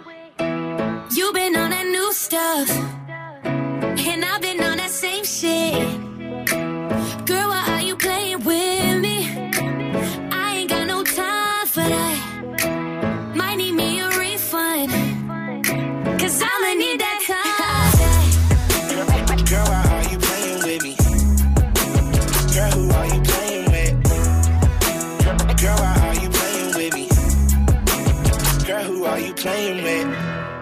You been on that new stuff, and I've been on that same shit. Girl, why are you playing with me? I ain't got no time for that. Might need me a refund, cause I'ma need that time. Girl, why are you playing with me? Girl, who are you playing with? Girl, why are you playing with me? Girl, who are you playing with?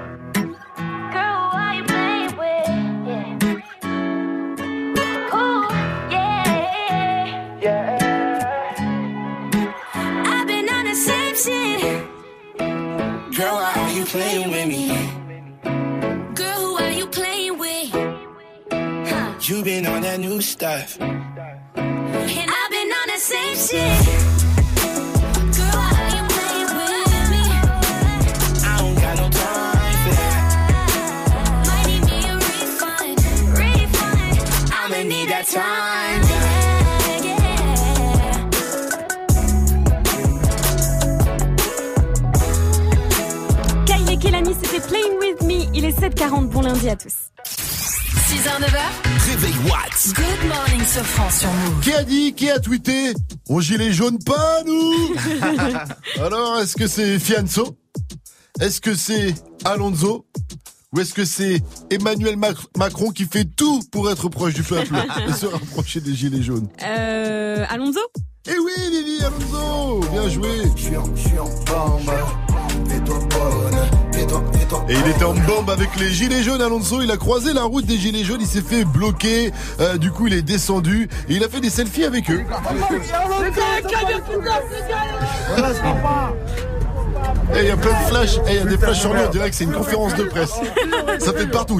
Girl, why are you playing with me? Girl, who are you playing with? Huh. You been on that new stuff, and I've been on that same shit. Girl, why are you playing with me? I don't got no time for that. Might need me a refund, refund. I'ma need that time. Kelani, c'était Playing With Me. Il est sept heures quarante. Bon lundi à tous. six heures neuf heures. Réveil Watts. Good morning, Sofran sur Move. Qui a dit, qui a tweeté? On gilet jaune pas, nous. Alors, est-ce que c'est Fianso? Est-ce que c'est Alonso? Ou est-ce que c'est Emmanuel Macron qui fait tout pour être proche du peuple et se rapprocher des gilets jaunes? Euh, Alonso? Eh oui, Lily, Alonso. Bien joué. Je suis en, je suis en forme. Fais-toi bonne, fais-toi, fais-toi Et il était en bombe avec les gilets jaunes. Alonso, il a croisé la route des gilets jaunes, il s'est fait bloquer. Euh, du coup, il est descendu et il a fait des selfies avec eux. Et il y a plein de flashs. Et il y a des flashs sur lui. On dirait que c'est une conférence de presse. Ça fait de partout.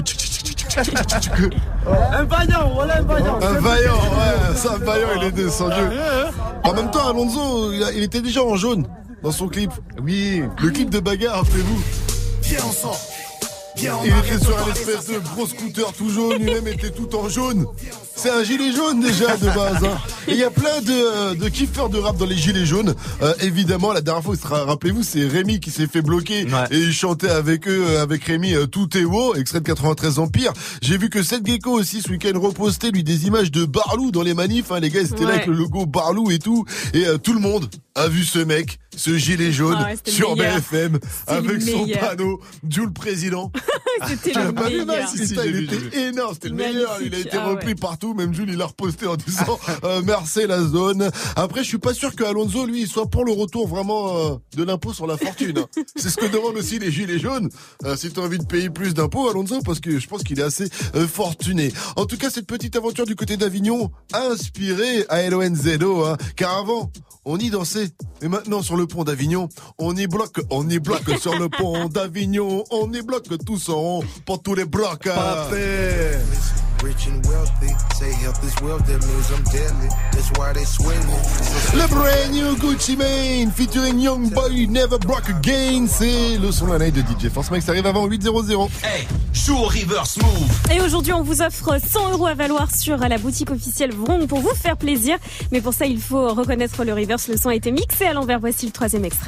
Un vaillant, voilà un vaillant. Un vaillant, ouais, c'est un vaillant, il est descendu. En même temps, Alonso, il, a, il était déjà en jaune dans son clip. Oui, le clip de bagarre, rappelez-vous. Viens ensemble. Il était sur un espèce de gros scooter tout jaune, lui-même était tout en jaune. C'est un gilet jaune déjà de base. Hein. Et il y a plein de, de kiffeurs de rap dans les gilets jaunes. Euh, évidemment, la dernière fois, rappelez-vous, c'est Rémi qui s'est fait bloquer. Ouais. Et il chantait avec eux, avec Rémi, euh, Tout est haut, extrait de quatre-vingt-treize Empire. J'ai vu que Seth Gecko aussi ce week-end repostait lui des images de Barlou dans les manifs. Hein. Les gars, ils étaient ouais. là avec le logo Barlou et tout. Et euh, tout le monde a vu ce mec, ce gilet jaune, ah ouais, sur B F M, avec son panneau, Dieu le président. C'était le pas meilleur. Mal, si, si, il était vu, énorme, c'était le meilleur. Il a été ah repris ouais. partout, même Jules il l'a reposté en disant euh, merci la zone. Après, je suis pas sûr que Alonso lui soit pour le retour vraiment euh, de l'impôt sur la fortune. Hein. C'est ce que demandent aussi les gilets jaunes. Euh, si tu as envie de payer plus d'impôts, Alonso, parce que je pense qu'il est assez euh, fortuné. En tout cas, cette petite aventure du côté d'Avignon a inspiré à L O N Z O, hein, car avant on y dansait. Et maintenant, sur le pont d'Avignon, on y bloque, on y bloque sur le pont d'Avignon, on y bloque tous en rond pour tous les blocs. Parfait. Rich and wealthy, say health is wealth, that means I'm deadly. That's why they sweat me. Le brand new Gucci Mane featuring Young Boy Never Broke Again, c'est le son de la night de D J Force Mike, ça arrive avant huit zéro zéro. Hey, joue au reverse move. Et aujourd'hui, on vous offre cent euros à valoir sur la boutique officielle Vroom pour vous faire plaisir. Mais pour ça, il faut reconnaître le reverse. Le son a été mixé à l'envers. Voici le troisième extrait.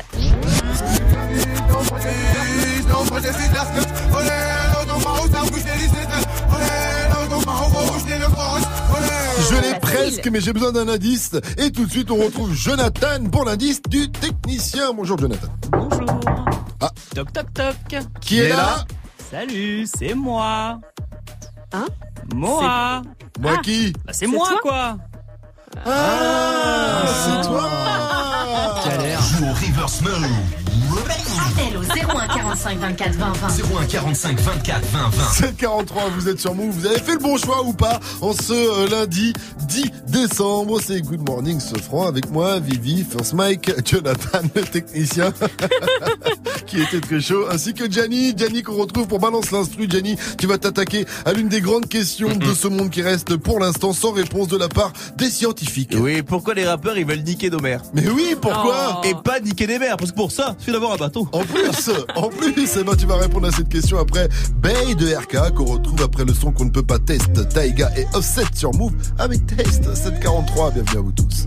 Je l'ai presque, mais j'ai besoin d'un indice. Et tout de suite, on retrouve Jonathan pour l'indice du technicien. Bonjour Jonathan. Bonjour. Ah. Toc toc toc. Qui est là? Salut, c'est moi. Hein? Moi. Moi ah. qui? Bah, c'est, c'est moi toi quoi. Ah, ah. C'est toi. Galère. Joue au reverse mode. Appel au zéro un quarante-cinq vingt-quatre vingt vingt. zéro un quarante-cinq vingt-quatre vingt vingt. sept quarante-trois, vous êtes sur Move. Vous avez fait le bon choix ou pas en ce euh, lundi dix décembre. C'est Good Morning Sofran avec moi, Vivi, First Mike, Jonathan, le technicien, qui était très chaud, ainsi que Gianni. Gianni qu'on retrouve pour Balance l'Instru. Gianni, tu vas t'attaquer à l'une des grandes questions mm-hmm. de ce monde qui reste pour l'instant sans réponse de la part des scientifiques. Oui, pourquoi les rappeurs ils veulent niquer nos mères? Mais oui, pourquoi? Oh. Et pas niquer des mères, parce que pour ça, il suffit d'avoir un bateau. En plus, en plus, eh ben, tu vas répondre à cette question après Bay de R K qu'on retrouve après le son qu'on ne peut pas tester. Taiga et Offset sur Move avec Taste. sept quarante-trois, bienvenue à vous tous.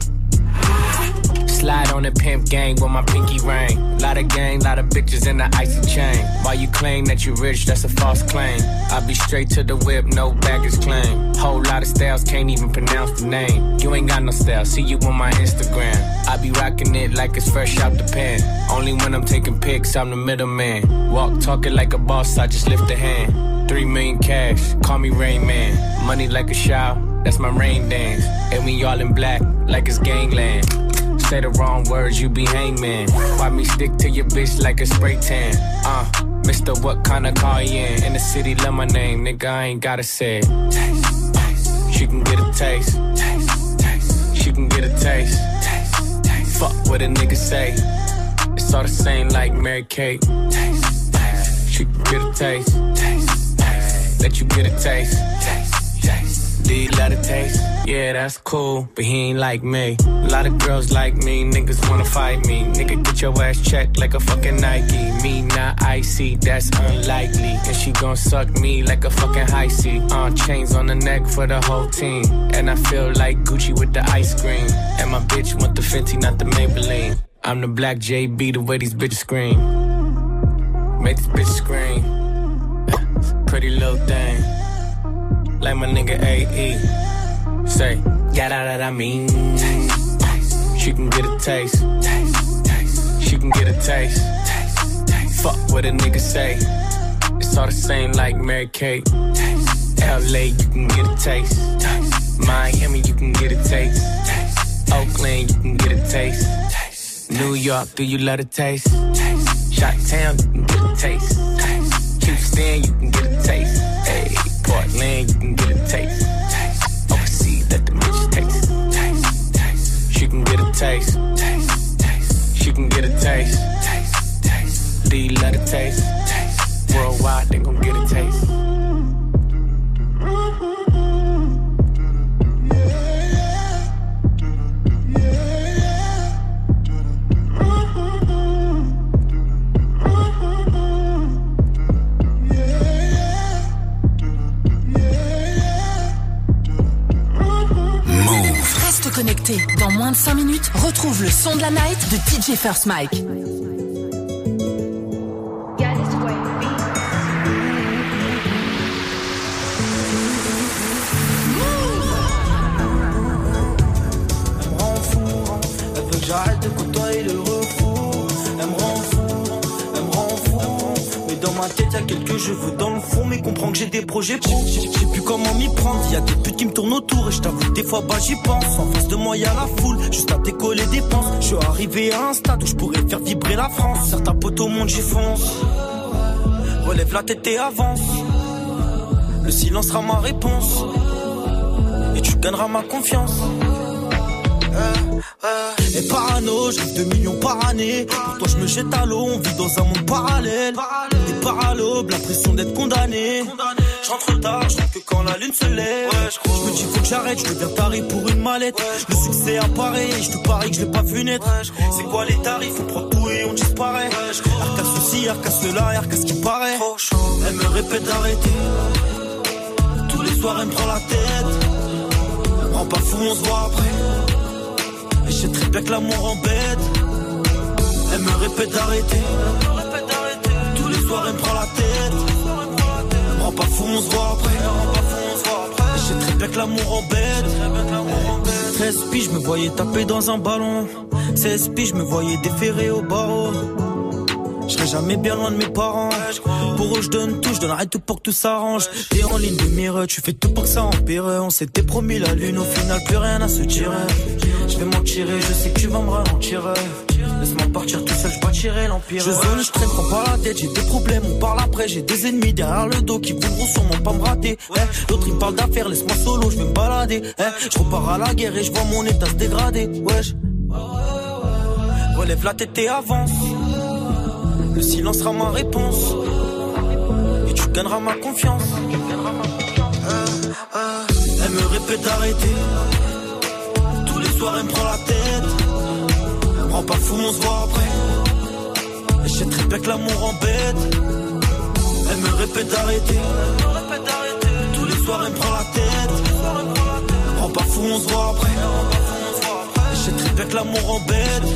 Slide on the pimp gang with my pinky ring. Lot of gang, lot of bitches in the icy chain. While you claim that you rich, that's a false claim. I be straight to the whip, no baggage claim. Whole lot of styles, can't even pronounce the name. You ain't got no style, see you on my Instagram. I be rocking it like it's fresh out the pen. Only when I'm taking pics, I'm the middleman. Walk talking like a boss, I just lift a hand. Three million cash, call me Rain Man. Money like a shower, that's my rain dance. And we all in black, like it's gangland. Say the wrong words, you be hangman. Why me stick to your bitch like a spray tan? Uh, Mister What kind of car you in? In the city, love my name, nigga, I ain't gotta say it. Taste, taste. She can get a taste. Taste, taste. She can get a taste. Taste, taste. Fuck what a nigga say. It's all the same like Mary Kate. Taste, taste. She can get a taste. Taste, taste. Let you get a taste. Taste, taste. Do you love the taste? Yeah, that's cool, but he ain't like me. A lot of girls like me, niggas wanna fight me. Nigga, get your ass checked like a fucking Nike. Me not icy, that's unlikely. And she gon' suck me like a fucking high C. Uh, chains on the neck for the whole team. And I feel like Gucci with the ice cream. And my bitch want the Fenty, not the Maybelline. I'm the black J B, the way these bitches scream. Make this bitch scream. Pretty little thing. Like my nigga A E. Say, yeah, that, that I mean. Taste, taste. She can get a taste. Taste, taste. She can get a taste. Taste, taste. Fuck what a nigga say. It's all the same like Mary Kate. Taste, L A, you can get a taste. Taste. Miami, you can get a taste. Taste. Oakland, you can get a taste. Taste. New York, do you love a taste? Taste. Chi-Town, you can get a taste. Taste. Houston, you can get a taste. Hey, Portland, you can get a taste. Taste. Overseas, let them bitches taste. Taste. Taste. She can get a taste. Taste. Taste. She can get a taste. Taste. Taste. Do you love the taste? Taste. Worldwide, they gon' get a taste. Reste connecté. Dans moins de cinq minutes, retrouve le son de la night de D J First Mike. J'arrête de côtoyer le refou. Elle me rend fou, elle me rend fou. Mais dans ma tête y'a quelques cheveux dans le fond. Mais comprends que j'ai des projets pro. Je sais plus comment m'y prendre. Y'a des putes qui me tournent autour. Et je t'avoue que des fois bah j'y pense. En face de moi y'a la foule, juste à décoller des penses. Je suis arrivé à un stade où je pourrais faire vibrer la France. Certains potes au monde j'y fonce. Relève la tête et avance. Le silence sera ma réponse. Et tu gagneras ma confiance. Et parano, je rêve de millions par année. Pour toi je me jette à l'eau, on vit dans un monde parallèle. Des paralobes, l'impression d'être condamné. Je rentre tard, je rentre que quand la lune se lève. Je me dis faut que j'arrête, je deviens taré pour une mallette. Le succès apparaît, et je te parie que je l'ai pas vu naître. C'est quoi les tarifs, on prend tout et on disparaît. Arc à ceci, arc à cela, arc à ce qui paraît. Elle me répète d'arrêter. Tous les soirs elle me prend la tête. Rends pas fou, on se voit après. Et je sais très bien que l'amour embête. Elle me répète d'arrêter. Tous les soirs elle me prend la tête. Elle me rend pas fou, on se voit après. Et je sais très bien que l'amour embête. treize piges, je me voyais taper dans un ballon. seize piges, je me voyais déférer au barreau. Je serai jamais bien loin de mes parents. Pour eux je donne tout, je donnerai tout pour que tout s'arrange. T'es en ligne de mire, tu fais tout pour que ça empire. On s'était promis la lune, au final plus rien à se tirer. Je vais m'en tirer, je sais que tu vas me ralentir. Laisse-moi partir tout seul, je bâtirai l'empire. Je zone, je traîne, prends pas la tête, j'ai des problèmes, on parle après. J'ai des ennemis derrière le dos qui voudront sûrement pas me rater. Eh, l'autre il parle d'affaires, laisse-moi solo, je vais me balader. Eh, je repars à la guerre et je vois mon état se dégrader. Wesh, relève la tête et avance. Le silence sera ma réponse. Et tu gagneras ma confiance. Elle me répète d'arrêter. Tous les soirs elle me prend la tête. Elle me rend pas fou, on se voit après. Et je sais très bien que l'amour embête. Elle me répète d'arrêter. Tous les soirs elle me prend la tête. Elle me rend pas fou, on se voit après. Et je sais très bien que l'amour embête.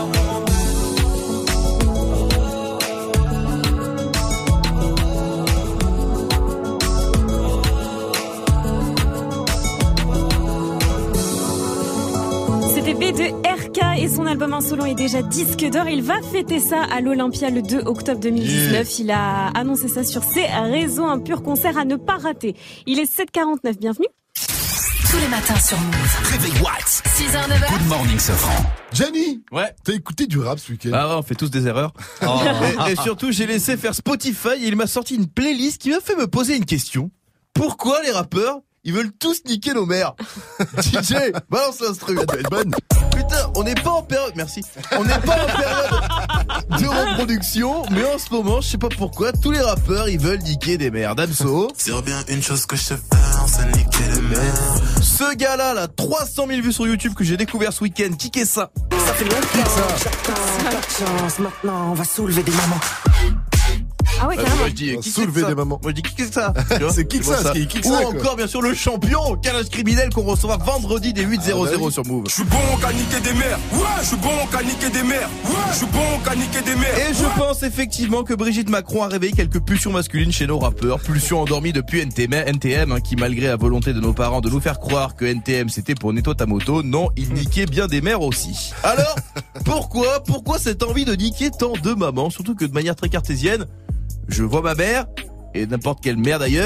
C'était B de R K et son album en solo est déjà disque d'or. Il va fêter ça à l'Olympia le deux octobre deux mille dix-neuf. Il a annoncé ça sur ses réseaux, un pur concert à ne pas rater. Il est sept heures quarante-neuf, bienvenue. Tous les matins sur Move. Réveil Watts. six heures neuf heures. Good morning, Sofran. Gianni, ouais. T'as écouté du rap ce week-end? Ah ouais, on fait tous des erreurs. Oh. et, et surtout, j'ai laissé faire Spotify et il m'a sorti une playlist qui m'a fait me poser une question. Pourquoi les rappeurs, ils veulent tous niquer nos mères? D J, balance l'instru. Elle doit être bonne. Putain, on n'est pas en période, merci. On n'est pas en période de reproduction, mais en ce moment, je sais pas pourquoi, tous les rappeurs, ils veulent niquer des mères. Damso. C'est bien une chose que je sais faire, c'est niquer les mères. Ce gars-là, là, trois cent mille vues sur YouTube que j'ai découvert ce week-end. Kické ça. Ça fait longtemps, chacun pas de chance. Maintenant, on va soulever des mamans. Ah ouais, carrément. Moi je dis, qui soulever des mamans. Moi je dis, qui c'est ça? C'est qui que ça, c'est qui que Ou ça, encore, quoi. bien sûr, le champion, Calage Criminel, qu'on recevra vendredi dès huit heures Ah bah oui. sur Move. Je suis bon qu'à niquer des mères. Ouais, je suis bon qu'à niquer des mères. Ouais, je suis bon qu'à niquer des mères. Et je pense effectivement que Brigitte Macron a réveillé quelques pulsions masculines chez nos rappeurs. Pulsions endormies depuis N T M, hein, qui malgré la volonté de nos parents de nous faire croire que N T M c'était pour Netto ta moto, non, il niquait bien des mères aussi. Alors, pourquoi, pourquoi cette envie de niquer tant de mamans? Surtout que de manière très cartésienne, je vois ma mère, et n'importe quelle mère d'ailleurs,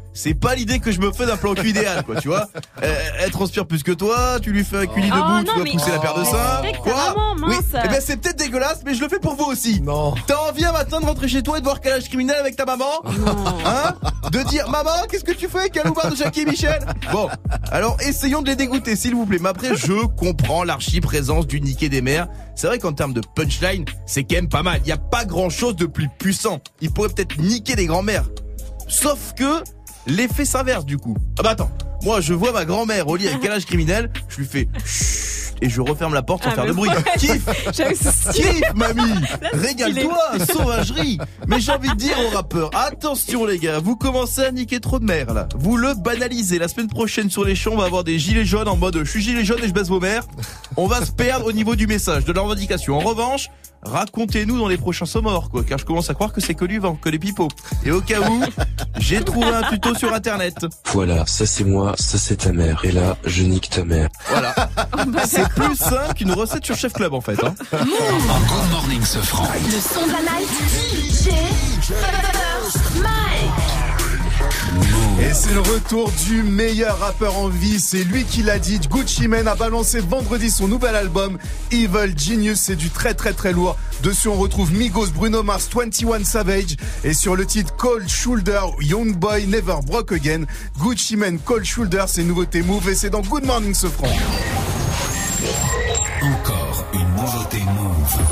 c'est pas l'idée que je me fais d'un plan cul idéal, quoi, tu vois. Elle, elle transpire plus que toi, tu lui fais un culi Oh, debout, non, tu dois mais- pousser la paire de Oh. seins. Respecte Quoi ta maman, Oui, mince. eh ben c'est peut-être dégueulasse, mais je le fais pour vous aussi. Non. T'as envie un matin de rentrer chez toi et de voir quel âge criminel avec ta maman? Hein? De dire, maman, qu'est-ce que tu fais avec un loupard de Jackie et Michel? Bon, alors essayons de les dégoûter, s'il vous plaît. Mais après, je comprends l'archi-présence du niqué des mères. C'est vrai qu'en termes de punchline, c'est quand même pas mal. Y a pas grand-chose de plus puissant. Il pourrait peut-être niquer les grands-mères. Sauf que l'effet s'inverse du coup. Ah bah attends, moi je vois ma grand-mère au lit avec quel âge criminel, je lui fais chut et je referme la porte sans Ah, faire mais de bruit. ouais. Kiff, J'avoue, c'est stylé. kiff mamie, Là, c'est régale-toi, sauvagerie. Mais j'ai envie de dire aux rappeurs, attention les gars, vous commencez à niquer trop de mères là. Vous le banalisez. La semaine prochaine sur les champs, on va avoir des gilets jaunes en mode je suis gilet jaune et je baisse vos mères. On va se perdre au niveau du message, de la revendication. En revanche, racontez-nous dans les prochains Sommorts, quoi, car je commence à croire que c'est que du vent, que les pipeaux. Et au cas où, j'ai trouvé un tuto sur internet. Voilà, ça c'est moi, ça c'est ta mère. Et là, je nique ta mère. Voilà. C'est plus simple qu'une recette sur Chef Club en fait. Hein. Good morning, ce franc. Le son de la night. D J First Mike. Et c'est le retour du meilleur rappeur en vie, c'est lui qui l'a dit. Gucci Mane a balancé vendredi son nouvel album Evil Genius, c'est du très très très lourd. Dessus on retrouve Migos, Bruno Mars, vingt et un Savage. Et sur le titre Cold Shoulder, Young Boy Never Broke Again, Gucci Mane, Cold Shoulder, c'est nouveauté Move et c'est dans Good Morning ce franc. Encore une nouveauté Move.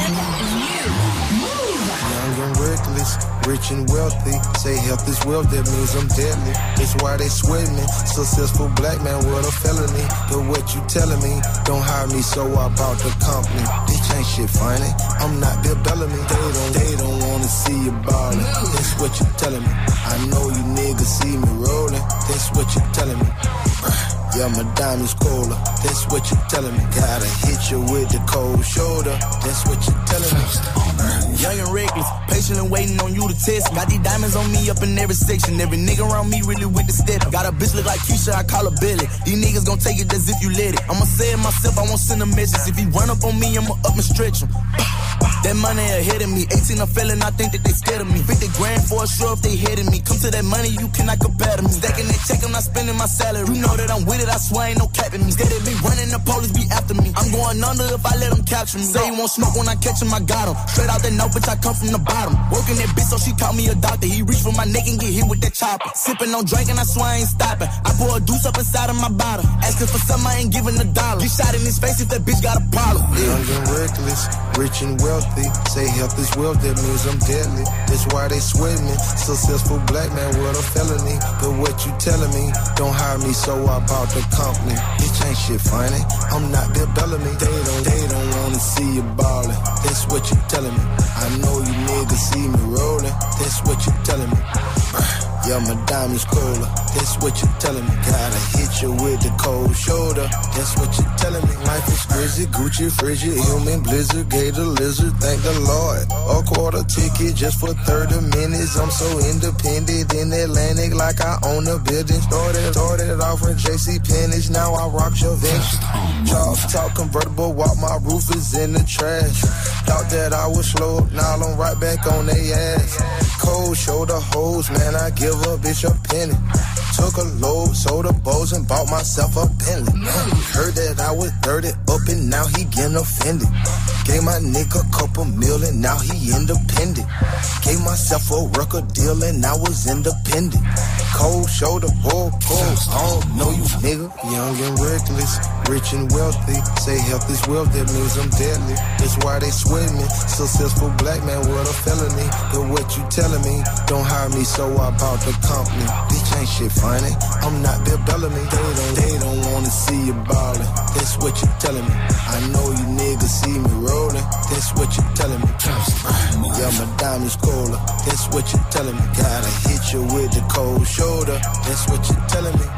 Young and reckless, rich and wealthy. Say health is wealth, that means I'm deadly. That's why they sweat me. Successful black man with a felony. But what you telling me? Don't hire me, so I bought the company. Bitch ain't shit funny. I'm not Bill Bellamy. They don't, they don't wanna see you ballin'. That's what you telling me. I know you niggas see me rollin'. That's what you telling me. Yeah, my diamond's colder. That's what you telling me. Gotta hit you with the cold shoulder. That's what you telling me. Young and reckless, patient and waiting on you to test. Got these diamonds on me up in every section. Every nigga around me really with the step. Got a bitch look like Keisha, I call her Billy. These niggas gon' take it as if you let it. I'ma say it myself, I won't send a message. If he run up on me, I'ma up and stretch him. That money ahead of me. eighteen I'm feeling, I think that they scared of me. fifty grand for a show if they headed me. Come to that money, you cannot compare to me. Stacking that check, I'm not spending my salary. You know that I'm with it, I swear ain't no capping me. Steady be running, the police be after me. I'm going under if I let them capture me. Say you won't smoke when I catch him, I got him. Straight out the note, bitch, I come from the bottom. Working that bitch, so she called me a doctor. He reached for my neck and get hit with that chopper. Sipping on drink and I swear I ain't stopping. I pour a deuce up inside of my bottle. Asking for something, I ain't giving a dollar. Get shot in his face if that bitch got a problem. Young and reckless, rich and wealthy. Say health is wealth, that means I'm deadly. That's why they sweat me. Successful black man with a felony. But what you telling me? Don't hire me, so I bought the company. Bitch ain't shit funny. I'm not Bill Bellamy. They don't, they don't wanna see you ballin'. That's what you telling me. I know you niggas see me rollin'. That's what you telling me. Yeah, my diamond's colder. That's what you telling me. Gotta hit you with the cold shoulder. That's what you telling me. Life is crazy, Gucci, frigid, human, blizzard, gator, lizard. Thank the Lord. A quarter ticket just for thirty minutes. I'm so independent in Atlantic, like I own a building. Started, started off with J C Penney's. Now I rock your venture. Charles talk convertible, walk my roof is in the trash. Thought that I was slow, now I'm right back on they ass. Cold shoulder hoes, man, I give a bitch a penny. Took a load, sold a bows and bought myself a Bentley. Heard that I was dirty up and now he getting offended. Gave my nigga a couple million, now he independent. Gave myself a record deal and I was independent. Cold shoulder, bull, bull, I don't know you nigga. Young and reckless, rich and wealthy. Say health is wealth, that means I'm deadly. That's why they sweat me. Successful black man with a felony. But what you telling me? Don't hire me, so I bought the company. Bitch ain't shit funny. I'm not Bill Bellamy. They don't, they don't wanna see you ballin'. That's what you telling me. I know you niggas see me rollin'. That's what you telling me. Yeah, my diamond's colder. That's what you telling me. Gotta hit you with the cold shoulder. That's what you telling me.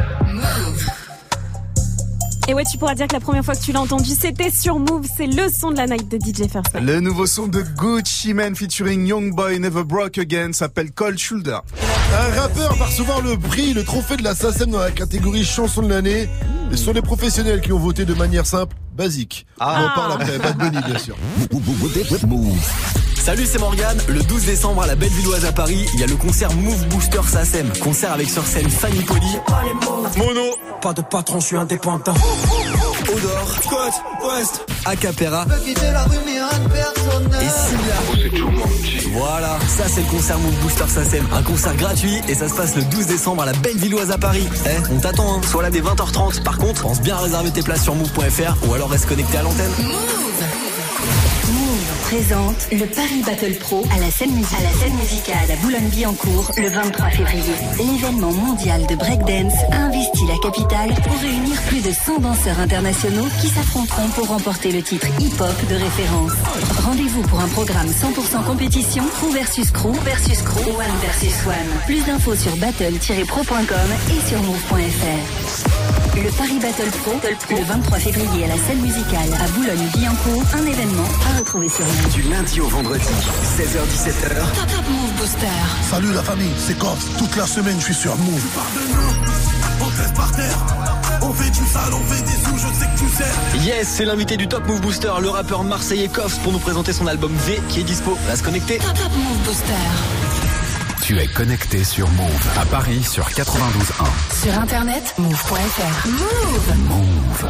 Et ouais, tu pourras dire que la première fois que tu l'as entendu, c'était sur Move. C'est le son de la night de D J First Mike. Le nouveau son de Gucci Mane featuring Young Boy Never Broke Again s'appelle Cold Shoulder. Un rappeur va recevoir le prix, le trophée de la S A C E M dans la catégorie chanson de l'année. Et ce sont les professionnels qui ont voté de manière simple, basique. Ah. On en parle après, Bad Bunny bien sûr. Salut, c'est Morgane. Le douze décembre à la Bellevilloise à Paris, il y a le concert Move Booster S A S M. Concert avec sur scène Fanny Poli, Mono, pas de patron, je suis indépendant, Odor, Côte, Ouest, Acapera et Silla. Voilà, ça c'est le concert Move Booster S A S M. Un concert gratuit et ça se passe le douze décembre à la Bellevilloise à Paris. Eh, on t'attend, hein. Sois là dès vingt heures trente. Par contre, pense bien à réserver tes places sur move point f r ou alors reste connecté à l'antenne. Présente le Paris Battle Pro à la scène, mus- à la scène musicale à Boulogne-Billancourt le vingt-trois février. L'événement mondial de breakdance a investi la capitale pour réunir plus de cent danseurs internationaux qui s'affronteront pour remporter le titre hip-hop de référence. Rendez-vous pour un programme cent pour cent compétition, crew versus crew, versus crew, one versus one. Plus d'infos sur battle tiret pro point com et sur move point f r. Le Paris Battle Pro, le vingt-trois février à la scène musicale à Boulogne-Billancourt, un événement à retrouver sur Move. Du lundi au vendredi, seize heures dix-sept heures. Top Top Move Booster. Salut la famille, c'est Cops. Toute la semaine, je suis sur Move. On te laisse par terre. On fait du sale, on fait des sous, je sais que tu sais. Yes, c'est l'invité du Top Move Booster, le rappeur marseillais Koffs, pour nous présenter son album V qui est dispo. Reste connecté. Top Top Move Booster. Tu es connecté sur Move à Paris sur quatre-vingt-douze point un. Sur internet, move point f r. Move. Move.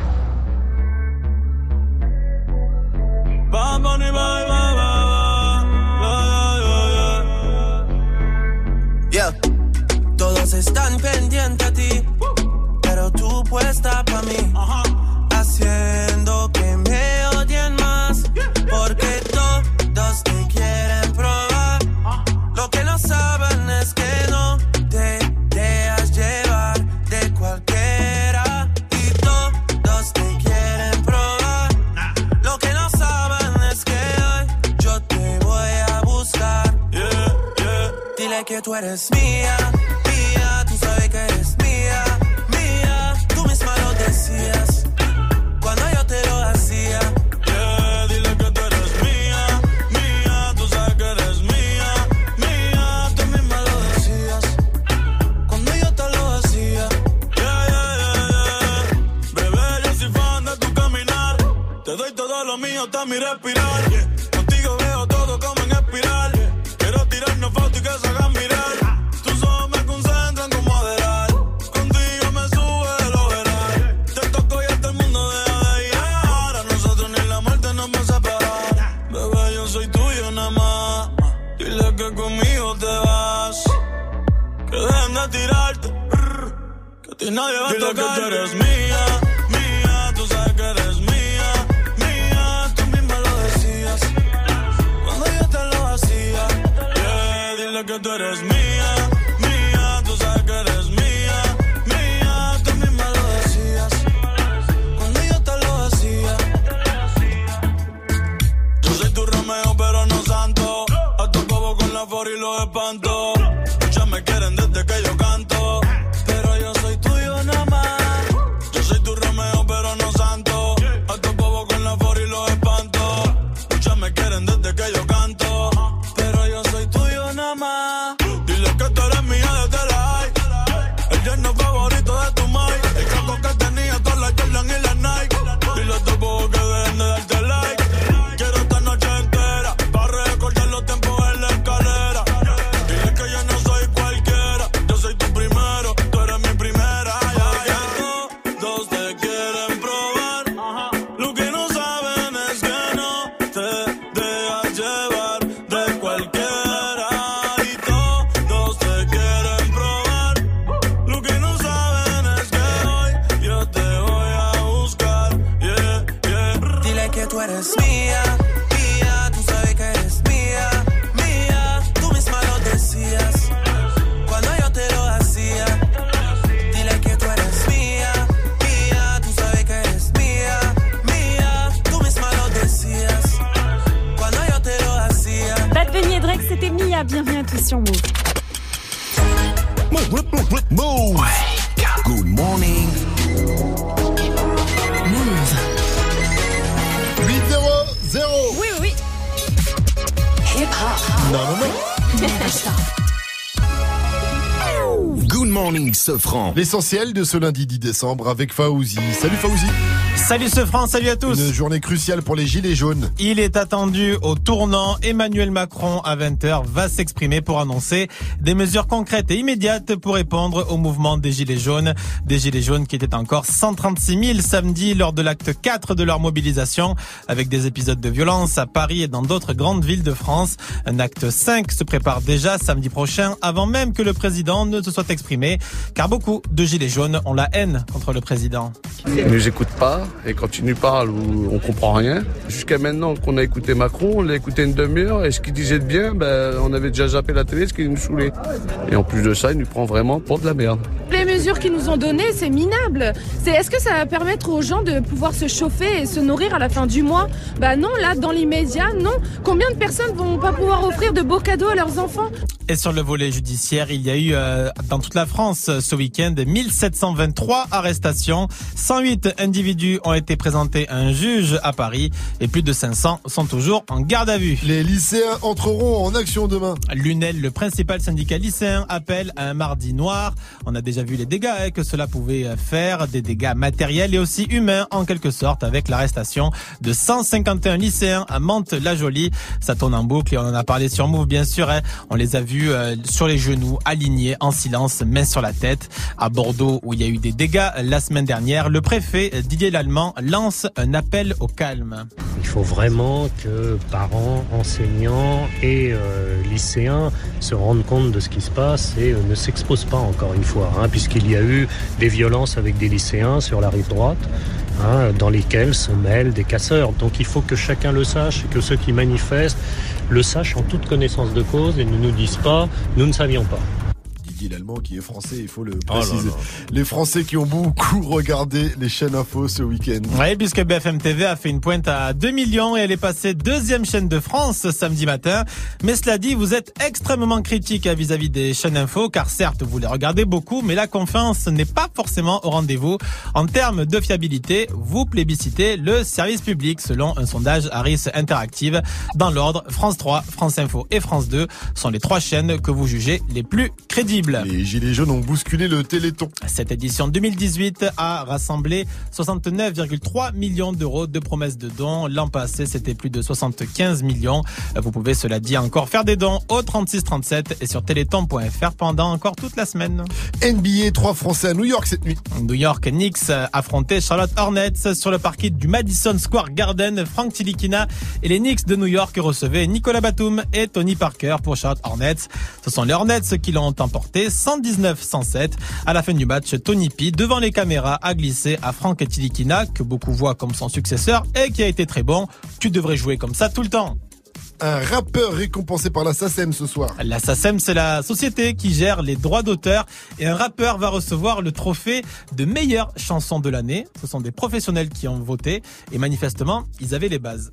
Yeah. Todos están pendientes a ti, pero tú puesta pa' mí, haciendo que me odien más, porque todos te quieren probar. Lo que no saben es que no te dejas llevar de cualquiera, y todos te quieren probar. Lo que no saben es que hoy yo te voy a buscar. Yeah, yeah. Dile que tú eres mía, mía, tú sabes que eres mía, mía. Tú misma lo decías cuando yo te lo hacía. Yeah, dile que tú eres mía, mía, tú sabes que eres mía, mía. Tú misma lo decías cuando yo te lo hacía. Yeah, yeah, yeah, yeah. Bebé, yo soy fan de tu caminar. Te doy todo lo mío hasta mi respirar. Contigo veo todo como en espiral. Quiero tirarnos fotos y que se hagan mirar. Tus ojos me concentran como adelar. Contigo me sube el overall. Te toco y hasta el mundo deja de ir. Ahora nosotros ni la muerte nos va a separar. Bebé, yo soy tuyo nada más. Dile que conmigo te vas. Que dejen de tirarte. Que a ti nadie va a tocar. Dile que tú eres mía, mía. Tú sabes que eres mía, mía. Tú misma lo decías cuando yo te lo hacía. Yeah, dile que tú eres mía, mía. Tú sabes que eres mía, mía. Tú misma lo decías cuando yo te lo hacía. Yo soy tu Romeo pero no santo. A tu bobo con la for y los espanto. Muchas me quieren desde que yo canto, pero yo soy tuyo nada más. Yo soy tu Romeo pero no santo. A tu bobo con la for y los espanto. Muchas me quieren desde que yo canto, pero yo soy tuyo nada más. Dile que tú eres mía desde la high. El yerno favorito de tu mai. El caco que tenía todas las Jordan y las Nike. Dile a tu bobo que dejen de darte like. Quiero esta noche entera para recordar los tiempos en la escalera. Dile que yo no soy cualquiera. Yo soy tu primero, tú eres mi primera. Ya, ya. Todos te quieren probar. Lo que no saben es que no te dejas llevar de cualquiera. Y todos te quieren probar. Lo que no saben es que hoy yo te voy a buscar. Yeah, yeah. Dile que tú eres mía, mía. Tú sabes que eres mía, mía. Tú misma lo decías cuando yo te lo hacía. Dile que tú eres mía, mía. Tú sabes que eres mía, mía. Tú misma lo decías cuando yo te lo hacía. Bad Bunny et Drake, c'était Mia. Bienvenue à tous sur Move. Move. Good morning. Move. huit zéro zéro. Oui, oui, oui. Hip hop. Non, non, non. Never stop. Good Good Morning Sofran. L'essentiel de ce lundi dix décembre avec Fauzi. Salut Fauzi. Salut Sofran, salut à tous. Une journée cruciale pour les Gilets jaunes. Il est attendu au tournant. Emmanuel Macron, à vingt heures, va s'exprimer pour annoncer des mesures concrètes et immédiates pour répondre au mouvement des Gilets jaunes. Des Gilets jaunes qui étaient encore cent trente-six mille samedi lors de l'acte quatre de leur mobilisation, avec des épisodes de violence à Paris et dans d'autres grandes villes de France. Un acte cinq se prépare déjà samedi prochain, avant même que le président ne se soit exprimé, car beaucoup de Gilets jaunes ont la haine contre le président. Ils ne nous écoutent pas, et quand ils nous parlent, on comprend rien. Jusqu'à maintenant qu'on a écouté Macron, on l'a écouté une demi-heure, et ce qu'il disait de bien, ben, on avait déjà zappé la télé, ce qui nous saoulait. Et en plus de ça, il nous prend vraiment pour de la merde. Les mesures qu'ils nous ont données, c'est minable. C'est, est-ce que ça va permettre aux gens de pouvoir se chauffer et se nourrir à la fin du mois? Bah non, là, dans l'immédiat, non. Combien de personnes vont pas pouvoir offrir de beaux cadeaux à leurs enfants? Et sur le volet judiciaire, il y a eu euh, dans toute la France ce week-end mille sept cent vingt-trois arrestations. cent huit individus ont été présentés à un juge à Paris et plus de cinq cents sont toujours en garde à vue. Les lycéens entreront en action demain. L'U N E L, le principal syndicat lycéen, appelle à un mardi noir. On a déjà vu les dégâts hein, que cela pouvait faire, des dégâts matériels et aussi humains en quelque sorte, avec l'arrestation de cent cinquante et un lycéens à Mantes-la-Jolie. Ça tourne en boucle et on en a parlé sur Move bien sûr. Hein. On les a vus euh, sur les genoux, alignés en silence, main sur la tête. À Bordeaux, où il y a eu des dégâts la semaine dernière, le préfet Didier Lallemand lance un appel au calme. Il faut vraiment que parents, enseignants et euh, lycéens se rendent compte de ce qui se passe et euh, ne s'exposent pas encore une fois, hein, puisqu'il y a eu des violences avec des lycéens sur la rive droite, hein, dans lesquelles se mêlent des casseurs. Donc il faut que chacun le sache et que ceux qui manifestent le sachent en toute connaissance de cause et ne nous disent pas « nous ne savions pas ». L'allemand qui est français, il faut le préciser. Oh là là. Les Français qui ont beaucoup regardé les chaînes info ce week-end. Oui, puisque B F M T V a fait une pointe à deux millions et elle est passée deuxième chaîne de France samedi matin. Mais cela dit, vous êtes extrêmement critique vis-à-vis des chaînes info, car certes, vous les regardez beaucoup, mais la confiance n'est pas forcément au rendez-vous. En termes de fiabilité, vous plébiscitez le service public, selon un sondage Harris Interactive. Dans l'ordre, France trois, France Info et France deux sont les trois chaînes que vous jugez les plus crédibles. Les Gilets jaunes ont bousculé le Téléthon. Cette édition deux mille dix-huit a rassemblé soixante-neuf virgule trois millions d'euros de promesses de dons. L'an passé, c'était plus de soixante-quinze millions. Vous pouvez, cela dit, encore faire des dons au trente-six trente-sept et sur téléthon point f r pendant encore toute la semaine. N B A, trois Français à New York cette nuit. New York Knicks affrontaient Charlotte Hornets sur le parquet du Madison Square Garden. Frank Tilikina et les Knicks de New York recevaient Nicolas Batum et Tony Parker pour Charlotte Hornets. Ce sont les Hornets qui l'ont emporté cent dix-neuf cent sept. À la fin du match, Tony P, devant les caméras, a glissé à Frank Tilikina, que beaucoup voient comme son successeur et qui a été très bon. Tu devrais jouer comme ça tout le temps. Un rappeur récompensé par la SACEM ce soir. La SACEM, c'est la société qui gère les droits d'auteur et un rappeur va recevoir le trophée de meilleure chanson de l'année. Ce sont des professionnels qui ont voté et manifestement, ils avaient les bases.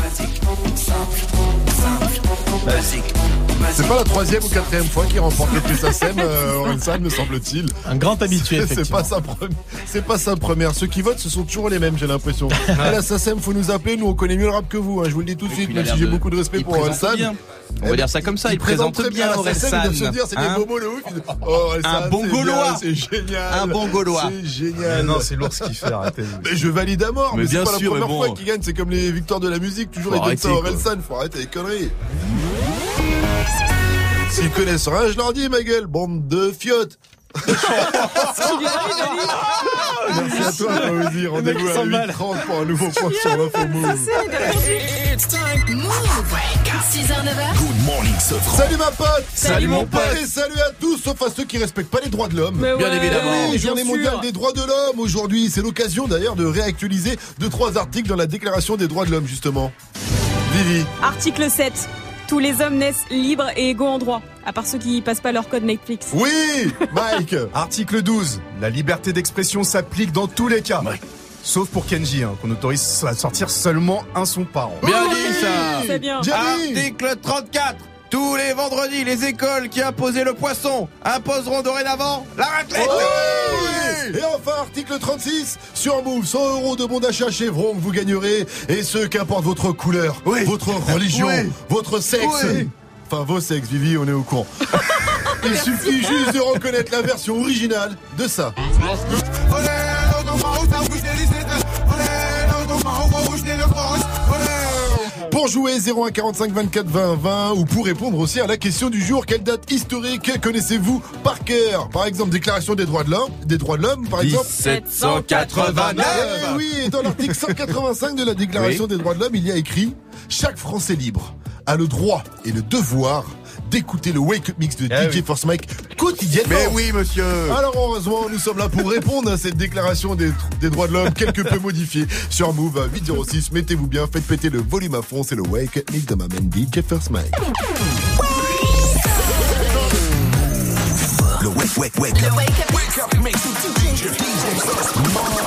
C'est pas la troisième ou quatrième fois qu'il remporte le prix SACEM, euh, Orelsan, me semble-t-il. Un grand habitué, c'est, c'est pas sa première. C'est pas sa première. Ceux qui votent, ce sont toujours les mêmes, j'ai l'impression. À la SACEM, faut nous appeler. Nous, on connaît mieux le rap que vous. Hein, je vous le dis tout de suite, même si j'ai de... beaucoup de respect il pour Orelsan. On va dire ça comme ça. Il, il présente très bien, bien Orelsan. Il doit se dire, c'est hein des bobos le ouf. Oh, Orelsan, un bon Gaulois. C'est génial. Un bon Gaulois. C'est génial. Mais non, c'est lourd ce qu'il fait. Arrêtez. Mais je valide à mort. Mais, mais bien c'est pas sûr, la première bon. fois qu'il gagne. C'est comme les victoires de la musique. Toujours ils donnent ça à Orelsan. Faut arrêter les conneries. S'ils connaissent rien, je leur dis, ma gueule, bande de fiottes. Merci à toi, Fauzi. Rendez-vous à huit heures trente pour un nouveau point sur l'info Move. It's time Move. six heures neuf heures. Good morning, Sofran. Salut ma pote. Salut, salut mon pote. Et salut à tous, sauf à ceux qui respectent pas les droits de l'homme. Mais bien ouais, évidemment. Oui, journée mondiale des droits de l'homme aujourd'hui. C'est l'occasion d'ailleurs de réactualiser deux, trois articles dans la déclaration des droits de l'homme, justement. Vivi. Article sept. Tous les hommes naissent libres et égaux en droit, à part ceux qui passent pas leur code Netflix. Oui, Mike. Article douze. La liberté d'expression s'applique dans tous les cas. Mike. Sauf pour Kenji, hein, qu'on autorise à sortir seulement un son par an. Bien dit ça. C'est bien. Article trente-quatre. Tous les vendredis, les écoles qui imposaient le poisson imposeront dorénavant la raclette. Oh oui. Et enfin, article trente-six, sur Move, cent euros de bon d'achat chez Vroom, vous gagnerez. Et ce, qu'importe votre couleur, oui. votre religion, oui. votre sexe. Oui. Enfin, vos sexes, Vivi, on est au courant. Il suffit juste de reconnaître la version originale de ça. Pour jouer zéro un quarante-cinq vingt-quatre vingt vingt ou pour répondre aussi à la question du jour, quelle date historique connaissez-vous par cœur? Par exemple, déclaration des droits de l'homme, des droits de l'homme, par exemple. dix-sept cent quatre-vingt-neuf. Eh oui, et dans l'article cent quatre-vingt-cinq de la déclaration oui. des droits de l'homme, il y a écrit: chaque Français libre a le droit et le devoir d'écouter le Wake Up Mix de eh D J oui. Force Mike quotidiennement. Mais oui, monsieur. Alors heureusement, nous sommes là pour répondre à cette déclaration des, des droits de l'homme quelque peu modifiée sur Move à huit zéro six. Mettez-vous bien, faites péter le volume à fond, c'est le Wake Up Mix de ma main D J Force Mike. Le Wake Wake Wake Up Wake Up Mix de D J Force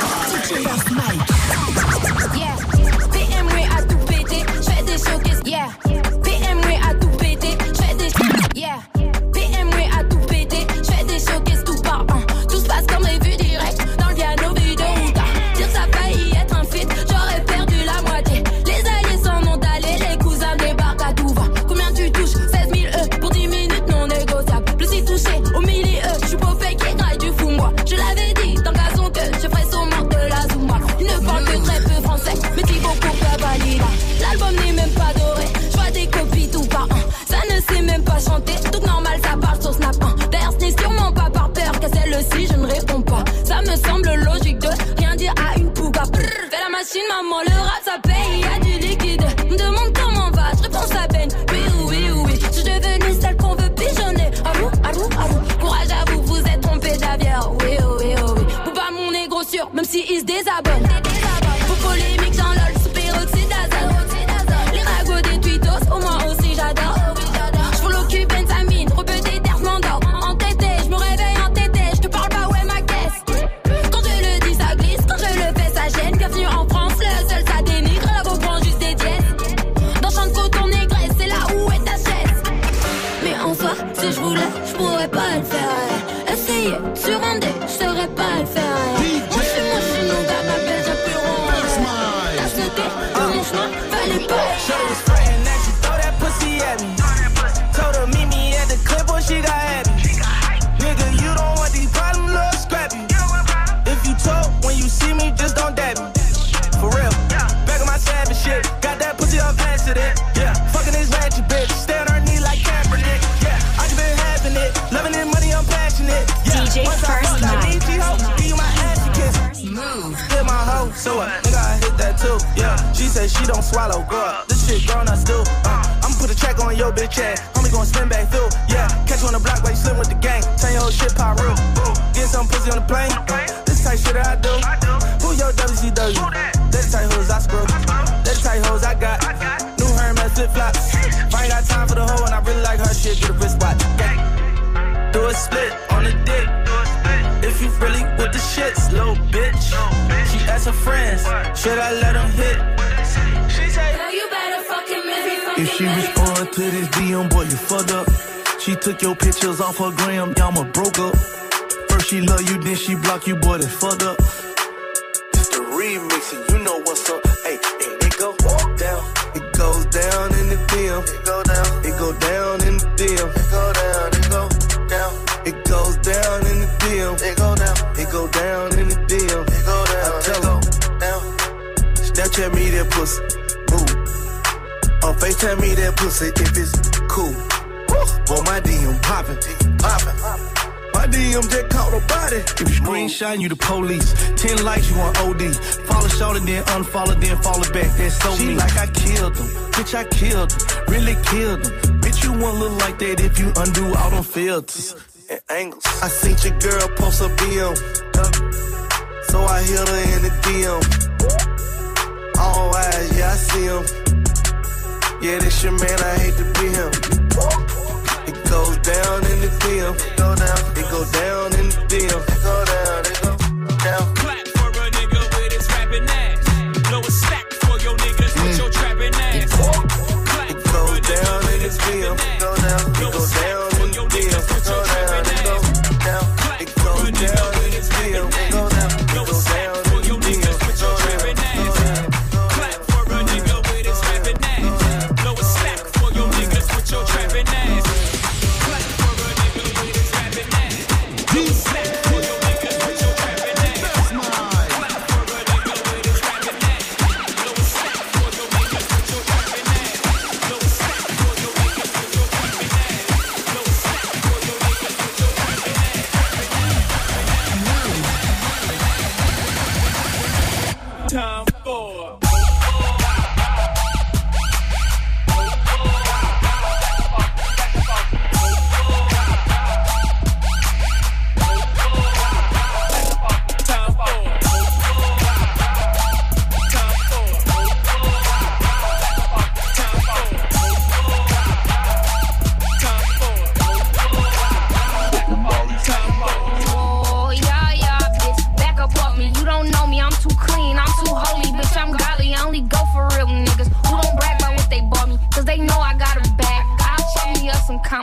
Mike. Yeah, P M W a tout pété, j'fais des showcases. Yeah, P M W a tout pété, j'fais des yeah, P M W a tout pété, j'fais des showcases tout par an. Tout se passe comme prévu direct dans le piano vidéo. Dire ça failli être un feat, j'aurais perdu la moitié. Les alliés s'en ont allés, les cousins débarquent à tout va. Combien tu touches? seize mille E pour dix minutes non négociables. Plus si touché au milieu, j'suis pas fake et graille du fou moi. Je l'avais dit dans gazon que je ferais sûrement de la Zuma. Il ne parle que très peu français, mais Thibaut pour valida. L'album n'est même pas doré, j'vois des copies tout par un. Ça ne sait même pas chanter, tout normal ça parle sur Snap un. D'ailleurs ce n'est sûrement pas par peur qu'à celle-ci je ne réponds pas. Ça me semble logique de rien dire à une pouga. Brrr, fais la machine maman, le rap ça paye, y'a du liquide. Me demande comment va, je réponds à peine. Oui oui oui, je suis devenue celle qu'on veut pigeonner. Arou, arou, arou, courage à vous, vous êtes trompé d'avière. Oui oui oui, pour pas mon négro sûr, même si il se désabonne. Pour polémique j'en lol, sous peroxyde d'azote. Les ragots des tweetos, au moins aussi j'adore. J'fous l'occupe Benzamine, rebeu des terres, m'endors. Entêté, j'me réveille entêté, j'te parle pas, ouais ma caisse. Quand je le dis ça glisse, quand je le fais ça gêne. Bienvenue en France, le seul ça dénigre, là vous prend juste des dièses. Dans champ de coton négresse, c'est là où est ta chaise. Mais en soi, si je voulais, je pourrais pas le faire. Essayer, sur un dé, je saurais pas le faire. Moi j'suis moi j'suis non gars, m'appelle j'ai plus rond. T'as sauté, dans mon chemin, fallait pas. Shorty's frontin' that you throw that pussy at me. Told her meet me at the clip or she got happy. Nigga, you don't want these problems, little scrappy. If you told when you see me, just don't dab me. For real, back on my savage shit. Got that pussy off accident. Yeah, fucking this ratchet bitch. Stay on her knee like Kaepernick. Yeah, I just been having it. Loving it, money, I'm passionate. Yeah, D J once I First fuck, I need you, ho. Give you my ass, you kiss. Move. Hit my hoe, so what? Nigga, I hit that too. Yeah, she said she don't swallow, girl. This shit grown, I still. Uh, I'm put a track on your bitch ass. Homie gon' spin back through. Yeah, catch you on the block while you slim with the gang. Turn your whole shit pop real. Get some pussy on the plane. This type shit that I do. Who your W C W? That type hoes I screw. That type hoes I got. New Hermes flip flops. If I ain't got time for the hoe and I really like her shit, get a wristwatch. Gang. Do a split on the dick. If you really with the shits, little bitch. She asked her friends, should I let them hit? She said, no, you better fucking miss me. If she respond to this D M, boy, you fucked up. She took your pictures off her gram, y'all broke up. First she love you, then she block you, boy, that's fucked up. It's the remix and you know what's up. Hey, hey, it go down. It goes down in the D M. It go down. It go down in the D M. It go down. It go down. It goes down in the D M. It go down. It go down in the D M. It go down. I tell her down. Snapchat me that pussy. Ooh. On FaceTime me that pussy if it's cool. Boy, my D M poppin', poppin'. My D M just caught a body. If you screenshot, you the police. Ten likes, you on O D. Follow short and then unfollow, then follow back. That's so she me. Like I killed them. Bitch, I killed them. Really killed them. Bitch, you won't look like that if you undo all them filters and angles. I seen your girl post a B M. So I hit her in the D M. All eyes, yeah, I see him. Yeah, this your man, I hate to be him. It goes down in the D M. It go down. It go down in the D M. It go down. It go down. Clap for a nigga with his rapping ass. Blow a stack for your niggas mm. with your trapping ass. Clap it goes down in the D M. It go down. It go down in the D M. It go down. It go down. It goes down in the D M. It go down. It go down in the D M. It go down. Clap for a nigga with his rapping ass. Blow a stack for your niggas with your trapping ass. Clap for a nigga with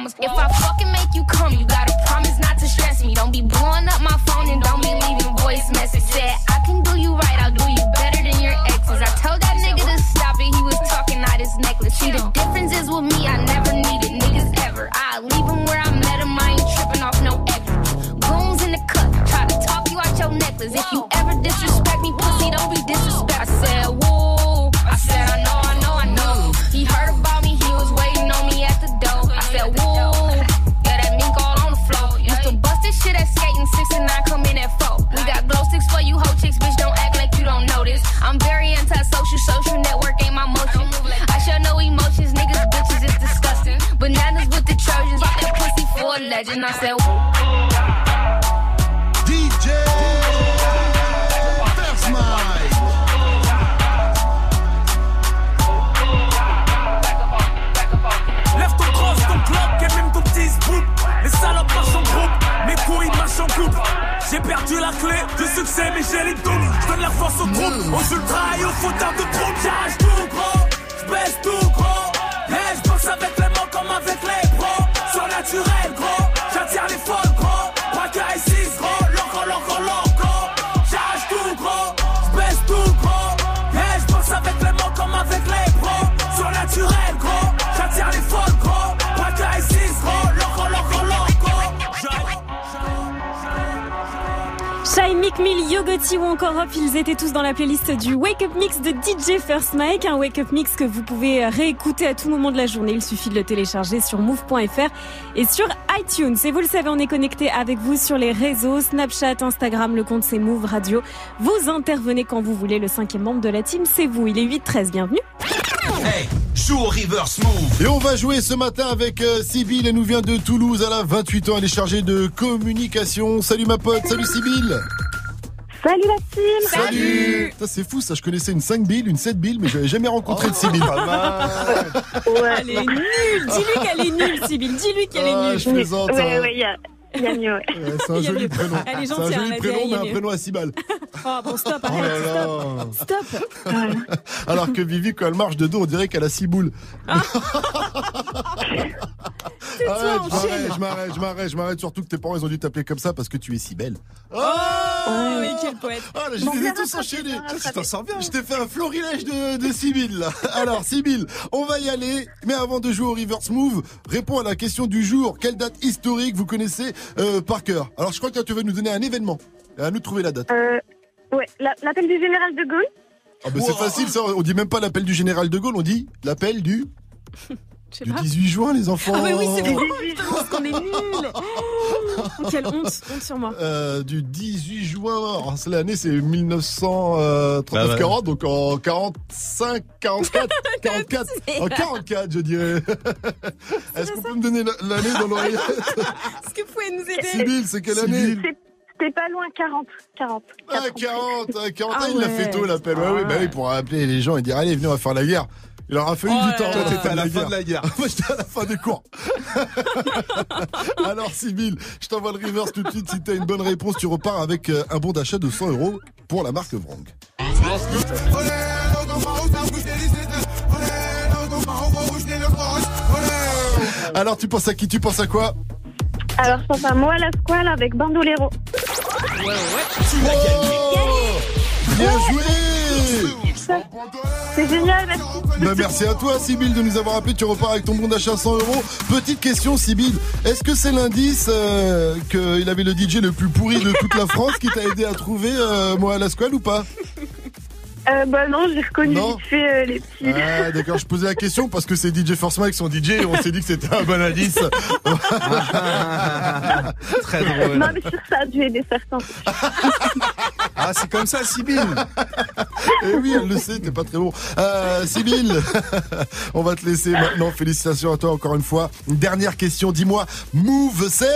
mamas. If I fucking make you come, you gotta promise not to stress me. Don't be blowing up my phone and don't be leaving voice message. Said I can do you right, I'll do you better than your exes. I told that nigga to stop it, he was talking out his necklace. See, the difference is with me, I never needed niggas ever. I leave him where I met him, I ain't tripping off no extra. Goons in the cut, try to talk you out your necklace. If you ever disrespect me, pussy, don't be disrespect. I said, whoa, I said, I know, I know, I know. He heard about me, he was waiting on me at the door. I said, whoa, yeah, that mink all on the floor. Used to bust this shit at skating, six and nine come in at four. We got glow sticks for you hoe chicks, bitch, don't act like you don't know this. I'm very anti-social, social network ain't my motion. I show no emotions, niggas, bitches, it's disgusting. Bananas with the Trojans, like that pussy for a legend. I said, whoa. D J First Mike. Lève ton cross, ton clock et même ton petit scoop. Les salopes marchent en groupe, mes couilles marchent en couple. J'ai perdu la clé du succès, mais j'ai les doubles. J'donne la force aux troupes, aux ultras et aux fauteurs de troupes. J'arrache tout gros, j'baisse tout gros. Hey, j'boxe avec les mots comme avec les pros. Surnaturel gros, j'attire les folles gros. Braqueur et six gros, loco, loco, loco. J'arrache tout gros, j'baisse tout gros. Hey, j'boxe avec les mots comme avec les pros. Surnaturel gros, j'attire les folles gros. Braqueur et six gros, loco, loco, loco. Shai, Meek Mill, Yogoti ou encore Hop, ils étaient tous dans la playlist du Wake Up Mix de D J First Mike. Un Wake Up Mix que vous pouvez réécouter à tout moment de la journée. Il suffit de le télécharger sur move point f r et sur iTunes. Et vous le savez, on est connecté avec vous sur les réseaux, Snapchat, Instagram, le compte c'est Move Radio. Vous intervenez quand vous voulez. Le cinquième membre de la team, c'est vous. Il est huit treize, bienvenue. Hey, joue au reverse move. Et on va jouer ce matin avec euh, Sybille. Elle nous vient de Toulouse. Elle a vingt-huit ans. Elle est chargée de communication. Salut ma pote. Salut Sybille. Salut la team. Salut. Ça c'est fou ça. Je connaissais une cinq billes, une sept billes, mais j'avais jamais rencontré de Sybille. Ouais. Elle est nulle. Dis-lui qu'elle est nulle, Sybille. Dis-lui qu'elle Ah, est nulle. je plaisante. Ouais, hein. ouais, il y a, il y a mieux, ouais. Ouais, c'est un Il y a joli mieux. prénom. Elle est C'est un gentille, joli arrête, prénom, il y mais a un mieux. prénom à six balles. Oh bon, stop, Oh arrête, là là. stop. Stop. Alors que Vivi, quand elle marche de dos, on dirait qu'elle a six boules. C'est toi, Arrête, je enchaîne. m'arrête, je m'arrête, je m'arrête, je m'arrête. Surtout que tes parents, ils ont dû t'appeler comme ça parce que tu es si belle. Oh, oui, quel poète. Ah, là, je Bon, les ai bien tous rattrapé, enchaînés. bien rattrapé. Tu t'en sors bien. Je t'ai fait un florilège de, de Sybille, là. Alors, Sybille, on va y aller. Mais avant de jouer au Reverse Move, réponds à la question du jour. Quelle date historique vous connaissez euh, par cœur? Alors, je crois que tu vas nous donner un événement. Et à nous de trouver la date. Euh, ouais, la- l'appel du général de Gaulle. Ah, bah, c'est facile, ça. On dit même pas l'appel du général de Gaulle, on dit l'appel du. Du dix-huit juin, les enfants. Ah, mais oui, c'est bon. Putain, parce qu'on est nuls. Oh, quelle honte, honte sur moi. Euh, du dix-huit juin, alors, c'est l'année c'est mille neuf cent trente-neuf quarante, donc en quarante-cinq, quarante-quatre, quarante-quatre, en quarante-quatre je dirais. Est-ce qu'on peut me donner la- l'année dans l'oreillette? Est-ce que vous pouvez nous aider? Sybille, c'est quelle année? C'est- C'était pas loin, quarante. quarante. Ah, quarante, ah, quarante, Ah il l'a ouais. fait tôt l'appel. Ouais, oui, bah oui, pour appeler les gens et dire allez, venez, on va faire la guerre. Il leur a fallu Oh du là temps. là. Toi, Toi, t'étais à la fin de la guerre. Moi, j'étais à la fin des cours. Alors, Sybille, je t'envoie le reverse tout de suite. Si t'as une bonne réponse, tu repars avec euh, un bon d'achat de cent euros pour la marque Vrang. Alors, tu penses à qui? Tu penses à quoi? Alors, je pense à moi à la squale avec Bandolero. Tu l'as gagné. Bien joué! C'est génial, merci. Bah, merci à toi, Sybille, de nous avoir appelé. Tu repars avec ton bon d'achat cent euros. Petite question, Sybille. Est-ce que c'est l'indice euh, qu'il avait le D J le plus pourri de toute la France qui t'a aidé à trouver euh, moi à la squale ou pas? Euh, bah non, j'ai reconnu Non. vite fait euh, les petits. Ah, d'accord, je posais la question parce que c'est D J First Mike, son D J, et on s'est dit que c'était un bon indice. Très drôle. Non, mais sur ça a dû aider certains. Ah, c'est comme ça, Sybille. Et oui, elle le sait, t'es pas très bon. Euh, Sybille, on va te laisser maintenant. Félicitations à toi encore une fois. Une dernière question, dis-moi, Move, c'est...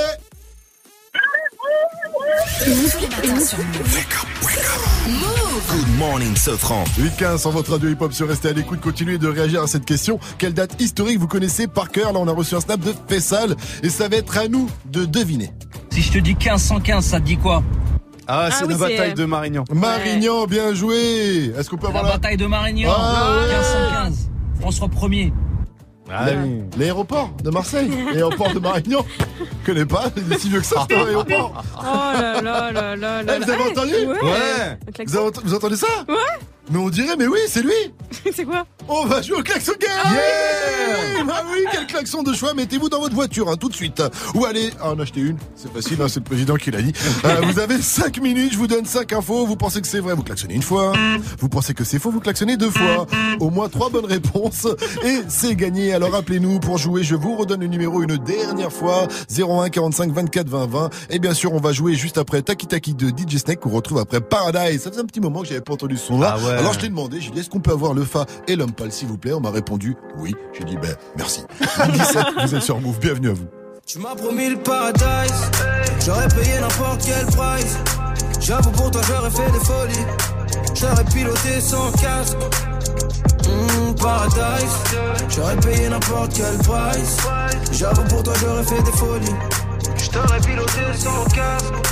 Tous les matins sur Move. Good morning, Sofran. huit quinze sur votre radio hip-hop, sur restez à l'écoute, continuez de réagir à cette question. Quelle date historique vous connaissez par cœur? Là, on a reçu un snap de Fessal et ça va être à nous de deviner. Si je te dis quinze cent quinze, ça te dit quoi? Ah, c'est Ah oui, la c'est- bataille de Marignan. Marignan, bien joué. Est-ce qu'on peut La avoir la... bataille de Marignan, Ah, quinze cent quinze. François premier. Ah, La, oui. L'aéroport de Marseille, l'aéroport de Marignan. Je connais pas, il est si vieux que ça, c'est un aéroport. Oh là là là là là. Hey, vous avez hey, entendu? Ouais. ouais. Vous, avez, vous entendez ça? Ouais. Mais on dirait, mais oui, c'est lui. C'est quoi? On va jouer au klaxon game. Ah Yeah. Bah oui, quel klaxon de choix. Mettez-vous dans votre voiture, hein, tout de suite. Ou allez, ah, en acheter une. C'est facile, hein, c'est le président qui l'a dit. Euh, vous avez cinq minutes, je vous donne cinq infos. Vous pensez que c'est vrai, vous klaxonnez une fois. Vous pensez que c'est faux, vous klaxonnez deux fois. Au moins trois bonnes réponses. Et c'est gagné. Alors appelez-nous pour jouer. Je vous redonne le numéro une dernière fois. zéro un quarante-cinq vingt-quatre vingt vingt. Et bien sûr, on va jouer juste après Taki Taki de D J Snake qu'on retrouve après Paradise. Ça faisait un petit moment que j'avais pas entendu ce son là. Ah ouais. Alors je t'ai demandé, j'ai dit est-ce qu'on peut avoir le Fa et l'homme pâle s'il vous plaît? On m'a répondu oui. J'ai dit ben merci. dix-sept, vous êtes sur Move, bienvenue à vous. Tu m'as promis le paradise, j'aurais payé n'importe quel price. J'avoue pour toi j'aurais fait des folies, j'aurais piloté sans casque. Mmh, paradise, j'aurais payé n'importe quel price. J'avoue pour toi j'aurais fait des folies, j'aurais piloté sans casque.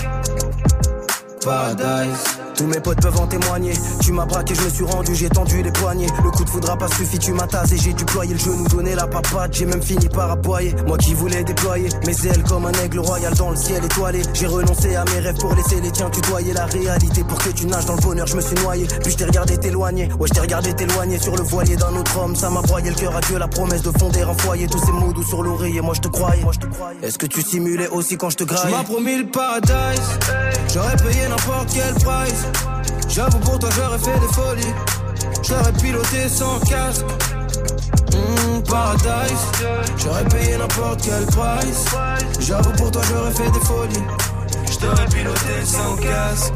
Paradise. Tous mes potes peuvent en témoigner. Tu m'as braqué, je me suis rendu, j'ai tendu les poignets. Le coup de foudre a pas suffi, tu m'as tasé, j'ai déployé le genou, donné la papade, j'ai même fini par aboyer. Moi qui voulais déployer mes ailes comme un aigle royal dans le ciel étoilé. J'ai renoncé à mes rêves pour laisser les tiens tutoyer la réalité. Pour que tu nages dans le bonheur, je me suis noyé. Puis je t'ai regardé t'éloigner, ouais je t'ai regardé t'éloigner sur le voilier d'un autre homme. Ça m'a broyé le cœur à Dieu, la promesse de fonder un foyer. Tous ces mots doux sur l'oreiller, moi je te croyais. Est-ce que tu simulais aussi quand je te graillais? Tu m'as promis le paradise, j'aurais payé n'importe quel price. J'avoue pour toi j'aurais fait des folies, j'aurais piloté sans casque. Mmh, paradise, j'aurais payé n'importe quel price. J'avoue pour toi j'aurais fait des folies, j'aurais piloté sans casque.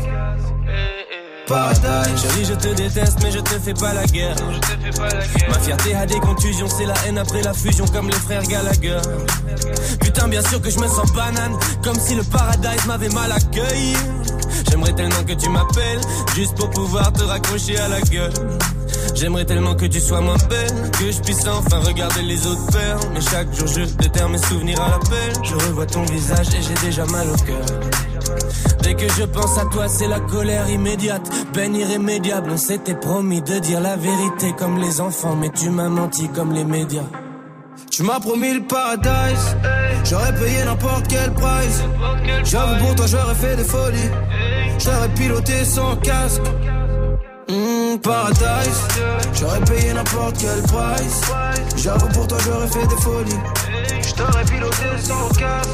Paradise. Chérie, je te déteste, mais je te fais pas la guerre. Je te fais pas la guerre. Ma fierté a des contusions, c'est la haine après la fusion, comme les frères Gallagher. Putain, bien sûr que je me sens banane, comme si le paradise m'avait mal accueilli. J'aimerais tellement que tu m'appelles, juste pour pouvoir te raccrocher à la gueule. J'aimerais tellement que tu sois moins belle, que je puisse enfin regarder les autres faire. Mais chaque jour je déterre mes souvenirs à l'appel. Je revois ton visage et j'ai déjà mal au cœur. Dès que je pense à toi, c'est la colère immédiate, peine irrémédiable. On s'était promis de dire la vérité comme les enfants, mais tu m'as menti comme les médias. Tu m'as promis le paradise, j'aurais payé n'importe quel price. J'avoue pour toi j'aurais fait des folies, j'aurais piloté sans casque. Mmh, paradise, j'aurais payé n'importe quel price. J'avoue pour toi j'aurais fait des folies, j'aurais piloté sans casque.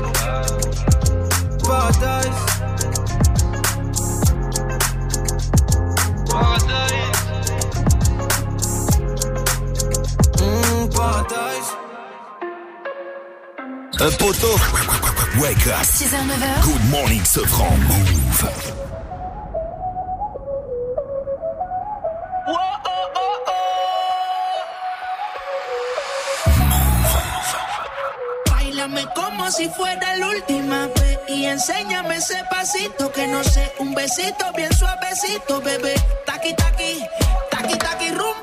Paradise. Paradise. Mmh, paradise. Un poteau. Wake up. six heures neuf heures. Good morning, Sofran. Move. Báilame como si fuera la última vez y enséñame ese pasito que no sé, un besito bien suavecito, bebé. Taqui taqui, taqui taqui rumba.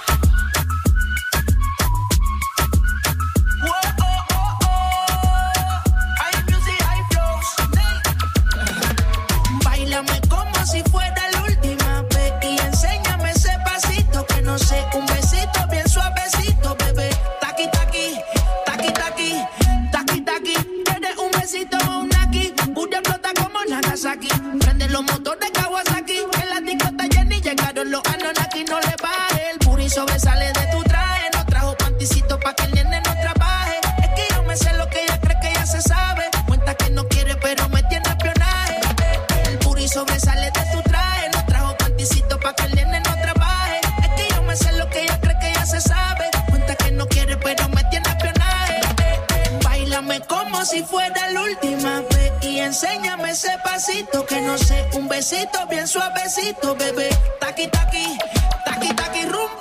Si fuera la última vez y enséñame ese pasito que no sé, un besito bien suavecito, bebé. Taqui taqui, taqui taqui, taqui taqui. ¿Quieres un besito o un aquí? Booty explota como Nagasaki. Prende los motores Kawasaki. En la discota Jenny llegaron los Anunnaki. No le baje, el booty sobresale de tu traje. No trajo panticito pa' que el nene no trabaje. Es que yo me sé lo que ella cree que ya se sabe. Cuenta que no quiere pero me tiene espionaje. El booty sobresale de tu traje. No trajo panticito pa' que el nene no trabaje. Es que yo me sé lo que ella cree que ya se sabe. Cuenta que no quiere pero me tiene espionaje. Báilame como si fuera la última vez y enséñame ese pasito que no sé, un besito bien suavecito, bebé. Taqui taqui, taqui taqui rumba.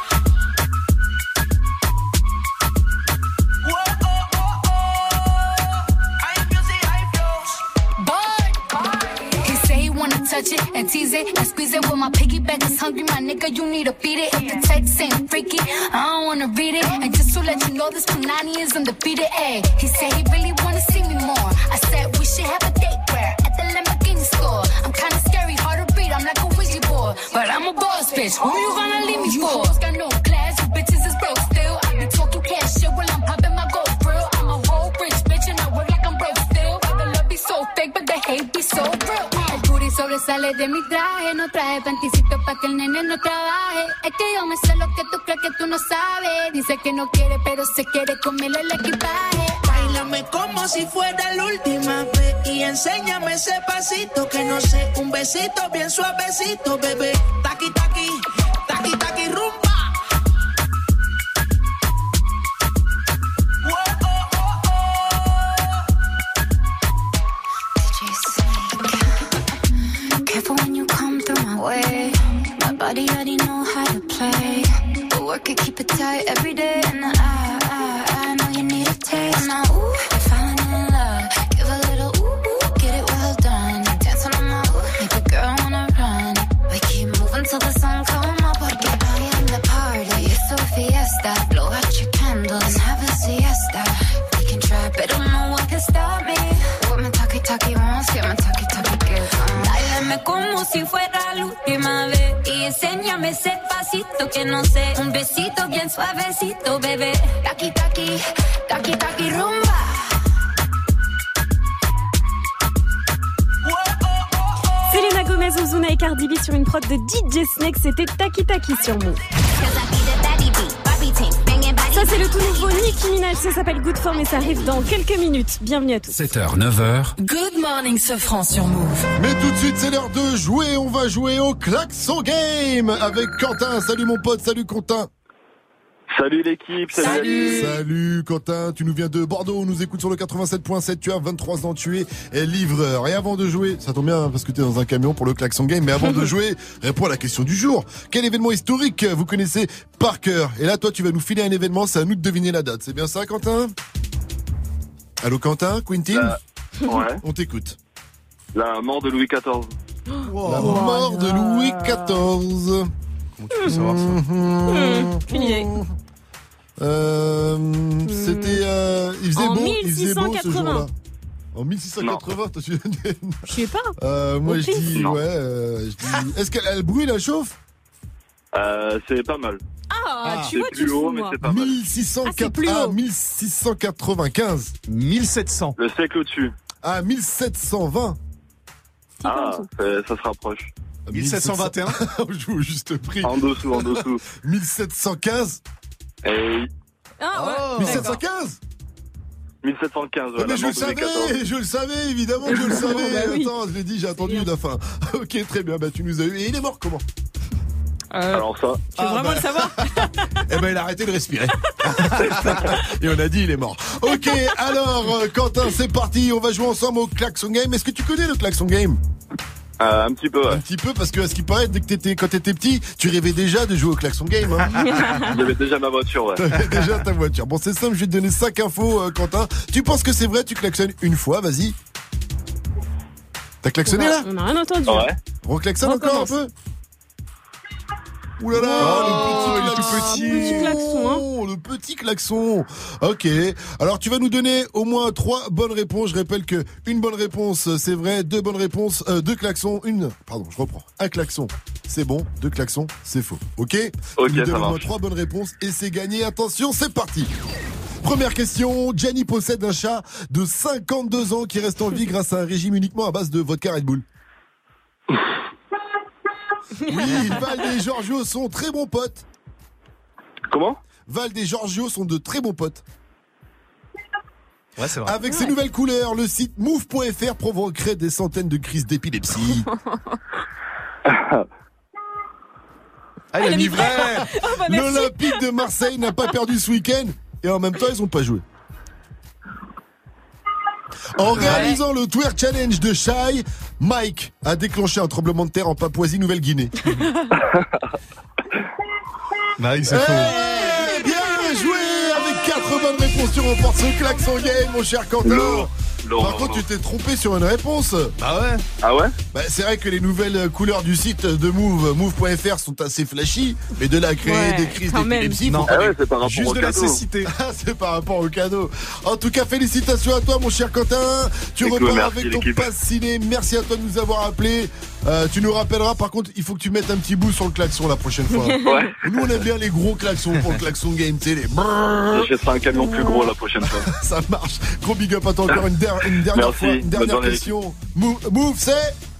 Touch it and tease it and squeeze it. When my piggyback is hungry, my nigga, you need to feed it. If the text ain't freaky, I don't wanna read it. And just to let you know, this Punani is undefeated. Ay, he said he really wanna see me more. I said we should have a date where at the Lamborghini store. I'm kinda scary, hard to read. I'm like a Ouija board, but I'm a boss bitch. Who you gonna leave me you for? hoes got no class, you bitches is broke still. I be talking cash shit. sale de mi traje. No traje panticito pa' que el nene no trabaje. Es que yo me sé lo que tú crees que tú no sabes. Dice que no quiere, pero se quiere comerle el equipaje. Báilame como si fuera la última vez y enséñame ese pasito que no sé, un besito bien suavecito, bebé. Taqui, taqui, taqui, taqui, rumba. Careful when you come through my way. My body already know how to play. But work it, keep it tight every day. And I, I, I know you need a taste. Now, ooh, I'm falling in love. Give a little ooh, ooh, get it well done. Dance on my ooh, make a girl wanna run. We keep moving till the sun come up. Porque I am the party. It's a fiesta. Blow out your candles and have a siesta. We can try, but no one can stop me. What my talkie talkie wants, get my talkie talkie gives. Báilame como si fuera la última vez y enséñame ese pasito que no sé, un besito bien suavecito, bebé. Taqui taqui, taqui taqui rumba. Selena Gomez, Ozuna et Cardi B sur une prod de D J Snake, c'était Taki Taki sur Move. Ça c'est le tout nouveau Nicki Minaj, ça s'appelle Good Form et ça arrive dans quelques minutes. Bienvenue à tous. sept heures, neuf heures. Good morning Sofran sur Move. Mais tout de suite c'est l'heure de jouer, on va jouer au Klaxon Game avec Quentin. Salut mon pote, salut Quentin. Salut l'équipe, salut. Salut. Salut Quentin, tu nous viens de Bordeaux, on nous écoute sur le quatre-vingt-sept point sept, tu as vingt-trois ans, tu es livreur. Et avant de jouer, ça tombe bien parce que tu es dans un camion pour le Klaxon Game, mais avant de jouer, réponds à la question du jour. Quel événement historique vous connaissez par cœur? Et là toi tu vas nous filer un événement, c'est à nous de deviner la date. C'est bien ça Quentin? Allô Quentin, Quentin euh, Ouais. On t'écoute. La mort de Louis quatorze. Oh, la mort de Louis quatorze. Comment tu peux savoir ça? Mmh, une idée. Euh, mmh. C'était, euh, il faisait en beau, mille il six cent faisait beau ce quatre-vingts. jour-là. En mille six cent quatre-vingts, toi tu Je sais pas. Euh, moi Au je pif. dis, Non. ouais, euh, je dis, est-ce qu'elle elle brûle, elle chauffe? Euh, c'est pas mal. Ah, tu c'est vois, tu plus te haut, fous, mais moi. c'est pas mal. mille six cent Ah, c'est plus quatre, haut. ah, mille six cent quatre-vingt-quinze. mille sept cents. Le siècle au-dessus. Ah, mille sept cent vingt. Ah, c'est- ça se rapproche. mille sept cent vingt et un. On joue au juste prix. En dessous, en dessous. mille sept cent quinze. Et Ah ouais. Oh. mille sept cent quinze. mille sept cent quinze, ouais, Mais la je mort le de Louis quatorze. savais, je le savais, évidemment que je le savais. Bah oui. Attends, je l'ai dit, j'ai attendu la fin. Ok, très bien, bah tu nous as eu. Et il est mort comment? Euh, Alors ça, tu veux Ah, vraiment bah. le savoir? Eh ben il a arrêté de respirer. Et on a dit il est mort. Ok, alors euh, Quentin, c'est parti, on va jouer ensemble au Klaxon Game. Est-ce que tu connais le Klaxon Game? euh, un petit peu, Un ouais. petit peu, parce que à ce qui paraît, dès que t'étais, quand t'étais petit, tu rêvais déjà de jouer au Klaxon Game. Hein. J'avais déjà ma voiture, ouais. T'avais déjà ta voiture. Bon, c'est simple, je vais te donner cinq infos, euh, Quentin. Tu penses que c'est vrai? Tu klaxonnes une fois, vas-y. T'as klaxonné là? On a rien entendu. Ouais. Reclaxonne On encore un commence. peu. Ouh là là, Oh, le il est petit tout klaxon. petit. Petit klaxon, hein. Le petit klaxon. Ok. Alors tu vas nous donner au moins trois bonnes réponses. Je rappelle que une bonne réponse c'est vrai, deux bonnes réponses, euh, deux klaxons, une. Pardon, je reprends. Un klaxon, c'est bon. Deux klaxons, c'est faux. Ok. Ok, Tu nous ça donnes au moins marche. trois bonnes réponses et c'est gagné. Attention, c'est parti. Première question, Gianni possède un chat de cinquante-deux ans qui reste en vie grâce à un régime uniquement à base de vodka Red Bull. Oui, Val et Giorgio sont très bons potes. Comment? Val et Giorgio sont de très bons potes. Ouais, c'est vrai. Avec ses nouvelles couleurs, le site move point f r provoquerait des centaines de crises d'épilepsie. Ah, il a mis vrai. Oh, bah, merci. L'Olympique de Marseille n'a pas perdu ce week-end et en même temps, ils n'ont pas joué. En réalisant le Twerk Challenge de Shai, Mike a déclenché un tremblement de terre en Papouasie-Nouvelle-Guinée. Bah oui, c'est faux. Eh, bien joué. Avec quatre bonnes réponses, tu remportes ce Klaxon Game, mon cher Quentin. Lourd. Lourd, Par contre, lourd. tu t'es trompé sur une réponse. Bah ouais. Ah ouais? Bah, c'est vrai que les nouvelles couleurs du site de Move, move point f r sont assez flashy, mais de là à créer Ouais, des crises quand même. d'épilepsie, Non. faut Ah pas ouais, des- c'est par rapport Juste au de la cadeau. cécité. Ah, c'est par rapport au cadeau. En tout cas, félicitations à toi, mon cher Quentin. Tu Écoute, repars merci, avec ton l'équipe. pass ciné. Merci à toi de nous avoir appelés. Euh, tu nous rappelleras, par contre, il faut que tu mettes un petit bout sur le klaxon la prochaine fois. Ouais. Nous, on aime bien les gros klaxons pour le Klaxon Game, tu sais, les brrrr. J'achèterai un camion plus gros la prochaine fois. Ça marche. Gros big up à toi encore une, der- une dernière Merci. fois. Une Bonne dernière journée, question. Move, move c'est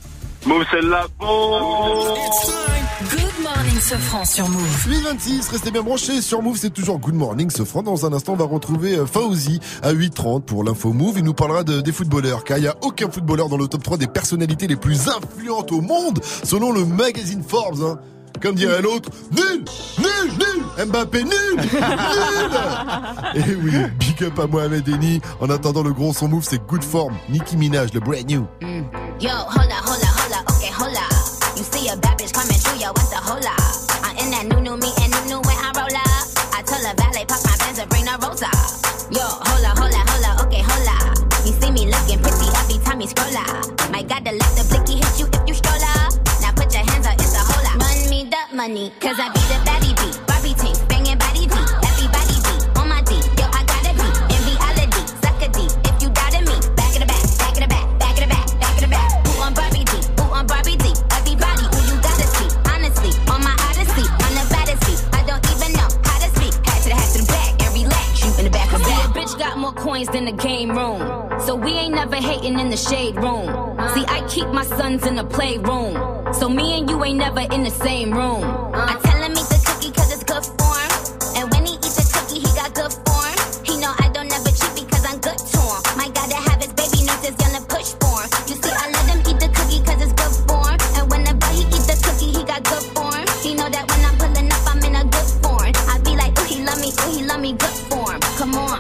Move, c'est la bombe. Good morning, Sofran sur Move. huit vingt-six, restez bien branchés sur Move, c'est toujours Good Morning Sofran. Dans un instant, on va retrouver Fauzi à huit trente pour l'info Move. Il nous parlera de, des footballeurs, car il n'y a aucun footballeur dans le top trois des personnalités les plus influentes au monde, selon le magazine Forbes. Hein. Comme dirait l'autre, nul, nul, nul, Mbappé nul, nul. Et oui, big up à Mohamed Eni. En attendant, le gros son Move, c'est Good Form. Nicki Minaj, le brand new. Mm. Yo, hola, hola, hola, okay, hola. You see a bad bitch coming through, yo, what's the hola? I'm in that new, new me and new, new when I roll up. I tell the valet, pop my Benz and bring the rosa. Yo, hola, hola, hola, okay, hola. You see me looking pretty every time you scroll up. Might gotta let the blicky hit you if you stroll up. Now put your hands up, it's a hola. Run me the money, cause I be the baddie beat. Barbie team, banging body deep. Everybody deep, on my D. Yo, I gotta be in reality, suck a D. If you doubted me, back in the back, back in the back, back in the back, back in the back. Who on Barbie D? Who on Barbie D? Everybody, who you gotta see? Honestly, on my odyssey, on the baddest seat. I don't even know how to speak. Hat to the hat to the back and relax. You in the back of the back. Bitch got more coins than the game room, so we ain't never hating in the shade room. See, I keep my sons in the playroom, so me and you ain't never in the same room. I tell him eat the cookie cause it's good for him. And when he eats the cookie, he got good form. He know I don't never cheat because I'm good to him. My gotta have his baby news is gonna push for him. You see, I let him eat the cookie cause it's good for him. And whenever he eat the cookie, he got good form. He know that when I'm pulling up, I'm in a good form. I be like, ooh, he love me, ooh, he love me, good form. Come on.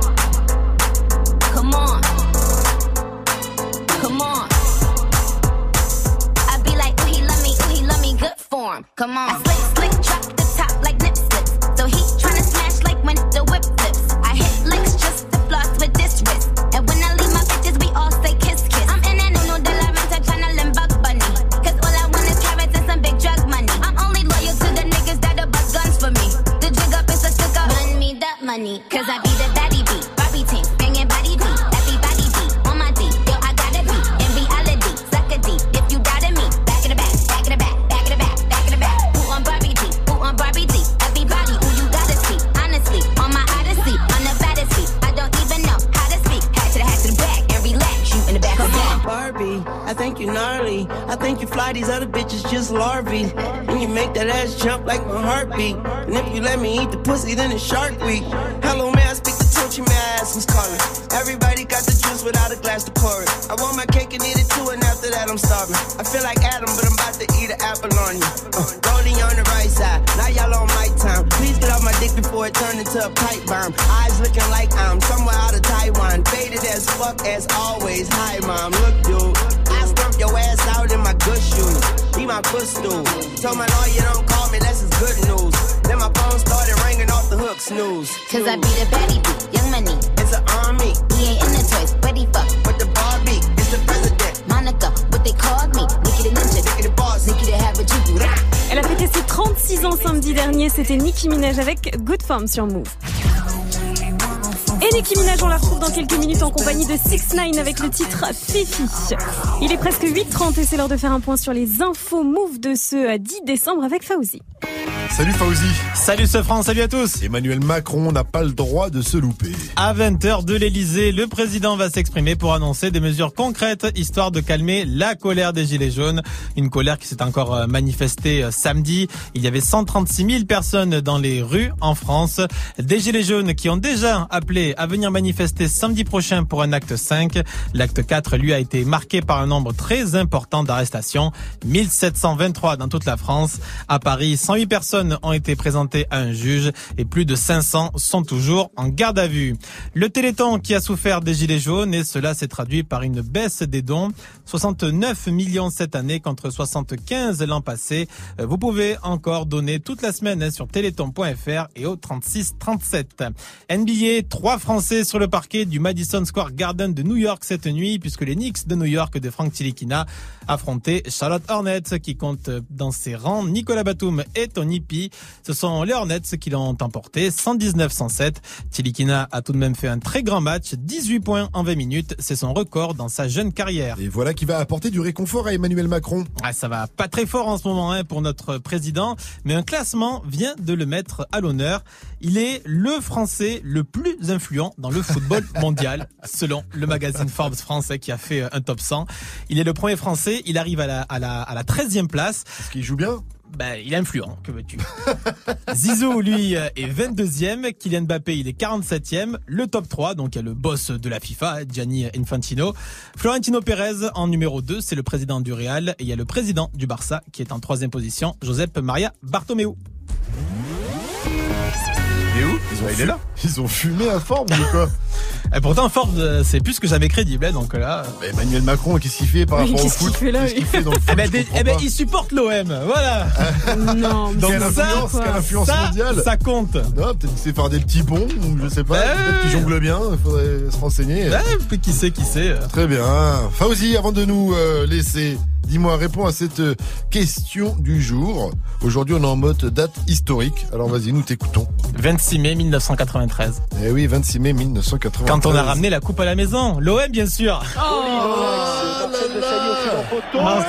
Come on. Come on. I be like, ooh, he love me, ooh, he love me, good form. Come on. I slick, slick, drop the top like nip slips. So he tryna smash like when the whip flips. I hit licks just to floss with this wrist. And when I leave my bitches, we all say kiss, kiss. I'm in that no, no, de la renta tryna limbo bunny. Cause all I want is carrots and some big drug money. I'm only loyal to the niggas that'll bust guns for me. The jig up is a sticker. Run me that money. Cause I be the baddie beat. Barbie team, banging body beat. Everybody beat. On my D. Yo, I gotta be in reality. Suck a D. If you doubted me, back in the back, back in the back, back in the back, back in the back. Who on Barbie D? Who on Barbie D? Everybody, who you gotta see? Honestly, on my odyssey, on the baddest seat. I don't even know how to speak. Hat to the hat to the back and relax. You in the back of the back. Barbie, I think you gnarly. I think you fly these other bitches just larvae. And you make that ass jump like my heartbeat. And if you let me eat the pussy, then it's Shark Week. Hello, man, I speak to Tochi, may I ask who's calling? Everybody got the juice without a glass to pour it. I want my cake and eat it too, and after that I'm starving. I feel like Adam, but I'm about to eat an apple on you. Uh, rolling on the right side, now y'all on my time. Please get off my dick before it turns into a pipe bomb. Eyes looking like I'm somewhere out of Taiwan. Faded as fuck as always. Hi, mom, look, dude. I stump your ass out in my good shoes. Be my footstool. Told my lawyer don't call me, that's his good news. Then my phone started ringing off the hook, snooze. Cause I be the baddie beat, young money. It's an army. He ain't in the toys, but he fuck. With the Barbie, it's the president. Monica, what they called me. Nikki the ninja, Nikki the boss, Nikki the have a juju. Elle a fêté ses trente-six ans samedi dernier. C'était Nicki Minaj avec Good Form sur Move. Et Nicki Minaj, on la retrouve dans quelques minutes en compagnie de six neuf avec le titre Fifi. Il est presque huit trente et c'est l'heure de faire un point sur les infos Move de ce dix décembre avec Fauzi. Salut Fauzi. Salut Sofran, salut à tous. Emmanuel Macron n'a pas le droit de se louper. À vingt heures de l'Elysée, le président va s'exprimer pour annoncer des mesures concrètes histoire de calmer la colère des Gilets jaunes. Une colère qui s'est encore manifestée samedi. Il y avait cent trente-six mille personnes dans les rues en France. Des Gilets jaunes qui ont déjà appelé à venir manifester samedi prochain pour un acte cinq. L'acte quatre, lui, a été marqué par un nombre très important d'arrestations. mille sept cent vingt-trois dans toute la France. À Paris, cent huit personnes ont été présentées à un juge et plus de cinq cents sont toujours en garde à vue. Le Téléthon qui a souffert des Gilets jaunes et cela s'est traduit par une baisse des dons. soixante-neuf millions cette année contre soixante-quinze l'an passé. Vous pouvez encore donner toute la semaine sur téléthon point f r et au trente-six trente-sept. N B A, trois Français sur le parquet du Madison Square Garden de New York cette nuit puisque les Knicks de New York de Frank Ntilikina affrontaient Charlotte Hornets qui compte dans ses rangs Nicolas Batum et Tony P. Ce sont les Hornets qui l'ont emporté cent dix-neuf à cent sept. Tilikina a tout de même fait un très grand match, dix-huit points en vingt minutes. C'est son record dans sa jeune carrière. Et voilà qui va apporter du réconfort à Emmanuel Macron. Ah, ça va pas très fort en ce moment hein, pour notre président, mais un classement vient de le mettre à l'honneur. Il est le Français le plus influent dans le football mondial, selon le magazine Forbes France qui a fait un top cent. Il est le premier Français, il arrive à la, à la, à la treizième place. Est-ce qu'il joue bien? Ben, il est influent, que veux-tu. Zizou, lui, est vingt-deuxième. Kylian Mbappé, il est quarante-septième. Le top trois, donc il y a le boss de la FIFA, Gianni Infantino. Florentino Pérez en numéro deux, c'est le président du Real. Et il y a le président du Barça qui est en troisième position, Josep Maria Bartomeu. Et où ils ont, il est là. Ils ont fumé à Forbes ou quoi? Et pourtant Forbes c'est plus que jamais crédible hein, donc là. Bah, Emmanuel Macron qu'est-ce qu'il fait par rapport au foot? Qu'est-ce qu'il fait dans le foot? Eh ben, des, eh ben il supporte l'O M, voilà. Non. Donc quelle influence, quelle influence ça, mondiale. Ça compte. Non, peut-être qu'il sait faire des petits ponts, je sais pas. Bah, peut-être qu'il jongle bien. Il faudrait se renseigner. Bah, qui sait, qui sait. Très bien. Fauzi, avant de nous euh, laisser. Dis-moi, réponds à cette question du jour. Aujourd'hui, on est en mode date historique. Alors vas-y, nous t'écoutons. vingt-six mai mille neuf cent quatre-vingt-treize. Eh oui, vingt-six mai mille neuf cent quatre-vingt-treize. Quand on a ramené la coupe à la maison. L'O M, bien sûr. Oh, oh là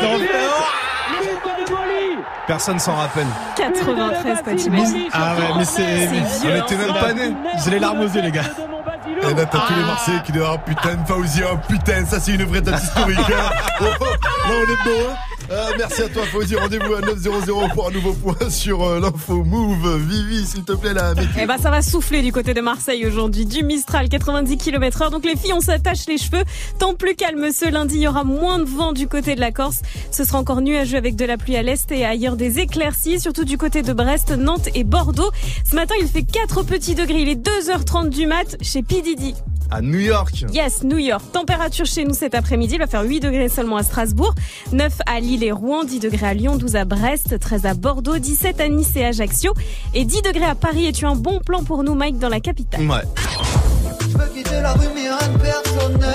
Personne s'en rappelle. quatre-vingt-treize, quoi, t'imagines? Ah ouais, mais c'est... c'est on était même pas nés. J'ai les larmes aux yeux, les gars. Et là, t'as ah. tous les Marseillais qui disent oh putain, Fauzi, oh putain, ça c'est une vraie date historique. Hein. Oh, oh, là, on est beau, hein. Ah, merci à toi, Fauzi. Rendez-vous à neuf cents pour un nouveau point sur euh, l'info Move. Vivi, s'il te plaît, là. Eh ben, ça va souffler du côté de Marseille aujourd'hui. Du Mistral, quatre-vingt-dix kilomètres heure. Donc, les filles, on s'attache les cheveux. Temps plus calme ce lundi. Il y aura moins de vent du côté de la Corse. Ce sera encore nuageux avec de la pluie à l'est et ailleurs des éclaircies, surtout du côté de Brest, Nantes et Bordeaux. Ce matin, il fait quatre petits degrés. Il est deux heures trente du mat chez P. Diddy. À New York. Yes, New York. Température chez nous cet après-midi. Il va faire huit degrés seulement à Strasbourg, neuf à Lille et Rouen, dix degrés à Lyon, douze à Brest, treize à Bordeaux, dix-sept à Nice et Ajaccio et dix degrés à Paris. Et tu as un bon plan pour nous, Mike, dans la capitale. Ouais. Je veux quitter la rue, mais rien de personnel.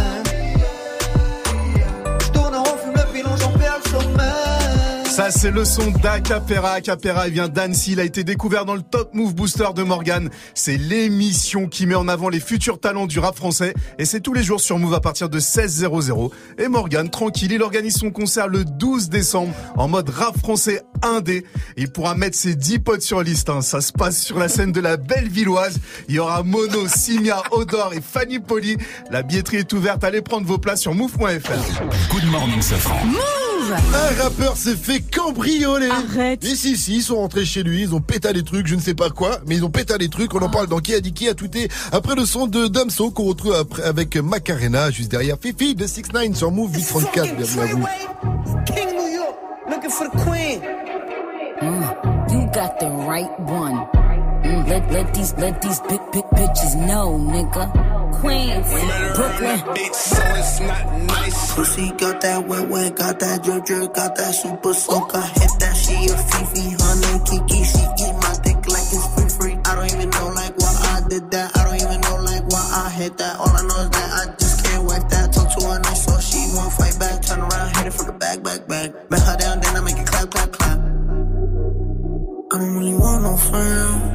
Je tourne en rond, fume le pilon, j'en perds le sommeil. Ça, c'est le son d'Acapera. Acapera, il vient d'Annecy. Il a été découvert dans le Top Move Booster de Morgane. C'est l'émission qui met en avant les futurs talents du rap français. Et c'est tous les jours sur Move à partir de seize heures. Et Morgane, tranquille, il organise son concert le douze décembre en mode rap français indé. Il pourra mettre ses dix potes sur liste. Hein. Ça se passe sur la scène de la Bellevilloise. Il y aura Mono, Simia, Odor et Fanny Poli. La billetterie est ouverte. Allez prendre vos places sur move point f r. Good morning, Safran. Un rappeur s'est fait cambrioler. Arrête. Et si, si, ils sont rentrés chez lui, ils ont pété les trucs, je ne sais pas quoi, mais ils ont pété les trucs, on en parle dans Qui a dit qui a tweeté après le son de Damso qu'on retrouve après avec Macarena juste derrière Fifi de six ix sur Move huit trente-quatre. Bienvenue à vous. King New York, looking for the queen. Mm, you got the right one. Mm, let, let these, let these big, big bitches know, nigga. Queens, Brooklyn. Bitch, so it's not nice. Pussy got that wet, wet, got that drip, drip, got that super soak. I hit that, she a Fifi, her name Kiki. She eat my dick like it's free, free. I don't even know like why I did that. I don't even know like why I hit that. All I know is that I just can't whack that. Talk to her nice, so she won't fight back. Turn around, hit it from the back, back, back. Bet her down, then I make it clap, clap, clap. I don't really want no friends.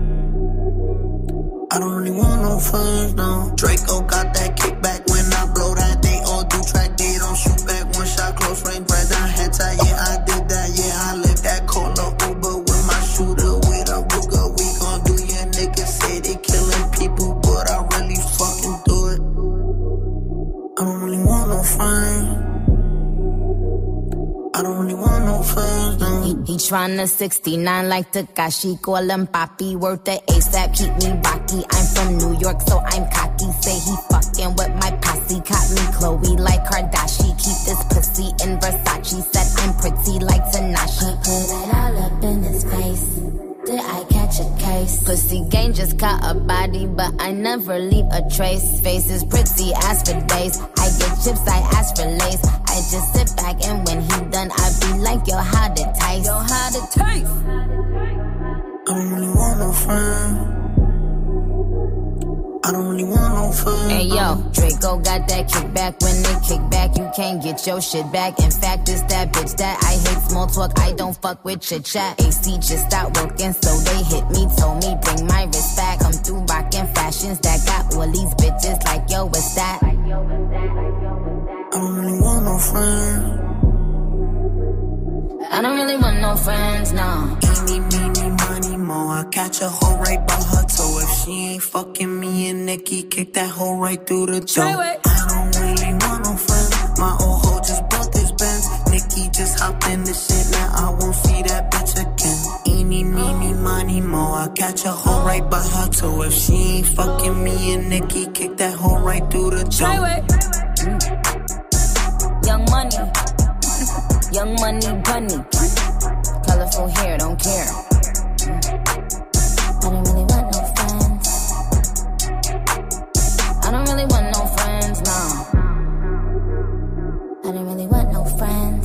I don't really want no friends, no. Draco got that kickback when I blow that. They all do track, they don't shoot back. One shot, close range, right down head tie. Yeah, I did that, yeah, I lived that. Call a Uber with my shooter, with a Ruger. We gon' do your niggas say they killing people, but I really fucking do it. I don't really want no friends. I don't really want no friends, no. He, he tryna sixty-nine like Takashi, call him Papi, worth the ASAP, keep me rocky. I'm from New York, so I'm cocky. Say he fucking with my posse, caught me Chloe like Kardashian. Keep this pussy in Versace, said I'm pretty like Tanashi. Put it all up in his face. Did I catch a case? Pussy gang just caught a body, but I never leave a trace. Face is pretty as for days. I get chips, I ask for lace. I just sit back and when he done, I be like, yo, how to taste? Yo, how to taste? I don't really want no friends. I don't don't really want no fun. Hey yo, Draco got that kickback. When they kick back, you can't get your shit back. In fact, it's that bitch that I hate small talk. I don't fuck with chit chat. A C just stopped working, so they hit me, told me bring my wrist back. Come through rockin' fashions that got all these bitches like yo, what's that? I don't really want no friends. I don't really want no friends, no. Eeny, meeny, money, mo. I catch a hoe right by her toe. If she ain't fucking me and Nikki, kick that hoe right through the door. I don't really want no friends. My old hoe just bought this Benz. Nikki just hopped in the shit, now I won't see that bitch again. Eeny, meeny, money, mo. I catch a hoe right by her toe. If she ain't fucking me and Nikki, kick that hoe right through the door. Mm. Young money. Young money bunny, colorful hair, don't care. I don't really want no friends. I don't really want no friends, no. I don't really want no friends.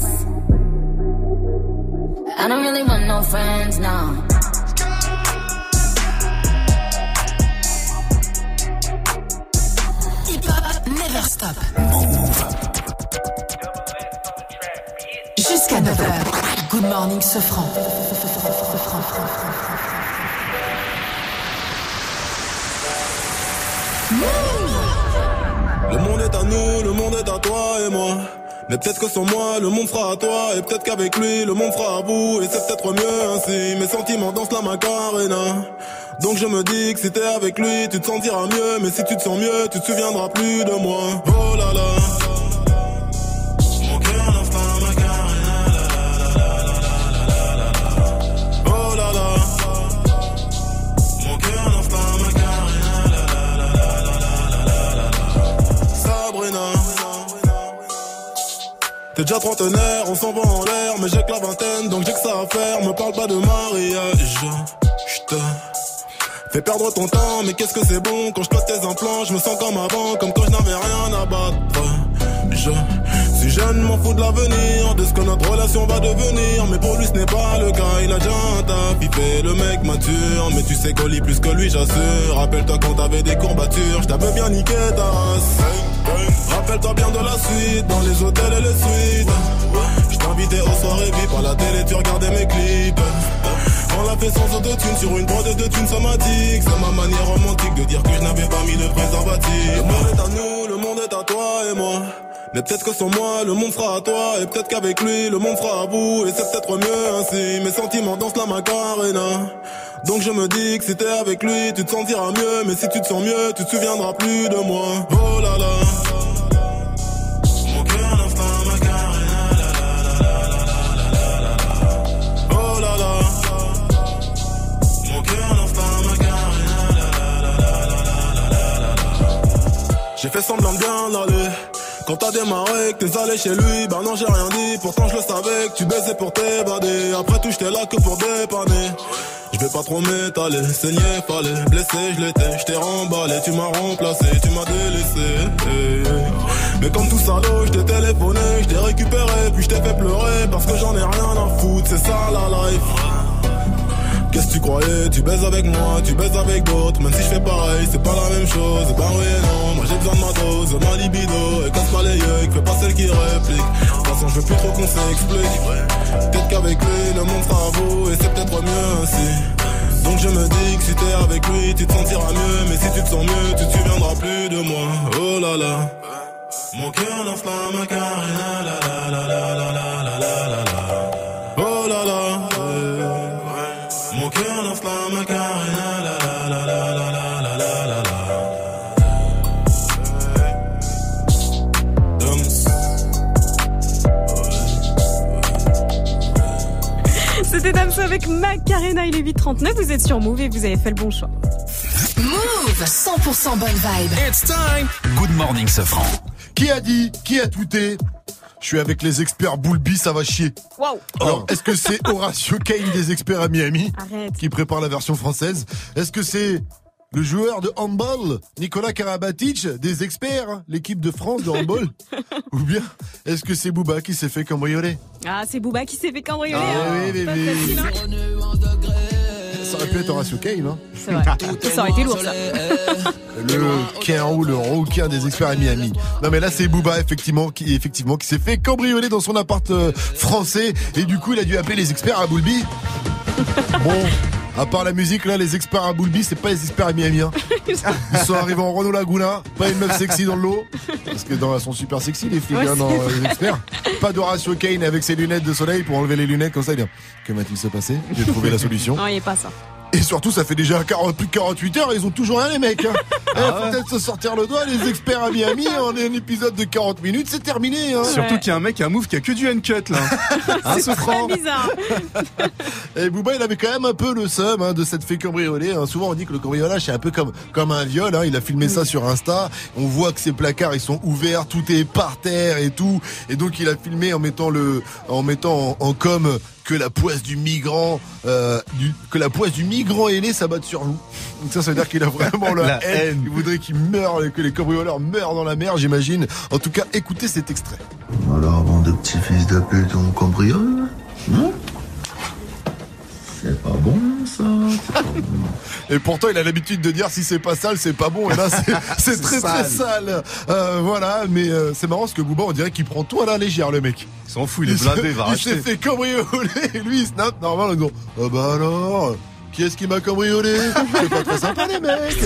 I don't really want no friends, no. Never stop. Jusqu'à neuf heures. Good morning, Sofran. Le monde est à nous, le monde est à toi et moi. Mais peut-être que sans moi, le monde sera à toi. Et peut-être qu'avec lui, le monde sera à vous. Et c'est peut-être mieux ainsi. Mes sentiments dansent la Macarena. Donc je me dis que si t'es avec lui, tu te sentiras mieux. Mais si tu te sens mieux, tu te souviendras plus de moi. Oh là là. Mon cœur lance la Macarena. Oh là là. Mon cœur lance la Macarena. Sabrina. T'es déjà trentenaire, on s'en va en l'air. Mais j'ai que la vingtaine, donc j'ai que ça à faire. Me parle pas de mariage. J'te fais perdre ton temps, mais qu'est-ce que c'est bon. Quand je cote tes implants, je me sens comme avant. Comme quand je n'avais rien à battre. Je suis jeune, m'en fous de l'avenir, de ce que notre relation va devenir. Mais pour lui ce n'est pas le cas, il a déjà un taf. Il fait le mec mature, mais tu sais qu'on lit plus que lui, j'assure. Rappelle-toi quand t'avais des courbatures, je t'avais bien niqué ta race. Rappelle-toi bien de la suite, dans les hôtels et les suites. Je t'invitais aux soirées V I P, à la télé tu regardais mes clips. On l'a fait sans autotune, sur une prod de thunes somatiques. C'est ma manière romantique de dire que je n'avais pas mis de préservatif. Le monde est à nous, le monde est à toi et moi. Mais peut-être que sans moi, le monde sera à toi. Et peut-être qu'avec lui, le monde sera à vous. Et c'est peut-être mieux ainsi. Mes sentiments dansent la Macarena. Donc je me dis que si t'es avec lui, tu te sentiras mieux. Mais si tu te sens mieux, tu te souviendras plus de moi. Oh là là. Mon cœur lance la Macarena. Oh là là. Mon cœur lance la Macarena. J'ai fait semblant de bien aller. Quand t'as démarré, que t'es allé chez lui, bah non j'ai rien dit. Pourtant je le savais que tu baisais pour t'évader. Après tout j'étais là que pour dépanner. Je vais pas trop m'étaler, saigner fallait. Blessé je l'étais, je t'ai remballé. Tu m'as remplacé, tu m'as délaissé. Mais comme tout salaud, je t'ai téléphoné, je t'ai récupéré, puis je t'ai fait pleurer. Parce que j'en ai rien à foutre, c'est ça la life. Qu'est-ce que tu croyais? Tu baises avec moi, tu baises avec d'autres. Même si je fais pareil, c'est pas la même chose. Bah oui et non, moi j'ai besoin de ma dose, de ma libido. Et casse pas les yeux, fais pas celle qui réplique. De toute façon je veux plus trop qu'on s'explique. Peut-être qu'avec lui, le monde sera à vous. Et c'est peut-être mieux ainsi. Donc je me dis que si t'es avec lui, tu te sentiras mieux. Mais si tu te sens mieux, tu te souviendras plus de moi. Oh là là. Mon cœur lance la Macarena. La la la la la la la la la. Oh là là. Mon cœur lance la Macarena, la la la la la la la la la. C'était Damso avec Macarena, il est huit trente-neuf, vous êtes sur Move et vous avez fait le bon choix. Move, cent pour cent bonne vibe. It's time. Good morning, Sofran. Qui a dit? Qui a tweeté? Je suis avec les experts Boulby, ça va chier. Wow. Alors, est-ce que c'est Horacio Kane des experts à Miami Arrête. qui prépare la version française? Est-ce que c'est le joueur de handball Nicolas Karabatic des experts, l'équipe de France de handball? Ou bien est-ce que c'est Booba qui s'est fait cambrioler? Ah, c'est Booba qui s'est fait cambrioler. Ah hein. oui, oui, Pas oui. facile, hein. ça aurait pu être Horatio Kane. Hein. C'est vrai. Ça aurait été lourd, ça. Le Kenro, le rouquin des experts à Miami. Non mais là c'est Booba effectivement qui effectivement qui s'est fait cambrioler dans son appart euh, français et du coup il a dû appeler les experts à Boulby. Bon, à part la musique là, les experts à Boulby, c'est pas les experts à Miami. Hein. Ils sont arrivés en Renault Laguna, pas une meuf sexy dans le lot, parce que dans elles sont super sexy les filles ouais, hein, dans euh, les experts. Pas d'Horatio Kane avec ses lunettes de soleil pour enlever les lunettes comme ça. Il dit, que va-t-il se passer? J'ai trouvé la solution. Non, il n'y a pas ça. Et surtout, ça fait déjà quarante, plus de quarante-huit heures et ils ont toujours rien, les mecs. Hein. Ah eh, faut ouais. peut-être se sortir le doigt, les experts à Miami, en un épisode de quarante minutes, c'est terminé. Hein. Surtout ouais. qu'il y a un mec, un move qui a que du uncut, là. Hein, c'est très bizarre. Et Booba, il avait quand même un peu le seum hein, de cette fée cambriolée. Hein. Souvent, on dit que le cambriolage, c'est un peu comme, comme un viol. Hein. Il a filmé ça sur Insta. On voit que ses placards, ils sont ouverts, tout est par terre et tout. Et donc, il a filmé en mettant le, en mettant en, en com que la poisse du migrant, euh, du, que la poisse du migrant ailé s'abatte sur vous. Donc ça, ça veut dire qu'il a vraiment la, la haine. haine. Il voudrait qu'il meure, que les cambrioleurs meurent dans la mer, j'imagine. En tout cas, écoutez cet extrait. Alors, bande de petits fils de pute, on cambriole, non? C'est pas bon, ça. C'est pas bon. Et pourtant, il a l'habitude de dire si c'est pas sale, c'est pas bon. Et là, c'est, c'est très sale. très sale. Euh, voilà, mais euh, c'est marrant parce que Booba, on dirait qu'il prend tout à la légère, le mec. Il s'en fout, il est blindé, il va racheter. Il s'est fait cambrioler et lui, il snap normal en disant ah oh bah alors, qui est-ce qui m'a cambriolé? C'est pas très sympa, les mecs.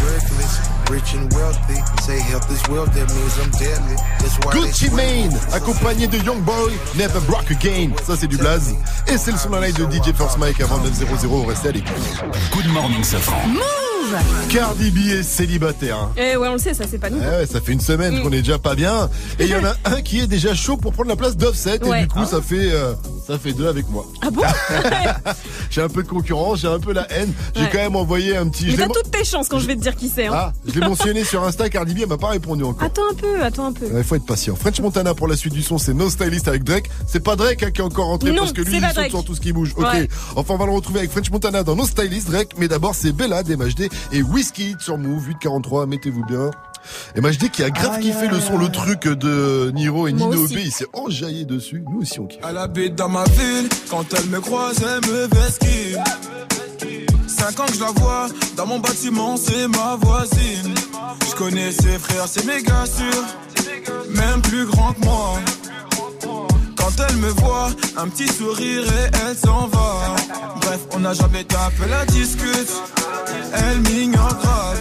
Gucci Mane, accompagné de Young Boy, Never Broke Again. Ça, c'est du blaze. Et c'est le son live de D J First Mike avant neuf zéro zéro. Restez à l'écoute. Good morning, Safran. Move! Cardi B est célibataire. Hein. Eh ouais, on le sait, ça, c'est pas nous. Eh ouais, ça fait une semaine mm. qu'on est déjà pas bien. Et il y en a un qui est déjà chaud pour prendre la place d'Offset. Ouais. Et du coup, ah. ça fait, euh, ça fait deux avec moi. Ah bon? J'ai un peu de concurrence, j'ai un peu la haine. J'ai ouais. quand même envoyé un petit. Mais t'as toutes tes chances quand je vais te dire qui c'est. Hein. Ah, je l'ai mentionné sur Insta, Cardi B, elle m'a pas répondu encore. Attends un peu, attends un peu. Il faut être patient. French Montana pour la suite du son, c'est No Stylist avec Drake. C'est pas Drake hein, qui est encore rentré non, parce que lui, il saute sur tout ce qui bouge. Ok. Ouais. Enfin, on va le retrouver avec French Montana dans No Stylist, Drake. Mais d'abord, c'est Bella, D M H D et Whiskey sur Move huit quarante-trois. Mettez-vous bien. Et M H D qui a grave ah, kiffé yeah, le son, le truc de Niro et Nino B, il s'est enjaillé dessus. Nous aussi on kiffe. Elle habite dans ma ville, quand elle me croise, elle me vesquille. Cinq ans que je la vois, dans mon bâtiment, c'est ma voisine. Je connais ses frères, c'est méga sûr, même plus grand que moi. Quand elle me voit, un petit sourire et elle s'en va. Bref, on n'a jamais tapé la discute, elle m'ignore grave.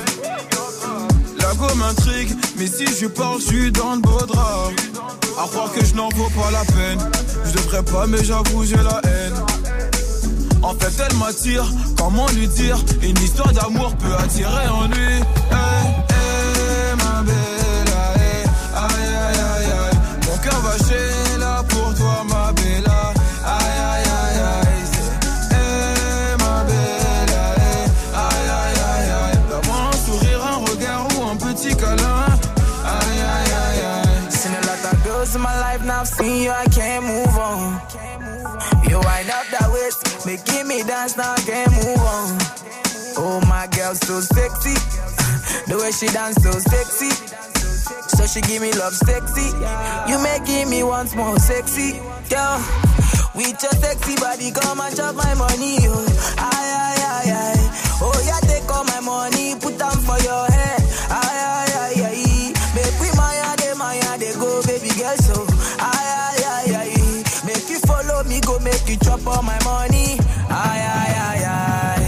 La go m'intrigue, mais si je parle, je suis dans le beau drap. À croire que je n'en vaux pas la peine. Je devrais pas, mais j'avoue, j'ai la haine. En fait, elle m'attire, comment lui dire? Une histoire d'amour peut attirer en lui. Hey, hey, ma bella, hey, aïe, aïe, aïe, aïe. Mon cœur va chez là pour toi, ma bella. Aïe, aïe, aïe, aïe. Hey, ma bella, hey, aïe, aïe, aïe, aïe. Donne-moi un sourire, un regard ou un petit câlin. Aïe, aïe, aïe, aïe. Seen a lot of girls in my life, now I've seen you, I can't move on. You wind up that waist, making me dance, now I can't move on. Oh, my girl, so sexy. The way she dance, so sexy. So she give me love sexy. You making me once more sexy. Girl, with your sexy body, come and chop my money. Oh, aye, aye, aye, aye. Oh, yeah, take all my money, put them for your head. Aye, aye, aye, aye. Make we maya, de maya, de go, baby girl, so. Aye, aye, aye, aye. Make you follow me, go make you chop all my money. Aye, aye, aye, aye.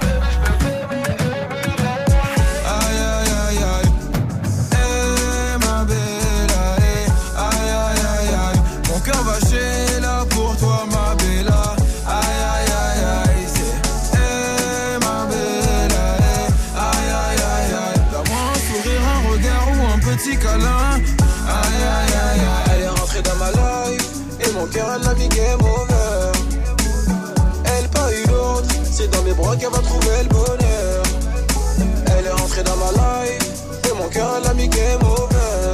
Aye, aye, aye, aye. Eh, ma bella, eh. Aïe, aïe, aïe, aïe. Mon cœur va chez là pour toi, ma bella. Aïe, aïe, aïe, aïe. C'est eh, ma bella, eh. Aïe, aïe, aïe, aïe. Donne-moi un sourire, un regard ou un petit câlin. Aïe, aïe, aïe, aïe. Elle est rentrée dans ma life. Et mon cœur, elle l'a mis game over. Elle pas eu d'autre, c'est dans mes bras qu'elle va trouver le bonheur. Elle est rentrée dans ma life. Et mon cœur, elle l'a mis game over.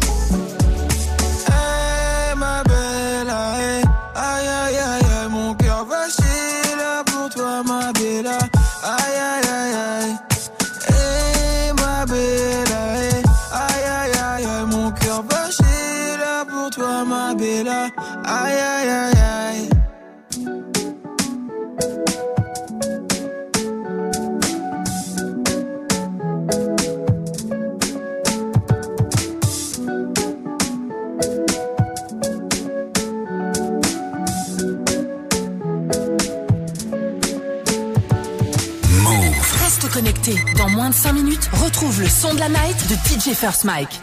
Hey, ma bella, hey. Aïe, aïe, aïe, aïe. Mon cœur va chier là pour toi, ma bella. Aïe, aïe, aïe, aïe. Hey, ma bella, hey. Aïe, aïe, aïe, aïe. Mon cœur va chier là pour toi, ma bella. Aïe, aïe, aïe, aïe. connecté. Dans moins de cinq minutes, retrouve le son de la night de D J First Mike.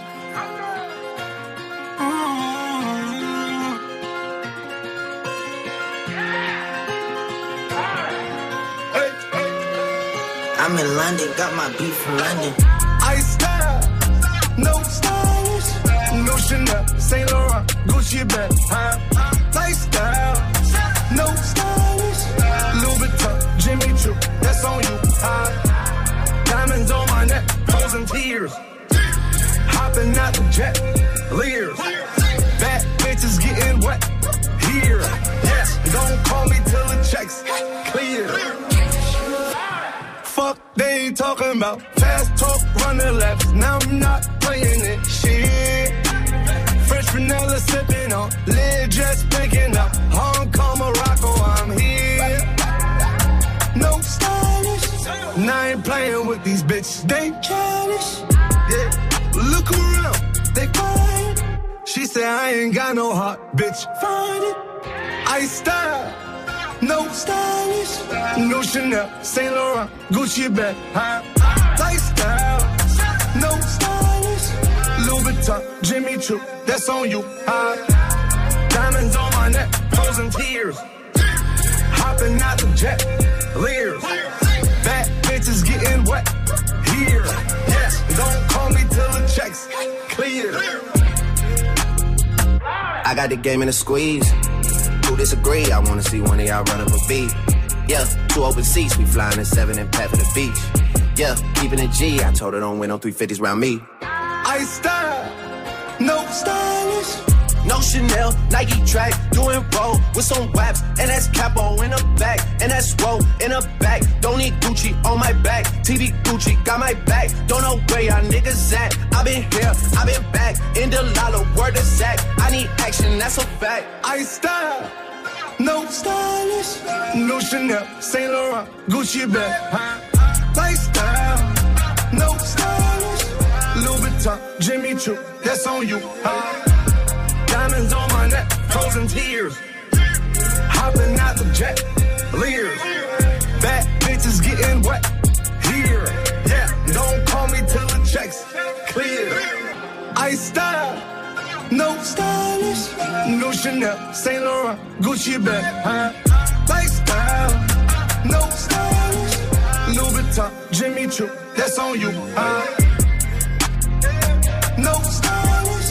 I'm in London, got my beat from London. I style, no stylish, no Chanel, Saint Laurent, Gucci bag, huh? Lifestyle, no stylish, Louis Vuitton, Jimmy Choo, that's on you, huh? Diamonds on my neck, frozen tears, hopping out the jet, Lears, bad bitches getting wet, here, yes, don't call me till the checks clear. Fuck, they ain't talking about fast talk, running laps. Now I'm not playing it, shit. Fresh vanilla sipping on, lid just picking up. Hong Kong, Morocco, I'm here. No stylish, now I ain't playing with these bitches. They childish, yeah. Look around, they quiet. She said I ain't got no heart, bitch. Find it. I style. No stylish, no Chanel, Saint Laurent, Gucci bag, huh? Lifestyle, no stylish, Louis Vuitton, Jimmy Choo, that's on you, huh? Diamonds on my neck, frozen tears, hopping out the jet, Lears, bad bitches getting wet, here, yes, don't call me till the checks clear. I got the game in a squeeze. Who disagree? I wanna see one of y'all run up a beat. Yeah, two open seats, we flying in seven and pat for the beach. Yeah, keeping it G, I told her don't win no three fifties round me. I style, no stylish. No Chanel, Nike track, doing roll with some waps, and that's capo in the back, and that's roll in the back. Don't need Gucci on my back, T V Gucci got my back. Don't know where y'all niggas at. I been here, I been back, in the lala, word of Zach. I need action, that's a fact. I style, no stylish, no Chanel, Saint Laurent, Gucci bag, huh? Lifestyle, no stylish, Louis Vuitton, Jimmy Choo, that's on you, huh? Diamonds on my neck, frozen tears, hopping out the jet, Lears, bad bitches getting wet, here, yeah, don't call me till the checks clear. I style, no stylish, no Chanel, Saint Laurent, Gucci bag, huh? Lifestyle, no stylish, Louis Vuitton, Jimmy Choo, that's on you, huh? No stylish.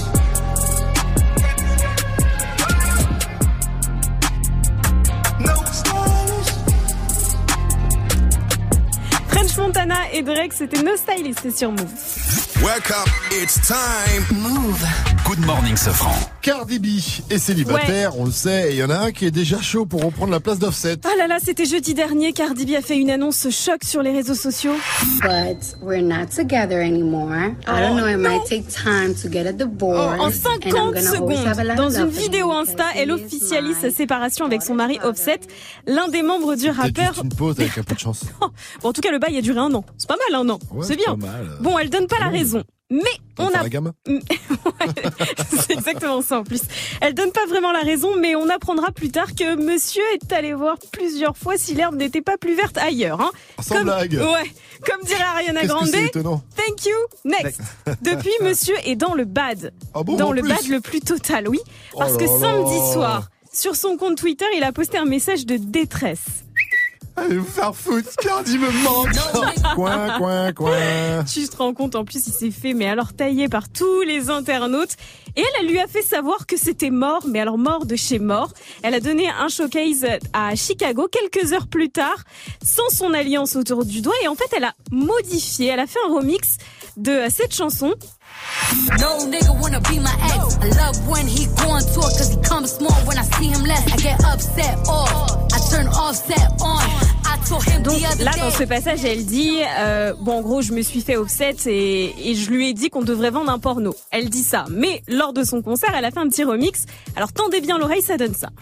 French Montana et Drake, c'était No Stylist sur Move. Wake up, it's time. Move. Good morning, Sofran. Cardi B est célibataire, ouais. On le sait, et il y en a un qui est déjà chaud pour reprendre la place d'Offset. Ah là là, c'était jeudi dernier, Cardi B a fait une annonce choc sur les réseaux sociaux. But we're not together anymore. Oh, I don't know, it might take time to get a divorce. Oh, en cinquante secondes, dans une vidéo Insta, elle officialise sa séparation avec son mari Offset, l'un des membres du rappeur. Une pause avec un peu de chance. Bon, en tout cas, le bail a duré un an. C'est pas mal, un an. Ouais, c'est bien. Pas mal. Bon, elle donne pas la raison. Mais on a. La gamme. Ouais, c'est exactement ça en plus. Elle donne pas vraiment la raison, mais on apprendra plus tard que monsieur est allé voir plusieurs fois si l'herbe n'était pas plus verte ailleurs. Hein. Sans comme, blague. Ouais. Comme dirait Ariana Qu'est-ce Grande. Que c'est étonnant. Thank you. Next. Depuis, monsieur est dans le bad. Ah bon, dans en le plus bad le plus total, oui. Parce oh que là samedi là. soir, sur son compte Twitter, il a posté un message de détresse. Allez vous faire foutre, Cardi me manque. Coin, coin, coin. Tu te rends compte, en plus, il s'est fait, mais alors taillé par tous les internautes. Et elle, elle lui a fait savoir que c'était mort, mais alors mort de chez mort. Elle a donné un showcase à Chicago quelques heures plus tard, sans son alliance autour du doigt. Et en fait, elle a modifié, elle a fait un remix de cette chanson. No nigga wanna be my ex. I love when he go on tour cause he comes small when I see him less. I get upset off. I turn Offset on. I told him Donc the other là, day. dans ce passage, elle dit euh, bon, en gros, je me suis fait Offset et, et je lui ai dit qu'on devrait vendre un porno. Elle dit ça. Mais lors de son concert, elle a fait un petit remix. Alors tendez bien l'oreille, ça donne ça.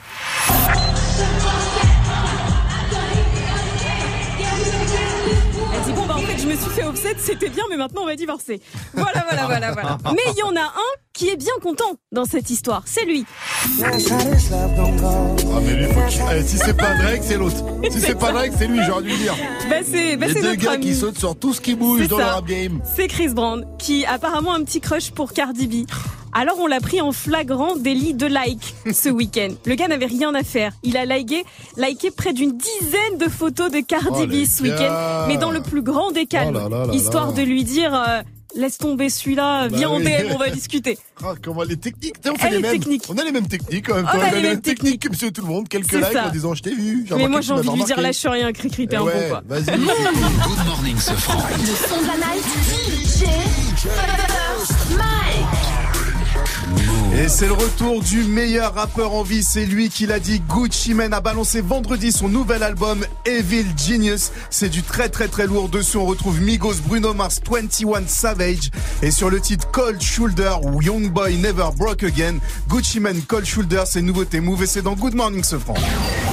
Elle dit bon bah en fait je me suis fait offset, c'était bien, mais maintenant on va divorcer. Voilà, voilà, voilà, voilà. Mais il y en a un qui est bien content dans cette histoire, c'est lui. Ah mais lui, faut que... eh, si c'est pas Drake, c'est l'autre. Si c'est pas Drake, c'est lui, j'aurais dû le dire. Bah c'est, bah Les c'est deux notre gars ami. qui sautent sur tout ce qui bouge C'est dans ça. le rap game. C'est Chris Brown qui a apparemment un petit crush pour Cardi B. Alors on l'a pris en flagrant délit de like ce week-end. Le gars n'avait rien à faire. Il a liké, liké près d'une dizaine de photos de Cardi Oh, B les ce gars. week-end, mais dans le plus grand des calmes, Oh là là là histoire là. de lui dire euh, laisse tomber celui-là, Bah viens en oui. D M, on va discuter. Ah, comment les techniques, on fait Elle les est mêmes. technique. On a les mêmes techniques quand même. On toi. a On les mêmes techniques que monsieur tout le monde. Quelques C'est likes ça. en disant je t'ai vu. J'ai Mais remarqué moi que j'ai tu envie de m'avais lui dire remarqué. lâche rien, cri-cri, t'es Eh un ouais, bon quoi. vas-y. Good morning, ce franc. Le son de la night, D J First Mike. Et c'est le retour du meilleur rappeur en vie, c'est lui qui l'a dit. Gucci Mane a balancé vendredi son nouvel album Evil Genius. C'est du très très très lourd. Dessus on retrouve Migos, Bruno Mars, vingt et un Savage. Et sur le titre Cold Shoulder ou Young Boy Never Broke Again, Gucci Mane, Cold Shoulder, c'est nouveauté Move et c'est dans Good Morning ce franc.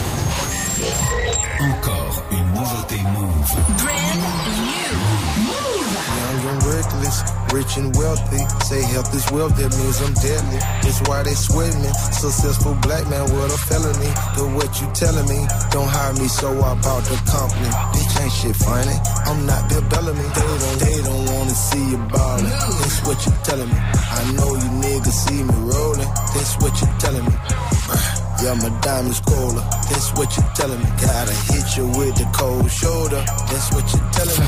Encore une nouveauté Move. Young and reckless, rich and wealthy. Say health is wealth, that means I'm deadly. That's why they sweat me. Successful black man with a felony. But what you telling me? Don't hire me, so I bought the company. Bitch ain't shit funny. I'm not Bill Bellamy. They don't, they don't wanna see you ballin'. That's what you telling me. I know you niggas see me rollin'. That's what you telling me. Yeah, my diamonds colder. That's what you telling me. Gotta hit you with the cold shoulder. That's what you telling me.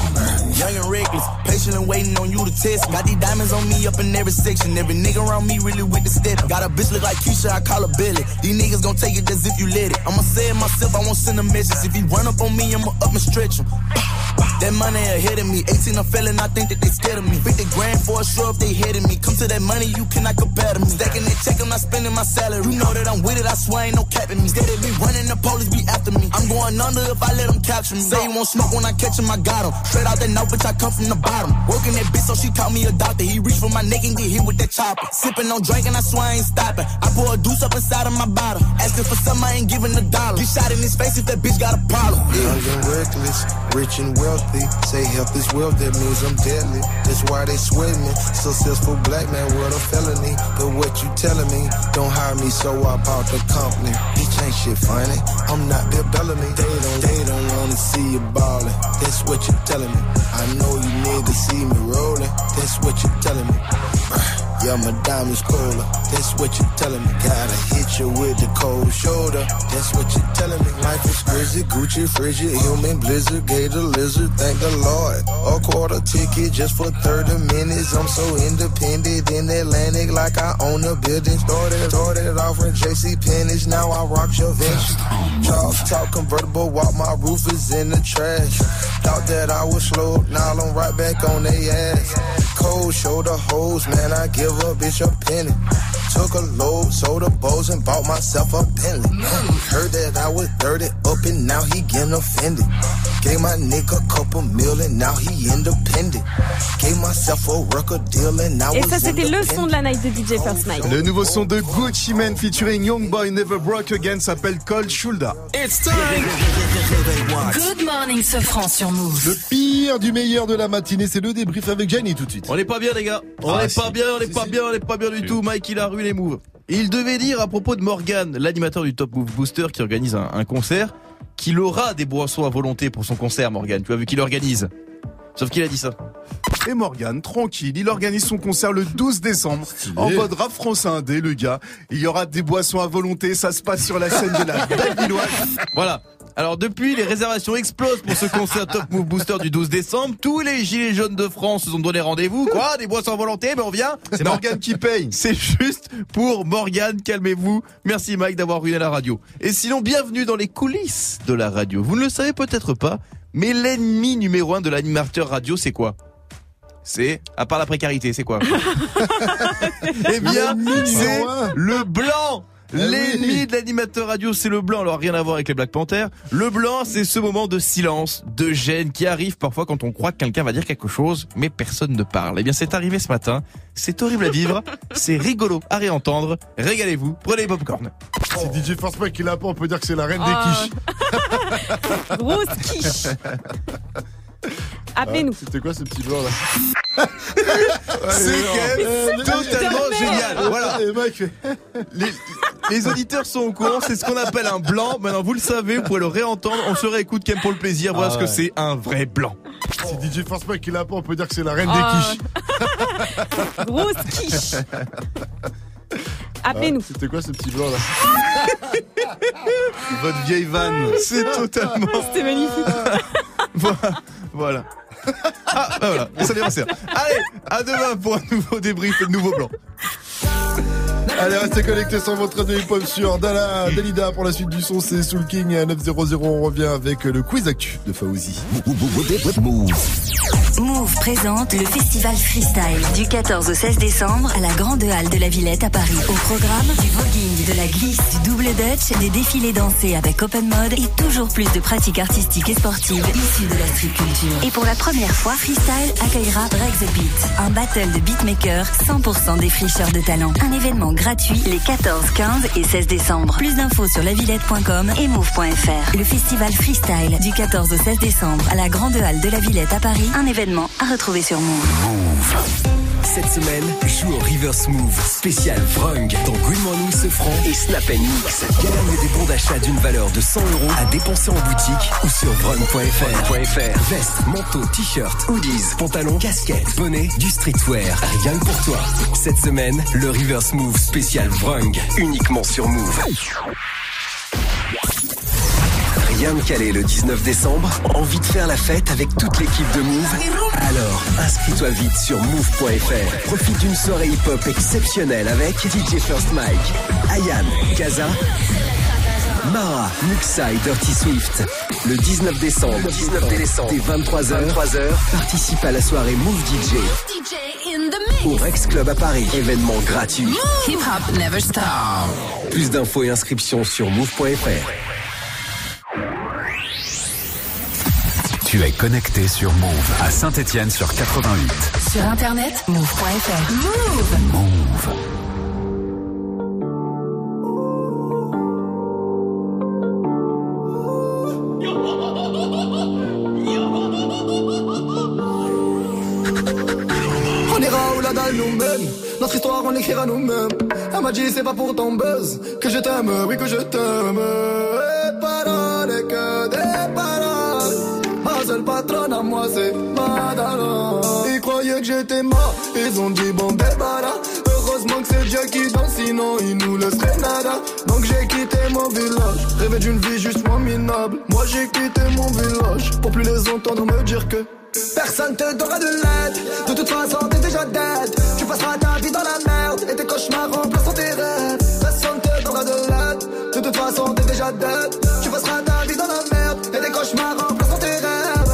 Young and reckless, patient and waiting on you to test. Got these diamonds on me up in every section. Every nigga around me really with the step. Got a bitch look like Keisha, I call her Billy. These niggas gon' take it as if you let it. I'ma say it myself, I won't send a message. If he run up on me, I'ma up and stretch him. That money ahead of me. eighteen I'm feeling, I think that they scared of me. fifty grand for a show if they headed me. Come to that money, you cannot compare to me. Stacking that check, I'm not spending my salary. You know that I'm with it, I swear ain't no capping me. Steady be running, the police be after me. I'm going under if I let them capture me. Say he won't smoke when I catch him, I got him. Straight out that note, bitch, I come from the bottom. Working that bitch, so she called me a doctor. He reached for my neck and get hit with that chopper. Sipping on drink and I swear I ain't stopping. I pour a deuce up inside of my bottle. Asking for something, I ain't giving a dollar. Get shot in his face if that bitch got a problem. Young and reckless, rich and wealthy. Say health is wealth, that means I'm deadly. That's why they sweat me. Successful black man with a felony. But what you telling me? Don't hire me, so I bought the company. Bitch ain't shit funny. I'm not Bill Bellamy. They don't, they don't wanna see you ballin'. That's what you telling me. I know you niggas see me rollin'. That's what you telling me. Yeah, my diamonds colder. That's what you telling me. Gotta hit you with the cold shoulder. That's what you telling me. Life is crazy, Gucci, frigid, human blizzard, gator lizard. Thank the Lord. A quarter ticket just for thirty minutes. I'm so independent in Atlantic, like I own a building. Started, started off in J C Penney's. Now I rock your venture. Charles talk convertible, walk my roof is in the trash. Thought that I was slow, now I'm right back on they ass. Cold shoulder hoes, man, I give a bitch a penny. Took a load, sold a bows and bought myself a Bentley. Heard that I was dirty up and now he getting offended. Gave my nigga a couple million, now he independent. Gave myself a record deal and now Et ça c'était le son de la night de D J First Mike. Le nouveau son de Gucci Mane featuring Young Boy Never Broke Again s'appelle Cold Shoulder. It's time. Good morning, ce franc sur Move. Le pire du meilleur de la matinée, c'est le débrief avec Gianni tout de suite. On est pas bien les gars, on Ah, est si. pas bien, on est Si, pas si. bien, on est pas bien du Si. tout. Mike il a ruiné les moves. Il devait dire à propos de Morgan, l'animateur du Top Move Booster qui organise un, un concert, qu'il aura des boissons à volonté pour son concert, Morgan. Tu vois, vu qu'il organise. Sauf qu'il a dit ça. Et Morgan, tranquille, il organise son concert le douze décembre. En mode rap français indé, le gars. Il y aura des boissons à volonté, ça se passe sur la scène de la Bellevilloise. Voilà. Alors depuis, les réservations explosent pour ce concert Top Move Booster du douze décembre. Tous les gilets jaunes de France se sont donné rendez-vous. Quoi? Des boissons à volonté? Mais on vient. C'est Morgan qui paye. C'est juste pour Morgan, calmez-vous. Merci Mike d'avoir ruiné la radio. Et sinon, bienvenue dans les coulisses de la radio. Vous ne le savez peut-être pas, mais l'ennemi numéro un de l'animateur radio, c'est quoi? C'est, à part la précarité, c'est quoi? Eh bien, c'est le blanc. L'ennemi de l'animateur radio, c'est le blanc. Alors rien à voir avec les Black Panthers. Le blanc, c'est ce moment de silence, de gêne qui arrive parfois quand on croit que quelqu'un va dire quelque chose, mais personne ne parle. Eh bien, c'est arrivé ce matin. C'est horrible à vivre. C'est rigolo à réentendre. Régalez-vous. Prenez les popcorn. C'est D J First Mike qui l'a pas, on peut dire que c'est la reine Ah. des quiches. Grosse quiche. Appelez-nous. C'était quoi ce petit blanc là? C'est quand même totalement génial. Voilà. Et Mike, Les, les auditeurs sont au courant, c'est ce qu'on appelle un blanc. Maintenant, vous le savez, vous pouvez le réentendre. On se réécoute quand même pour le plaisir. Voilà Ah ce ouais. que c'est un vrai blanc. si D J Force Mike qui l'a pas, on peut dire que c'est la reine Ah. des quiches. Grosse quiche. Appelez-nous. Ah, c'était quoi ce petit blanc là? Votre vieille vanne, c'est totalement. C'était magnifique. Voilà. voilà. Ah, bah voilà, c'est anniversaire. Allez, à demain pour un nouveau débrief et de nouveaux blancs. Allez, restez connectés sur votre radio hip-hop sur Dala, Dalida pour la suite du son, c'est Soul King à neuf cents. On revient avec le quiz actu de Fawzi. Move. Move présente le festival Freestyle du quatorze au seize décembre à la Grande Halle de la Villette à Paris. Au programme, du voguing, de la glisse, du double dutch, des défilés dansés avec open mode et toujours plus de pratiques artistiques et sportives issues de la street culture. Et pour la première fois, Freestyle accueillera Break the Beat, un battle de beatmakers cent pour cent des fricheurs de talent. Un événement gratuit les quatorze, quinze et seize décembre. Plus d'infos sur lavillette point com et move point f r. Le festival Freestyle du quatorze au seize décembre à la Grande Halle de la Villette à Paris. Un événement à retrouver sur Move. Cette semaine, joue au Reverse Move spécial Vrung dans Good Morning Sofran et Snap and Mix. Gagne des bons d'achat d'une valeur de cent euros à dépenser en boutique ou sur vrung point f r. Veste, manteau, t-shirt, hoodies, pantalons, casquettes, bonnets, du streetwear. Rien que pour toi. Cette semaine, le Reverse Move spécial Vrung, uniquement sur Move. Rien de calé le dix-neuf décembre? Envie de faire la fête avec toute l'équipe de Move? Alors, inscris-toi vite sur move point f r. Profite d'une soirée hip-hop exceptionnelle avec D J First Mike, Ayam, Kaza, Mara, Muxa et Dirty Swift. Le dix-neuf décembre, dès vingt-trois heures, participe à la soirée Move D J au Rex Club à Paris. Événement gratuit. Hip Hop Never Stop. Plus d'infos et inscriptions sur move point f r. Tu es connecté sur Move à Saint-Étienne sur quatre-vingt-huit. Sur internet, move point f r. Move. Move. On ira où la dalle nous mène. Notre histoire on l'écrira nous-mêmes. Elle m'a dit c'est pas pour ton buzz que je t'aime, oui que je t'aime. Et paroles et que des paroles. Ma seule patronne à moi c'est Madara. Ils croyaient que j'étais mort, ils ont dit bon débarras. Heureusement que c'est Dieu qui danse, sinon il nous laisserait nada. Donc j'ai quitté mon village, rêvé d'une vie juste moins minable. Moi j'ai quitté mon village, pour plus les entendre me dire que personne te donnera de l'aide. De toute façon t'es déjà dead. Tu passeras ta vie dans la merde et tes cauchemars remplaceront tes rêves. Personne te donnera de l'aide. De toute façon t'es déjà dead. Tu passeras ta vie dans la merde et tes cauchemars remplaceront tes rêves.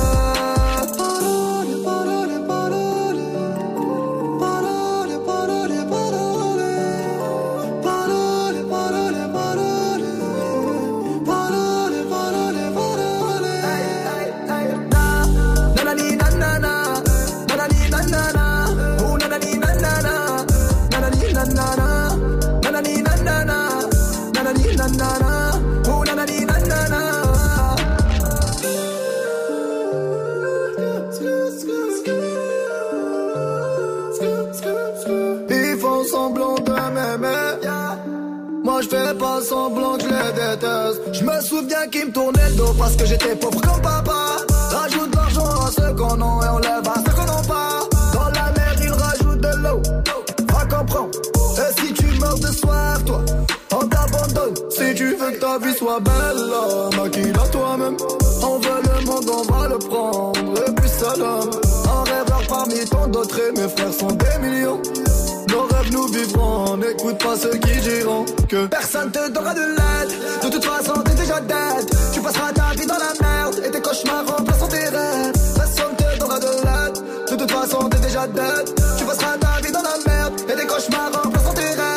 Ils font semblant de m'aimer. Moi je fais pas semblant que je les déteste. Je me souviens qu'ils me tournaient le dos parce que j'étais pauvre comme papa. Rajoute de l'argent à ceux qu'on a et on lève à ceux qu'on n'a pas. Dans la mer ils rajoutent de l'eau. Va comprendre. Et si tu meurs de soif toi, on t'abandonne. Si tu veux que ta vie soit belle, maquille-la toi-même. On veut le monde, on va le prendre. Et puis salam. Un rêveur parmi tant d'autres et mes frères sont des millions. Nos rêves nous vivrons, n'écoute pas ceux qui diront que personne te donnera de l'aide. De toute façon t'es déjà dead. Tu passeras ta vie dans la merde et tes cauchemars remplaceront tes rêves. Personne te donnera de l'aide. De toute façon t'es déjà dead. Tu passeras ta vie dans la merde et tes cauchemars remplaceront tes rêves.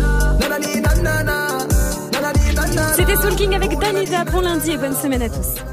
C'était Soul King avec Danida. Bon lundi et bonne semaine à tous.